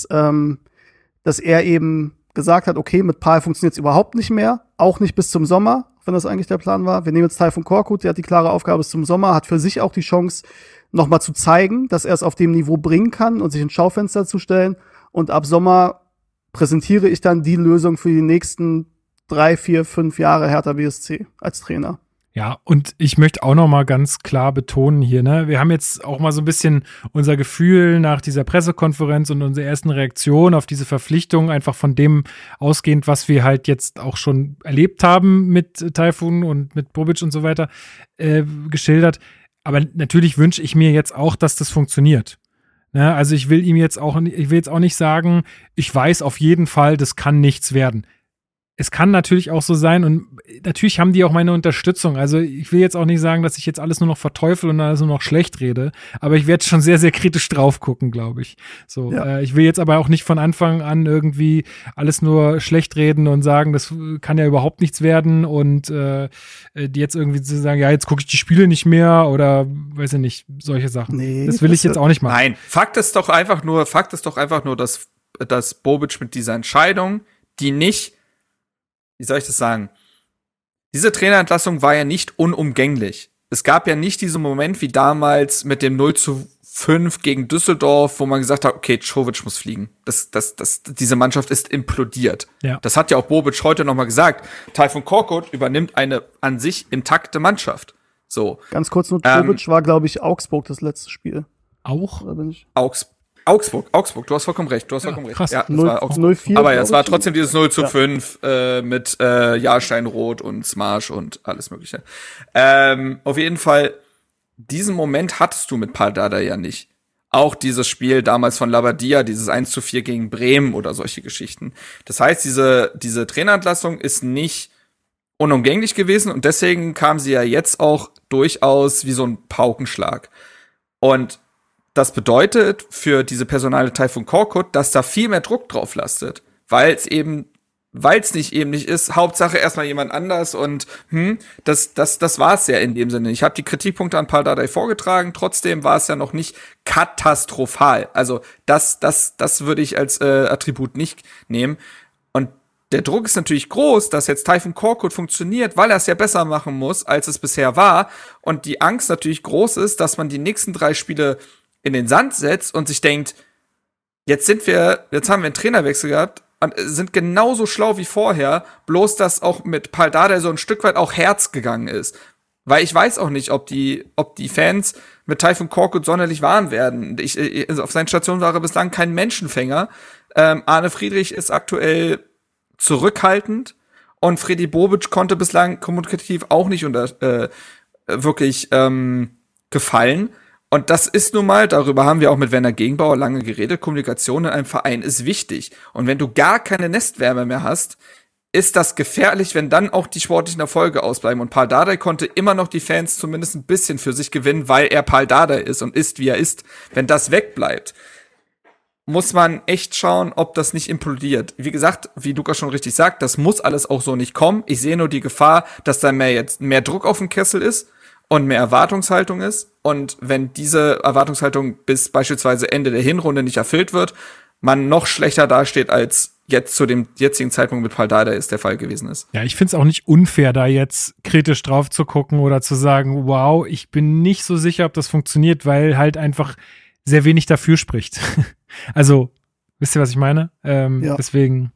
er eben gesagt hat, okay, mit Pal funktioniert es überhaupt nicht mehr, auch nicht bis zum Sommer, wenn das eigentlich der Plan war. Wir nehmen jetzt Tayfun Korkut, der hat die klare Aufgabe bis zum Sommer, hat für sich auch die Chance, nochmal zu zeigen, dass er es auf dem Niveau bringen kann und sich ins Schaufenster zu stellen. Und ab Sommer präsentiere ich dann die Lösung für die nächsten 3, 4, 5 Jahre Hertha BSC als Trainer. Ja, und ich möchte auch noch mal ganz klar betonen hier, ne, wir haben jetzt auch mal so ein bisschen unser Gefühl nach dieser Pressekonferenz und unsere ersten Reaktionen auf diese Verpflichtung einfach von dem ausgehend, was wir halt jetzt auch schon erlebt haben mit Tayfun und mit Bobic und so weiter, geschildert. Aber natürlich wünsche ich mir jetzt auch, dass das funktioniert. Ne, also ich will jetzt auch nicht sagen, ich weiß auf jeden Fall, das kann nichts werden. Es kann natürlich auch so sein und natürlich haben die auch meine Unterstützung. Also ich will jetzt auch nicht sagen, dass ich jetzt alles nur noch verteufel und alles nur noch schlecht rede, aber ich werde schon sehr, sehr kritisch drauf gucken, glaube ich. So, ja. Ich will jetzt aber auch nicht von Anfang an irgendwie alles nur schlecht reden und sagen, das kann ja überhaupt nichts werden und die jetzt irgendwie zu sagen, ja, jetzt gucke ich die Spiele nicht mehr oder weiß ich nicht, solche Sachen. Nee, das will ich jetzt auch nicht machen. Nein, Fakt ist doch einfach nur, dass Bobic mit dieser Entscheidung, die nicht, wie soll ich das sagen? Diese Trainerentlassung war ja nicht unumgänglich. Es gab ja nicht diesen Moment wie damals mit dem 0:5 5 gegen Düsseldorf, wo man gesagt hat, okay, Czovic muss fliegen. Diese Mannschaft ist implodiert. Ja. Das hat ja auch Bobic heute noch mal gesagt. Tayfun Korkut übernimmt eine an sich intakte Mannschaft. So. Ganz kurz nur, Czovic war, glaube ich, Augsburg das letzte Spiel. Auch? Da bin ich. Augsburg, du hast vollkommen recht, Krass. Ja, das 0, war Augsburg. 0-4, Aber ja, es war ich. trotzdem dieses 0:5 mit Jahrstein Rot und Smash und alles mögliche. Auf jeden Fall, diesen Moment hattest du mit Pardada ja nicht. Auch dieses Spiel damals von Labadia, dieses 1:4 gegen Bremen oder solche Geschichten. Das heißt, diese Trainerentlassung ist nicht unumgänglich gewesen und deswegen kam sie ja jetzt auch durchaus wie so ein Paukenschlag. Und das bedeutet für diese Personale Tayfun Korkut, dass da viel mehr Druck drauf lastet, weil es nicht ist, Hauptsache erstmal jemand anders und das war es ja in dem Sinne. Ich habe die Kritikpunkte an Pardadei vorgetragen, trotzdem war es ja noch nicht katastrophal. Also das würde ich als Attribut nicht nehmen. Und der Druck ist natürlich groß, dass jetzt Tayfun Korkut funktioniert, weil er es ja besser machen muss, als es bisher war. Und die Angst natürlich groß ist, dass man die nächsten 3 Spiele in den Sand setzt und sich denkt, jetzt haben wir einen Trainerwechsel gehabt und sind genauso schlau wie vorher, bloß dass auch mit Pardadei so ein Stück weit auch Herz gegangen ist. Weil ich weiß auch nicht, ob die Fans mit Tayfun Korkut sonderlich warm werden. Also auf seinen Stationen war er bislang kein Menschenfänger. Arne Friedrich ist aktuell zurückhaltend und Freddy Bobic konnte bislang kommunikativ auch nicht wirklich gefallen. Und das ist nun mal, darüber haben wir auch mit Werner Gegenbauer lange geredet, Kommunikation in einem Verein ist wichtig. Und wenn du gar keine Nestwärme mehr hast, ist das gefährlich, wenn dann auch die sportlichen Erfolge ausbleiben. Und Pardadei konnte immer noch die Fans zumindest ein bisschen für sich gewinnen, weil er Pardadei ist und ist, wie er ist. Wenn das wegbleibt, muss man echt schauen, ob das nicht implodiert. Wie gesagt, wie Lukas schon richtig sagt, das muss alles auch so nicht kommen. Ich sehe nur die Gefahr, dass da mehr Druck auf dem Kessel ist und mehr Erwartungshaltung ist. Und wenn diese Erwartungshaltung bis beispielsweise Ende der Hinrunde nicht erfüllt wird, man noch schlechter dasteht, als jetzt zu dem jetzigen Zeitpunkt mit Pardadei es der Fall gewesen ist. Ja, ich find's auch nicht unfair, da jetzt kritisch drauf zu gucken oder zu sagen, wow, ich bin nicht so sicher, ob das funktioniert, weil halt einfach sehr wenig dafür spricht. Also, wisst ihr, was ich meine? Ja. Deswegen.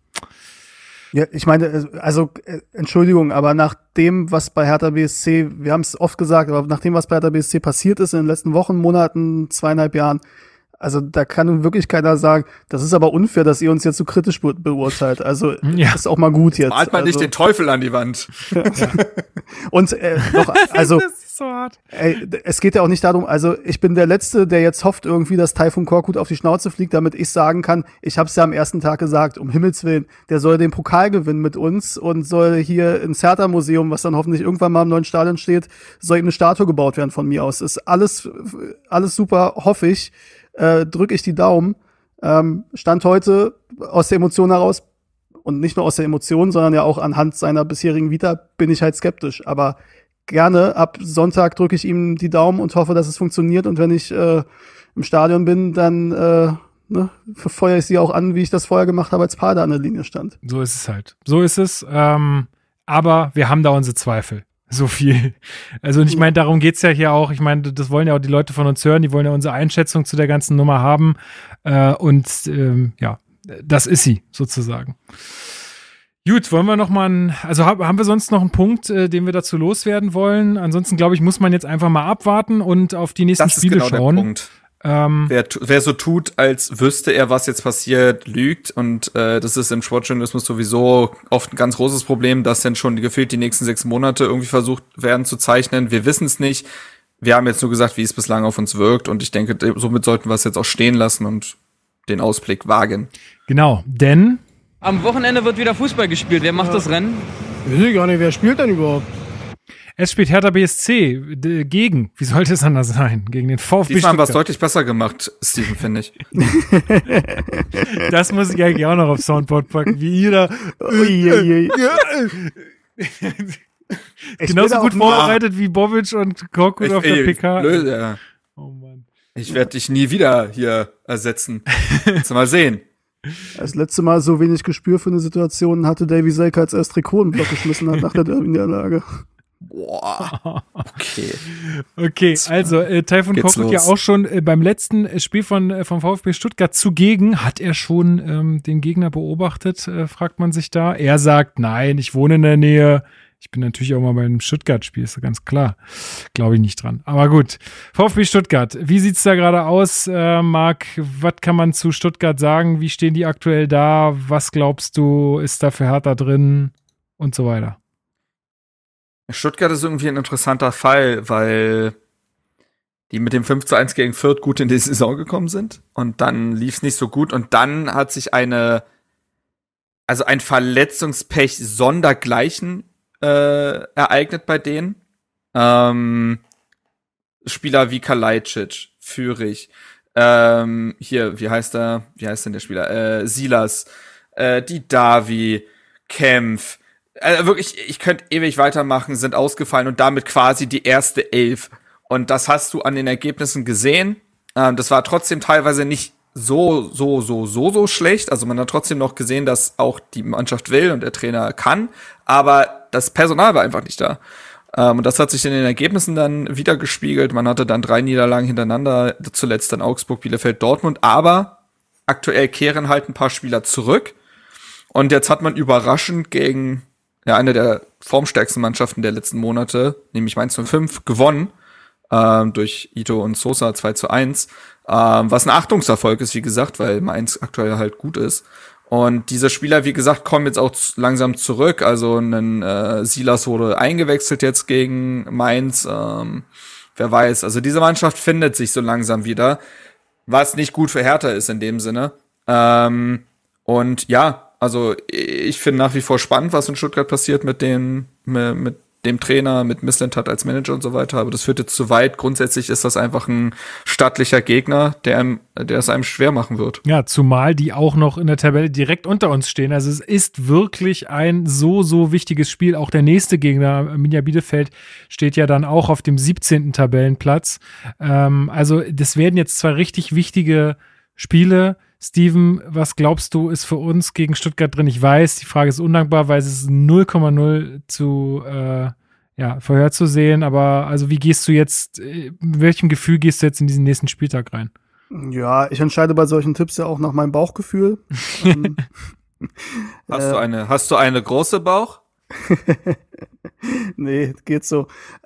Ja, ich meine, also Entschuldigung, aber nach dem, was bei Hertha BSC, wir haben es oft gesagt, aber nach dem, was bei Hertha BSC passiert ist in den letzten Wochen, Monaten, 2,5 Jahren, also da kann nun wirklich keiner sagen, das ist aber unfair, dass ihr uns jetzt so kritisch beurteilt. Also ja. Ist auch mal gut jetzt. Malt man nicht den Teufel an die Wand. Ja. Und noch, also Das ist so hart. es geht ja auch nicht darum, also ich bin der Letzte, der jetzt hofft irgendwie, dass Tayfun Korkut auf die Schnauze fliegt, damit ich sagen kann, ich habe es ja am ersten Tag gesagt, um Himmels Willen, der soll den Pokal gewinnen mit uns und soll hier ins Hertha-Museum, was dann hoffentlich irgendwann mal im neuen Stadion steht, soll ihm eine Statue gebaut werden von mir aus. Ist alles super, hoffe ich. Drücke ich die Daumen. Stand heute aus der Emotion heraus und nicht nur aus der Emotion, sondern ja auch anhand seiner bisherigen Vita bin ich halt skeptisch. Aber gerne ab Sonntag drücke ich ihm die Daumen und hoffe, dass es funktioniert. Und wenn ich im Stadion bin, dann feuere ich sie auch an, wie ich das vorher gemacht habe, als Pader an der Linie stand. So ist es halt. So ist es. Aber wir haben da unsere Zweifel. So viel. Also, und ich meine, darum geht's ja hier auch. Ich meine, das wollen ja auch die Leute von uns hören. Die wollen ja unsere Einschätzung zu der ganzen Nummer haben. Ja, das ist sie sozusagen. Gut, wollen wir noch mal haben wir sonst noch einen Punkt, den wir dazu loswerden wollen? Ansonsten, glaube ich, muss man jetzt einfach mal abwarten und auf die nächsten Spiele genau schauen. Der Punkt. Wer so tut, als wüsste er, was jetzt passiert, lügt. Und das ist im Sportjournalismus sowieso oft ein ganz großes Problem, dass dann schon gefühlt die nächsten 6 Monate irgendwie versucht werden zu zeichnen. Wir wissen es nicht. Wir haben jetzt nur gesagt, wie es bislang auf uns wirkt. Und ich denke, somit sollten wir es jetzt auch stehen lassen und den Ausblick wagen. Genau, denn am Wochenende wird wieder Fußball gespielt. Wer macht das Rennen? Ich weiß gar nicht, wer spielt denn überhaupt? es spielt Hertha BSC gegen, wie sollte es anders sein, gegen den VfB Diesmal haben wir es Stuttgart. deutlich besser gemacht, Steven, finde ich. Das muss ich eigentlich auch noch auf Soundboard packen, wie jeder. Genauso gut vorbereitet wie Bobic und Korkut auf der PK. Ja. Oh Mann. Ich werde dich nie wieder hier ersetzen. Jetzt mal sehen. Das letzte Mal so wenig Gespür für eine Situation hatte Davy Selke, als er das Trikot im Block geschmissen hat nach der Derby-Niederlage. Boah. Okay. Okay, also Tayfun Korkut ja auch schon beim letzten Spiel vom VfB Stuttgart zugegen. Hat er schon den Gegner beobachtet, fragt man sich da. Er sagt, nein, ich wohne in der Nähe. Ich bin natürlich auch mal beim Stuttgart-Spiel, ist ja ganz klar. Glaube ich nicht dran. Aber gut, VfB Stuttgart, wie sieht's da gerade aus, Marc? Was kann man zu Stuttgart sagen? Wie stehen die aktuell da? Was glaubst du, ist da für Hertha drin? Und so weiter. Stuttgart ist irgendwie ein interessanter Fall, weil die mit dem 5:1 gegen Fürth gut in die Saison gekommen sind. Und dann lief's nicht so gut. Und dann hat sich ein Verletzungspech sondergleichen ereignet bei denen. Spieler wie Kalajdzic, Führig, hier, wie heißt denn der Spieler? Silas, Didavi, Kempf, wirklich, ich könnte ewig weitermachen, sind ausgefallen und damit quasi die erste Elf. Und das hast du an den Ergebnissen gesehen. Das war trotzdem teilweise nicht so schlecht. Also man hat trotzdem noch gesehen, dass auch die Mannschaft will und der Trainer kann. Aber das Personal war einfach nicht da. Und das hat sich in den Ergebnissen dann wieder gespiegelt. Man hatte dann 3 Niederlagen hintereinander, zuletzt dann Augsburg, Bielefeld, Dortmund. Aber aktuell kehren halt ein paar Spieler zurück. Und jetzt hat man überraschend gegen eine der formstärksten Mannschaften der letzten Monate, nämlich Mainz 05, gewonnen. Durch Ito und Sosa 2:1. Was ein Achtungserfolg ist, wie gesagt, weil Mainz aktuell halt gut ist. Und diese Spieler, wie gesagt, kommen jetzt auch langsam zurück. Also ein Silas wurde eingewechselt jetzt gegen Mainz. Wer weiß. Also diese Mannschaft findet sich so langsam wieder, was nicht gut für Hertha ist in dem Sinne. Und ja, also ich finde nach wie vor spannend, was in Stuttgart passiert mit dem Trainer, mit Mislintat als Manager und so weiter, aber das führt jetzt zu weit. Grundsätzlich ist das einfach ein stattlicher Gegner, der es einem schwer machen wird. Ja, zumal die auch noch in der Tabelle direkt unter uns stehen. Also es ist wirklich ein so wichtiges Spiel. Auch der nächste Gegner, Arminia Bielefeld, steht ja dann auch auf dem 17. Tabellenplatz. Also das werden jetzt 2 richtig wichtige Spiele. Steven, was glaubst du, ist für uns gegen Stuttgart drin? Ich weiß, die Frage ist undankbar, weil es ist 0,0 zu vorherzusehen. Aber also wie gehst du jetzt, mit welchem Gefühl gehst du jetzt in diesen nächsten Spieltag rein? Ja, ich entscheide bei solchen Tipps ja auch nach meinem Bauchgefühl. Hast du eine große Bauch? Nee, geht so.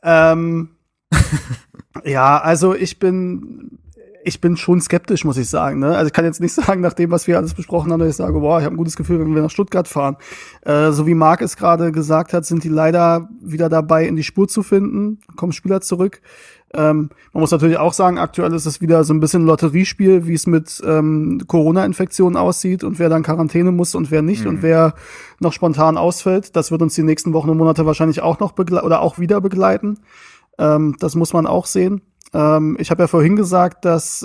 Ja, also ich bin schon skeptisch, muss ich sagen. Ne? Also ich kann jetzt nicht sagen, nach dem, was wir alles besprochen haben, dass ich sage, boah, ich habe ein gutes Gefühl, wenn wir nach Stuttgart fahren. So wie Marc es gerade gesagt hat, sind die leider wieder dabei, in die Spur zu finden. Kommen Spieler zurück. Man muss natürlich auch sagen, aktuell ist es wieder so ein bisschen Lotteriespiel, wie es mit Corona-Infektionen aussieht und wer dann Quarantäne muss und wer nicht und wer noch spontan ausfällt. Das wird uns die nächsten Wochen und Monate wahrscheinlich auch noch auch wieder begleiten. Das muss man auch sehen. Ich habe ja vorhin gesagt, dass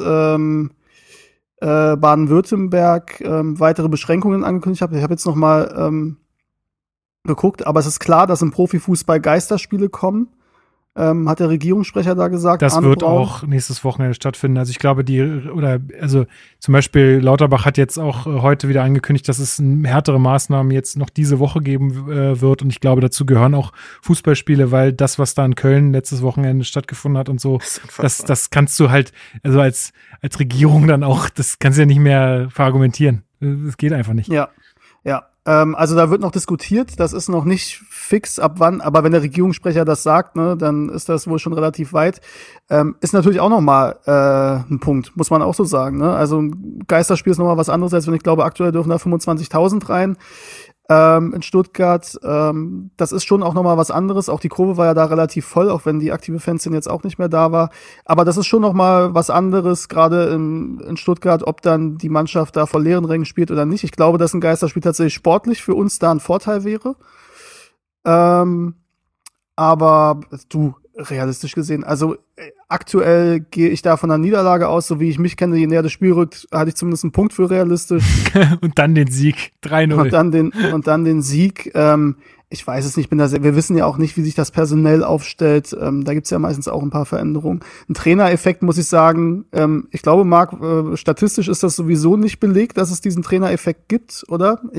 Baden-Württemberg weitere Beschränkungen angekündigt hat. Ich habe jetzt noch mal geguckt, aber es ist klar, dass im Profifußball Geisterspiele kommen. Hat der Regierungssprecher da gesagt. Das wird auch nächstes Wochenende stattfinden. Also ich glaube, zum Beispiel Lauterbach hat jetzt auch heute wieder angekündigt, dass es härtere Maßnahmen jetzt noch diese Woche geben wird. Und ich glaube, dazu gehören auch Fußballspiele, weil das, was da in Köln letztes Wochenende stattgefunden hat und so, das kannst du halt, also als Regierung dann auch, das kannst du ja nicht mehr verargumentieren. Das geht einfach nicht. Ja. Also da wird noch diskutiert, das ist noch nicht fix, ab wann, aber wenn der Regierungssprecher das sagt, ne, dann ist das wohl schon relativ weit. Ist natürlich auch noch mal ein Punkt, muss man auch so sagen. Ne? Also ein Geisterspiel ist noch mal was anderes, als wenn ich glaube, aktuell dürfen da 25.000 rein in Stuttgart. Das ist schon auch noch mal was anderes. Auch die Kurve war ja da relativ voll, auch wenn die aktive Fanszene jetzt auch nicht mehr da war. Aber das ist schon noch mal was anderes, gerade in Stuttgart, ob dann die Mannschaft da vor leeren Rängen spielt oder nicht. Ich glaube, dass ein Geisterspiel tatsächlich sportlich für uns da ein Vorteil wäre. Aber realistisch gesehen, also aktuell gehe ich da von einer Niederlage aus, so wie ich mich kenne, je näher das Spiel rückt, hatte ich zumindest einen Punkt für realistisch. Und dann den Sieg, 3-0. Und dann den Sieg. Ich weiß es nicht, wir wissen ja auch nicht, wie sich das personell aufstellt. Da gibt's ja meistens auch ein paar Veränderungen. Ein Trainereffekt, muss ich sagen, ich glaube, Marc, statistisch ist das sowieso nicht belegt, dass es diesen Trainereffekt gibt, oder? Ich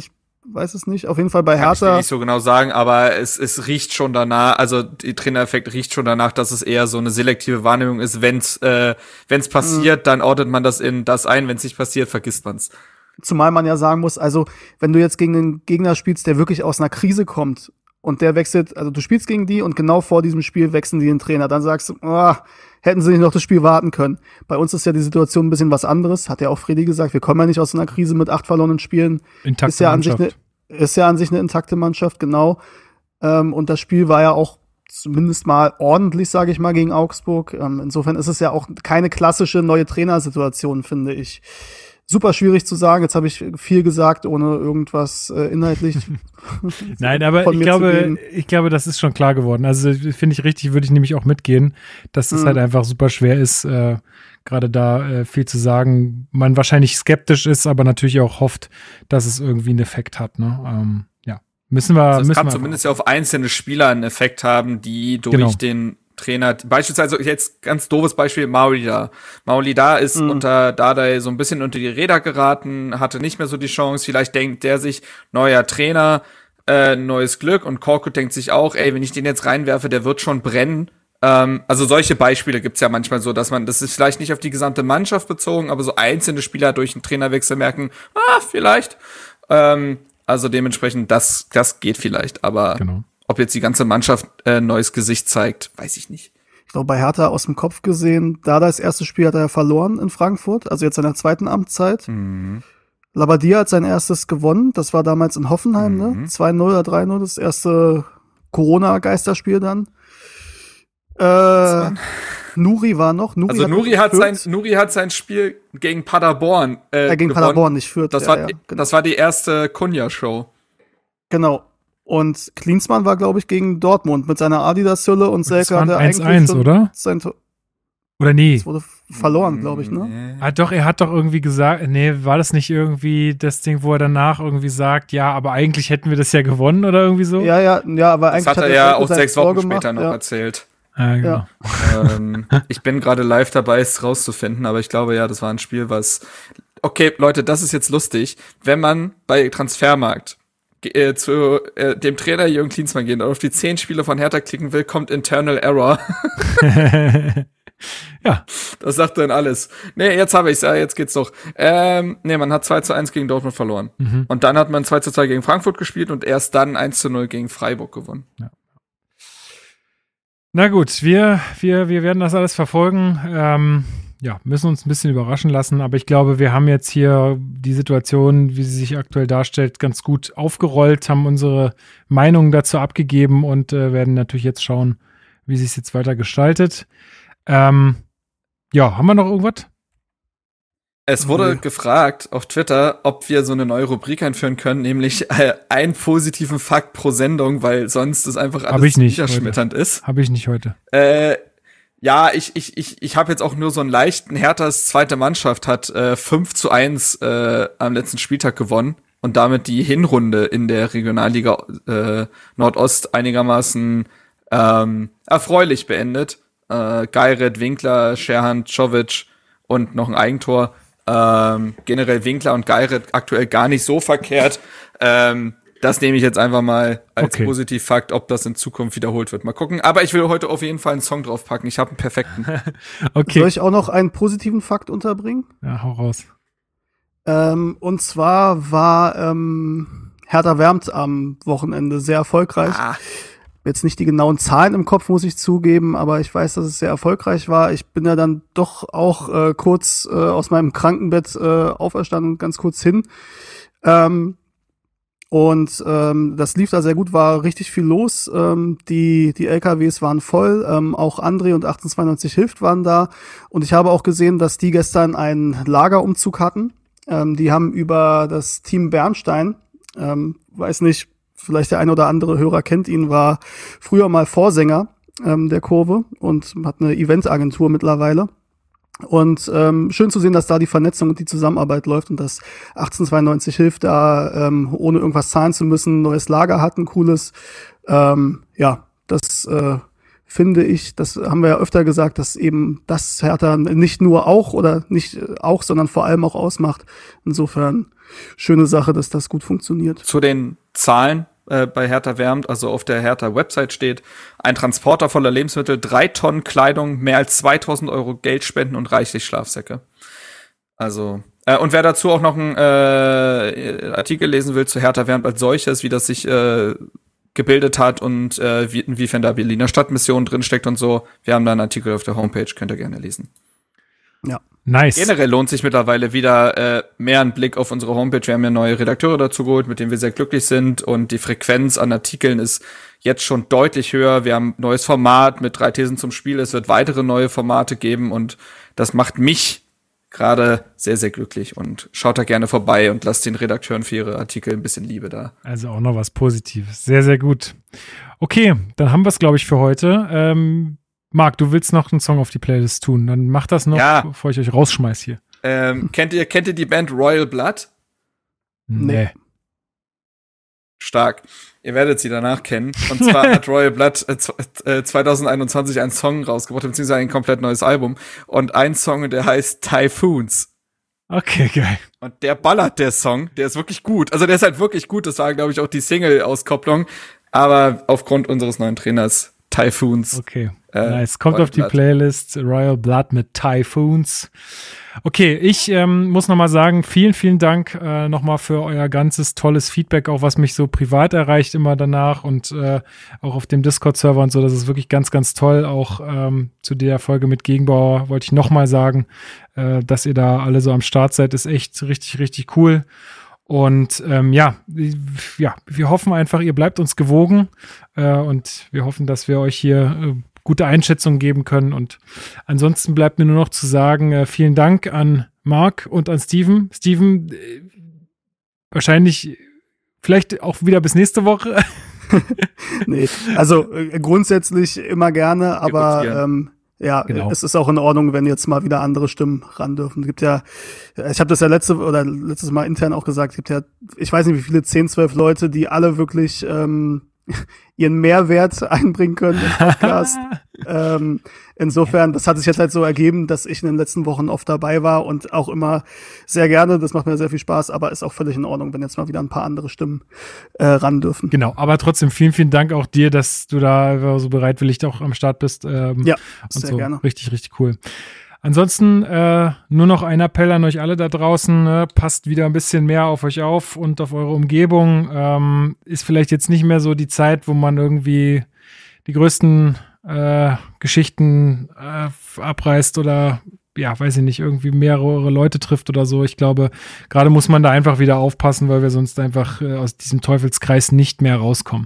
weiß es nicht. Auf jeden Fall bei Kann ich dir Hertha. nicht so genau sagen, aber es riecht schon danach, also die Trainereffekt riecht schon danach, dass es eher so eine selektive Wahrnehmung ist. Wenn's passiert, dann ordnet man das in das ein, wenn es nicht passiert, vergisst man's. Zumal man ja sagen muss, also wenn du jetzt gegen einen Gegner spielst, der wirklich aus einer Krise kommt und der wechselt, also du spielst gegen die und genau vor diesem Spiel wechseln die den Trainer, dann sagst du, hätten sie nicht noch das Spiel warten können. Bei uns ist ja die Situation ein bisschen was anderes, hat ja auch Freddy gesagt, wir kommen ja nicht aus einer Krise mit 8 verlorenen Spielen. Ist ja an sich eine intakte Mannschaft, genau. Und das Spiel war ja auch zumindest mal ordentlich, sage ich mal, gegen Augsburg. Insofern ist es ja auch keine klassische neue Trainersituation, finde ich. Super schwierig zu sagen. Jetzt habe ich viel gesagt, ohne irgendwas inhaltlich. Nein, aber ich glaube, das ist schon klar geworden. Also finde ich richtig, würde ich nämlich auch mitgehen, dass es halt einfach super schwer ist, gerade da viel zu sagen. Man wahrscheinlich skeptisch ist, aber natürlich auch hofft, dass es irgendwie einen Effekt hat. Ne? Müssen wir. Also es kann zumindest ja auf einzelne Spieler einen Effekt haben, die durch den Trainer, beispielsweise jetzt ganz doofes Beispiel, Maolida ist unter Dardai so ein bisschen unter die Räder geraten, hatte nicht mehr so die Chance, vielleicht denkt der sich, neuer Trainer, neues Glück, und Korkut denkt sich auch, wenn ich den jetzt reinwerfe, der wird schon brennen. Also solche Beispiele gibt's ja manchmal so, dass das ist vielleicht nicht auf die gesamte Mannschaft bezogen, aber so einzelne Spieler durch einen Trainerwechsel merken, vielleicht. Also dementsprechend, das geht vielleicht, aber ob jetzt die ganze Mannschaft neues Gesicht zeigt, weiß ich nicht. Ich glaube, bei Hertha aus dem Kopf gesehen, das erste Spiel hat er ja verloren in Frankfurt, also jetzt in der zweiten Amtszeit. Labbadia hat sein erstes gewonnen, das war damals in Hoffenheim, ne? 2-0 oder 3-0, das erste Corona-Geisterspiel dann. Nuri war noch. Nuri hat sein Spiel gegen Paderborn gegen gewonnen. Paderborn, nicht Fürth. Das war die erste Kunja-Show. Genau. Und Klinsmann war, glaube ich, gegen Dortmund mit seiner Adidas-Hülle und Selke hatte 1-1, oder? Oder nee. Das wurde verloren, glaube ich, ne? Er hat doch irgendwie gesagt, war das nicht irgendwie das Ding, wo er danach irgendwie sagt, ja, aber eigentlich hätten wir das ja gewonnen oder irgendwie so? Ja, aber eigentlich das hat er ja auch 6 Wochen später noch erzählt. Genau. Ich bin gerade live dabei, es rauszufinden, aber ich glaube ja, das war ein Spiel, okay, Leute, das ist jetzt lustig. Wenn man bei Transfermarkt zu dem Trainer Jürgen Klinsmann geht und auf die 10 Spiele von Hertha klicken will, kommt Internal Error. Ja. Das sagt dann alles. Nee, jetzt habe ich's, jetzt geht's doch. Man hat 2-1 gegen Dortmund verloren. Und dann hat man 2-2 gegen Frankfurt gespielt und erst dann 1-0 gegen Freiburg gewonnen. Ja. Na gut, wir werden das alles verfolgen. Müssen uns ein bisschen überraschen lassen, aber ich glaube, wir haben jetzt hier die Situation, wie sie sich aktuell darstellt, ganz gut aufgerollt, haben unsere Meinungen dazu abgegeben und werden natürlich jetzt schauen, wie sich es jetzt weiter gestaltet. Haben wir noch irgendwas? Es wurde gefragt auf Twitter, ob wir so eine neue Rubrik einführen können, nämlich einen positiven Fakt pro Sendung, weil sonst das einfach alles niederschmetternd ist. Habe ich nicht heute. Ich habe jetzt auch nur so einen leichten Herthas zweite Mannschaft hat 5-1 am letzten Spieltag gewonnen und damit die Hinrunde in der Regionalliga Nordost einigermaßen erfreulich beendet. Geiret, Winkler, Scherhan, Czovic und noch ein Eigentor. Generell Winkler und Geiret aktuell gar nicht so verkehrt. Das nehme ich jetzt einfach mal als Positivfakt, ob das in Zukunft wiederholt wird. Mal gucken. Aber ich will heute auf jeden Fall einen Song draufpacken. Ich habe einen perfekten. Okay. Soll ich auch noch einen positiven Fakt unterbringen? Ja, hau raus. Und zwar war Hertha Wermt am Wochenende sehr erfolgreich. Jetzt nicht die genauen Zahlen im Kopf, muss ich zugeben, aber ich weiß, dass es sehr erfolgreich war. Ich bin ja dann doch auch kurz aus meinem Krankenbett auferstanden und ganz kurz hin. Das lief da sehr gut, war richtig viel los. Die LKWs waren voll, auch André und 1892 Hilft waren da. Und ich habe auch gesehen, dass die gestern einen Lagerumzug hatten. Die haben über das Team Bernstein, weiß nicht, vielleicht der ein oder andere Hörer kennt ihn, war früher mal Vorsänger der Kurve und hat eine Eventagentur mittlerweile. Und schön zu sehen, dass da die Vernetzung und die Zusammenarbeit läuft und dass 1892 Hilft, da ohne irgendwas zahlen zu müssen, neues Lager hat, ein cooles. Das finde ich, das haben wir ja öfter gesagt, dass eben das Hertha nicht nur auch oder nicht auch, sondern vor allem auch ausmacht. Insofern schöne Sache, dass das gut funktioniert. Zu den Zahlen bei Hertha Wermt, also auf der Hertha-Website steht, ein Transporter voller Lebensmittel, 3 Tonnen Kleidung, mehr als 2.000 Euro Geldspenden und reichlich Schlafsäcke. Also, und wer dazu auch noch einen Artikel lesen will zu Hertha Wermt als solches, wie das sich gebildet hat und inwiefern da Berliner Stadtmission drinsteckt und so, wir haben da einen Artikel auf der Homepage, könnt ihr gerne lesen. Ja. Nice. Generell lohnt sich mittlerweile wieder mehr ein Blick auf unsere Homepage. Wir haben ja neue Redakteure dazu geholt, mit denen wir sehr glücklich sind. Und die Frequenz an Artikeln ist jetzt schon deutlich höher. Wir haben ein neues Format mit 3 Thesen zum Spiel. Es wird weitere neue Formate geben. Und das macht mich gerade sehr, sehr glücklich. Und schaut da gerne vorbei und lasst den Redakteuren für ihre Artikel ein bisschen Liebe da. Also auch noch was Positives. Sehr, sehr gut. Okay, dann haben wir es, glaube ich, für heute. Marc, du willst noch einen Song auf die Playlist tun. Dann mach das noch, bevor ich euch rausschmeiß hier. Kennt ihr die Band Royal Blood? Nee. Stark. Ihr werdet sie danach kennen. Und zwar hat Royal Blood 2021 einen Song rausgebracht, beziehungsweise ein komplett neues Album. Und ein Song, der heißt Typhoons. Okay, geil. Und der ballert, der Song. Der ist wirklich gut. Also der ist halt wirklich gut. Das war, glaube ich, auch die Single-Auskopplung. Aber aufgrund unseres neuen Trainers Typhoons. Okay, nice. Kommt Royal auf die Blood. Playlist Royal Blood mit Typhoons. Okay, ich muss nochmal sagen, vielen, vielen Dank nochmal für euer ganzes tolles Feedback, auch was mich so privat erreicht immer danach und auch auf dem Discord-Server und so. Das ist wirklich ganz, ganz toll. Auch zu der Folge mit Gegenbauer wollte ich nochmal sagen, dass ihr da alle so am Start seid, ist echt richtig, richtig cool. Und wir hoffen einfach, ihr bleibt uns gewogen und wir hoffen, dass wir euch hier gute Einschätzungen geben können. Und ansonsten bleibt mir nur noch zu sagen, vielen Dank an Marc und an Steven. Steven, wahrscheinlich vielleicht auch wieder bis nächste Woche. Nee, also grundsätzlich immer gerne, aber ja, genau. Es ist auch in Ordnung, wenn jetzt mal wieder andere Stimmen ran dürfen. Es gibt ja, ich habe das ja letztes Mal intern auch gesagt, es gibt ja, ich weiß nicht wie viele, 10, 12 Leute, die alle wirklich ihren Mehrwert einbringen können im Podcast. Insofern, das hat sich jetzt halt so ergeben, dass ich in den letzten Wochen oft dabei war und auch immer sehr gerne, das macht mir sehr viel Spaß, aber ist auch völlig in Ordnung, wenn jetzt mal wieder ein paar andere Stimmen ran dürfen. Genau, aber trotzdem vielen, vielen Dank auch dir, dass du da so bereitwillig auch am Start bist. Ja, und sehr so. gerne. Richtig, richtig cool. Ansonsten nur noch ein Appell an euch alle da draußen, passt wieder ein bisschen mehr auf euch auf und auf eure Umgebung. Ist vielleicht jetzt nicht mehr so die Zeit, wo man irgendwie die größten Geschichten abreißt oder ja, weiß ich nicht, irgendwie mehrere Leute trifft oder so. Ich glaube, gerade muss man da einfach wieder aufpassen, weil wir sonst einfach aus diesem Teufelskreis nicht mehr rauskommen.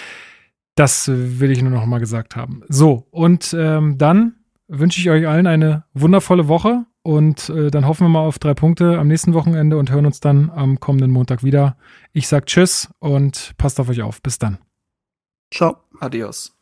Das will ich nur noch mal gesagt haben. So, und dann wünsche ich euch allen eine wundervolle Woche und dann hoffen wir mal auf 3 Punkte am nächsten Wochenende und hören uns dann am kommenden Montag wieder. Ich sag Tschüss und passt auf euch auf. Bis dann. Ciao. Adios.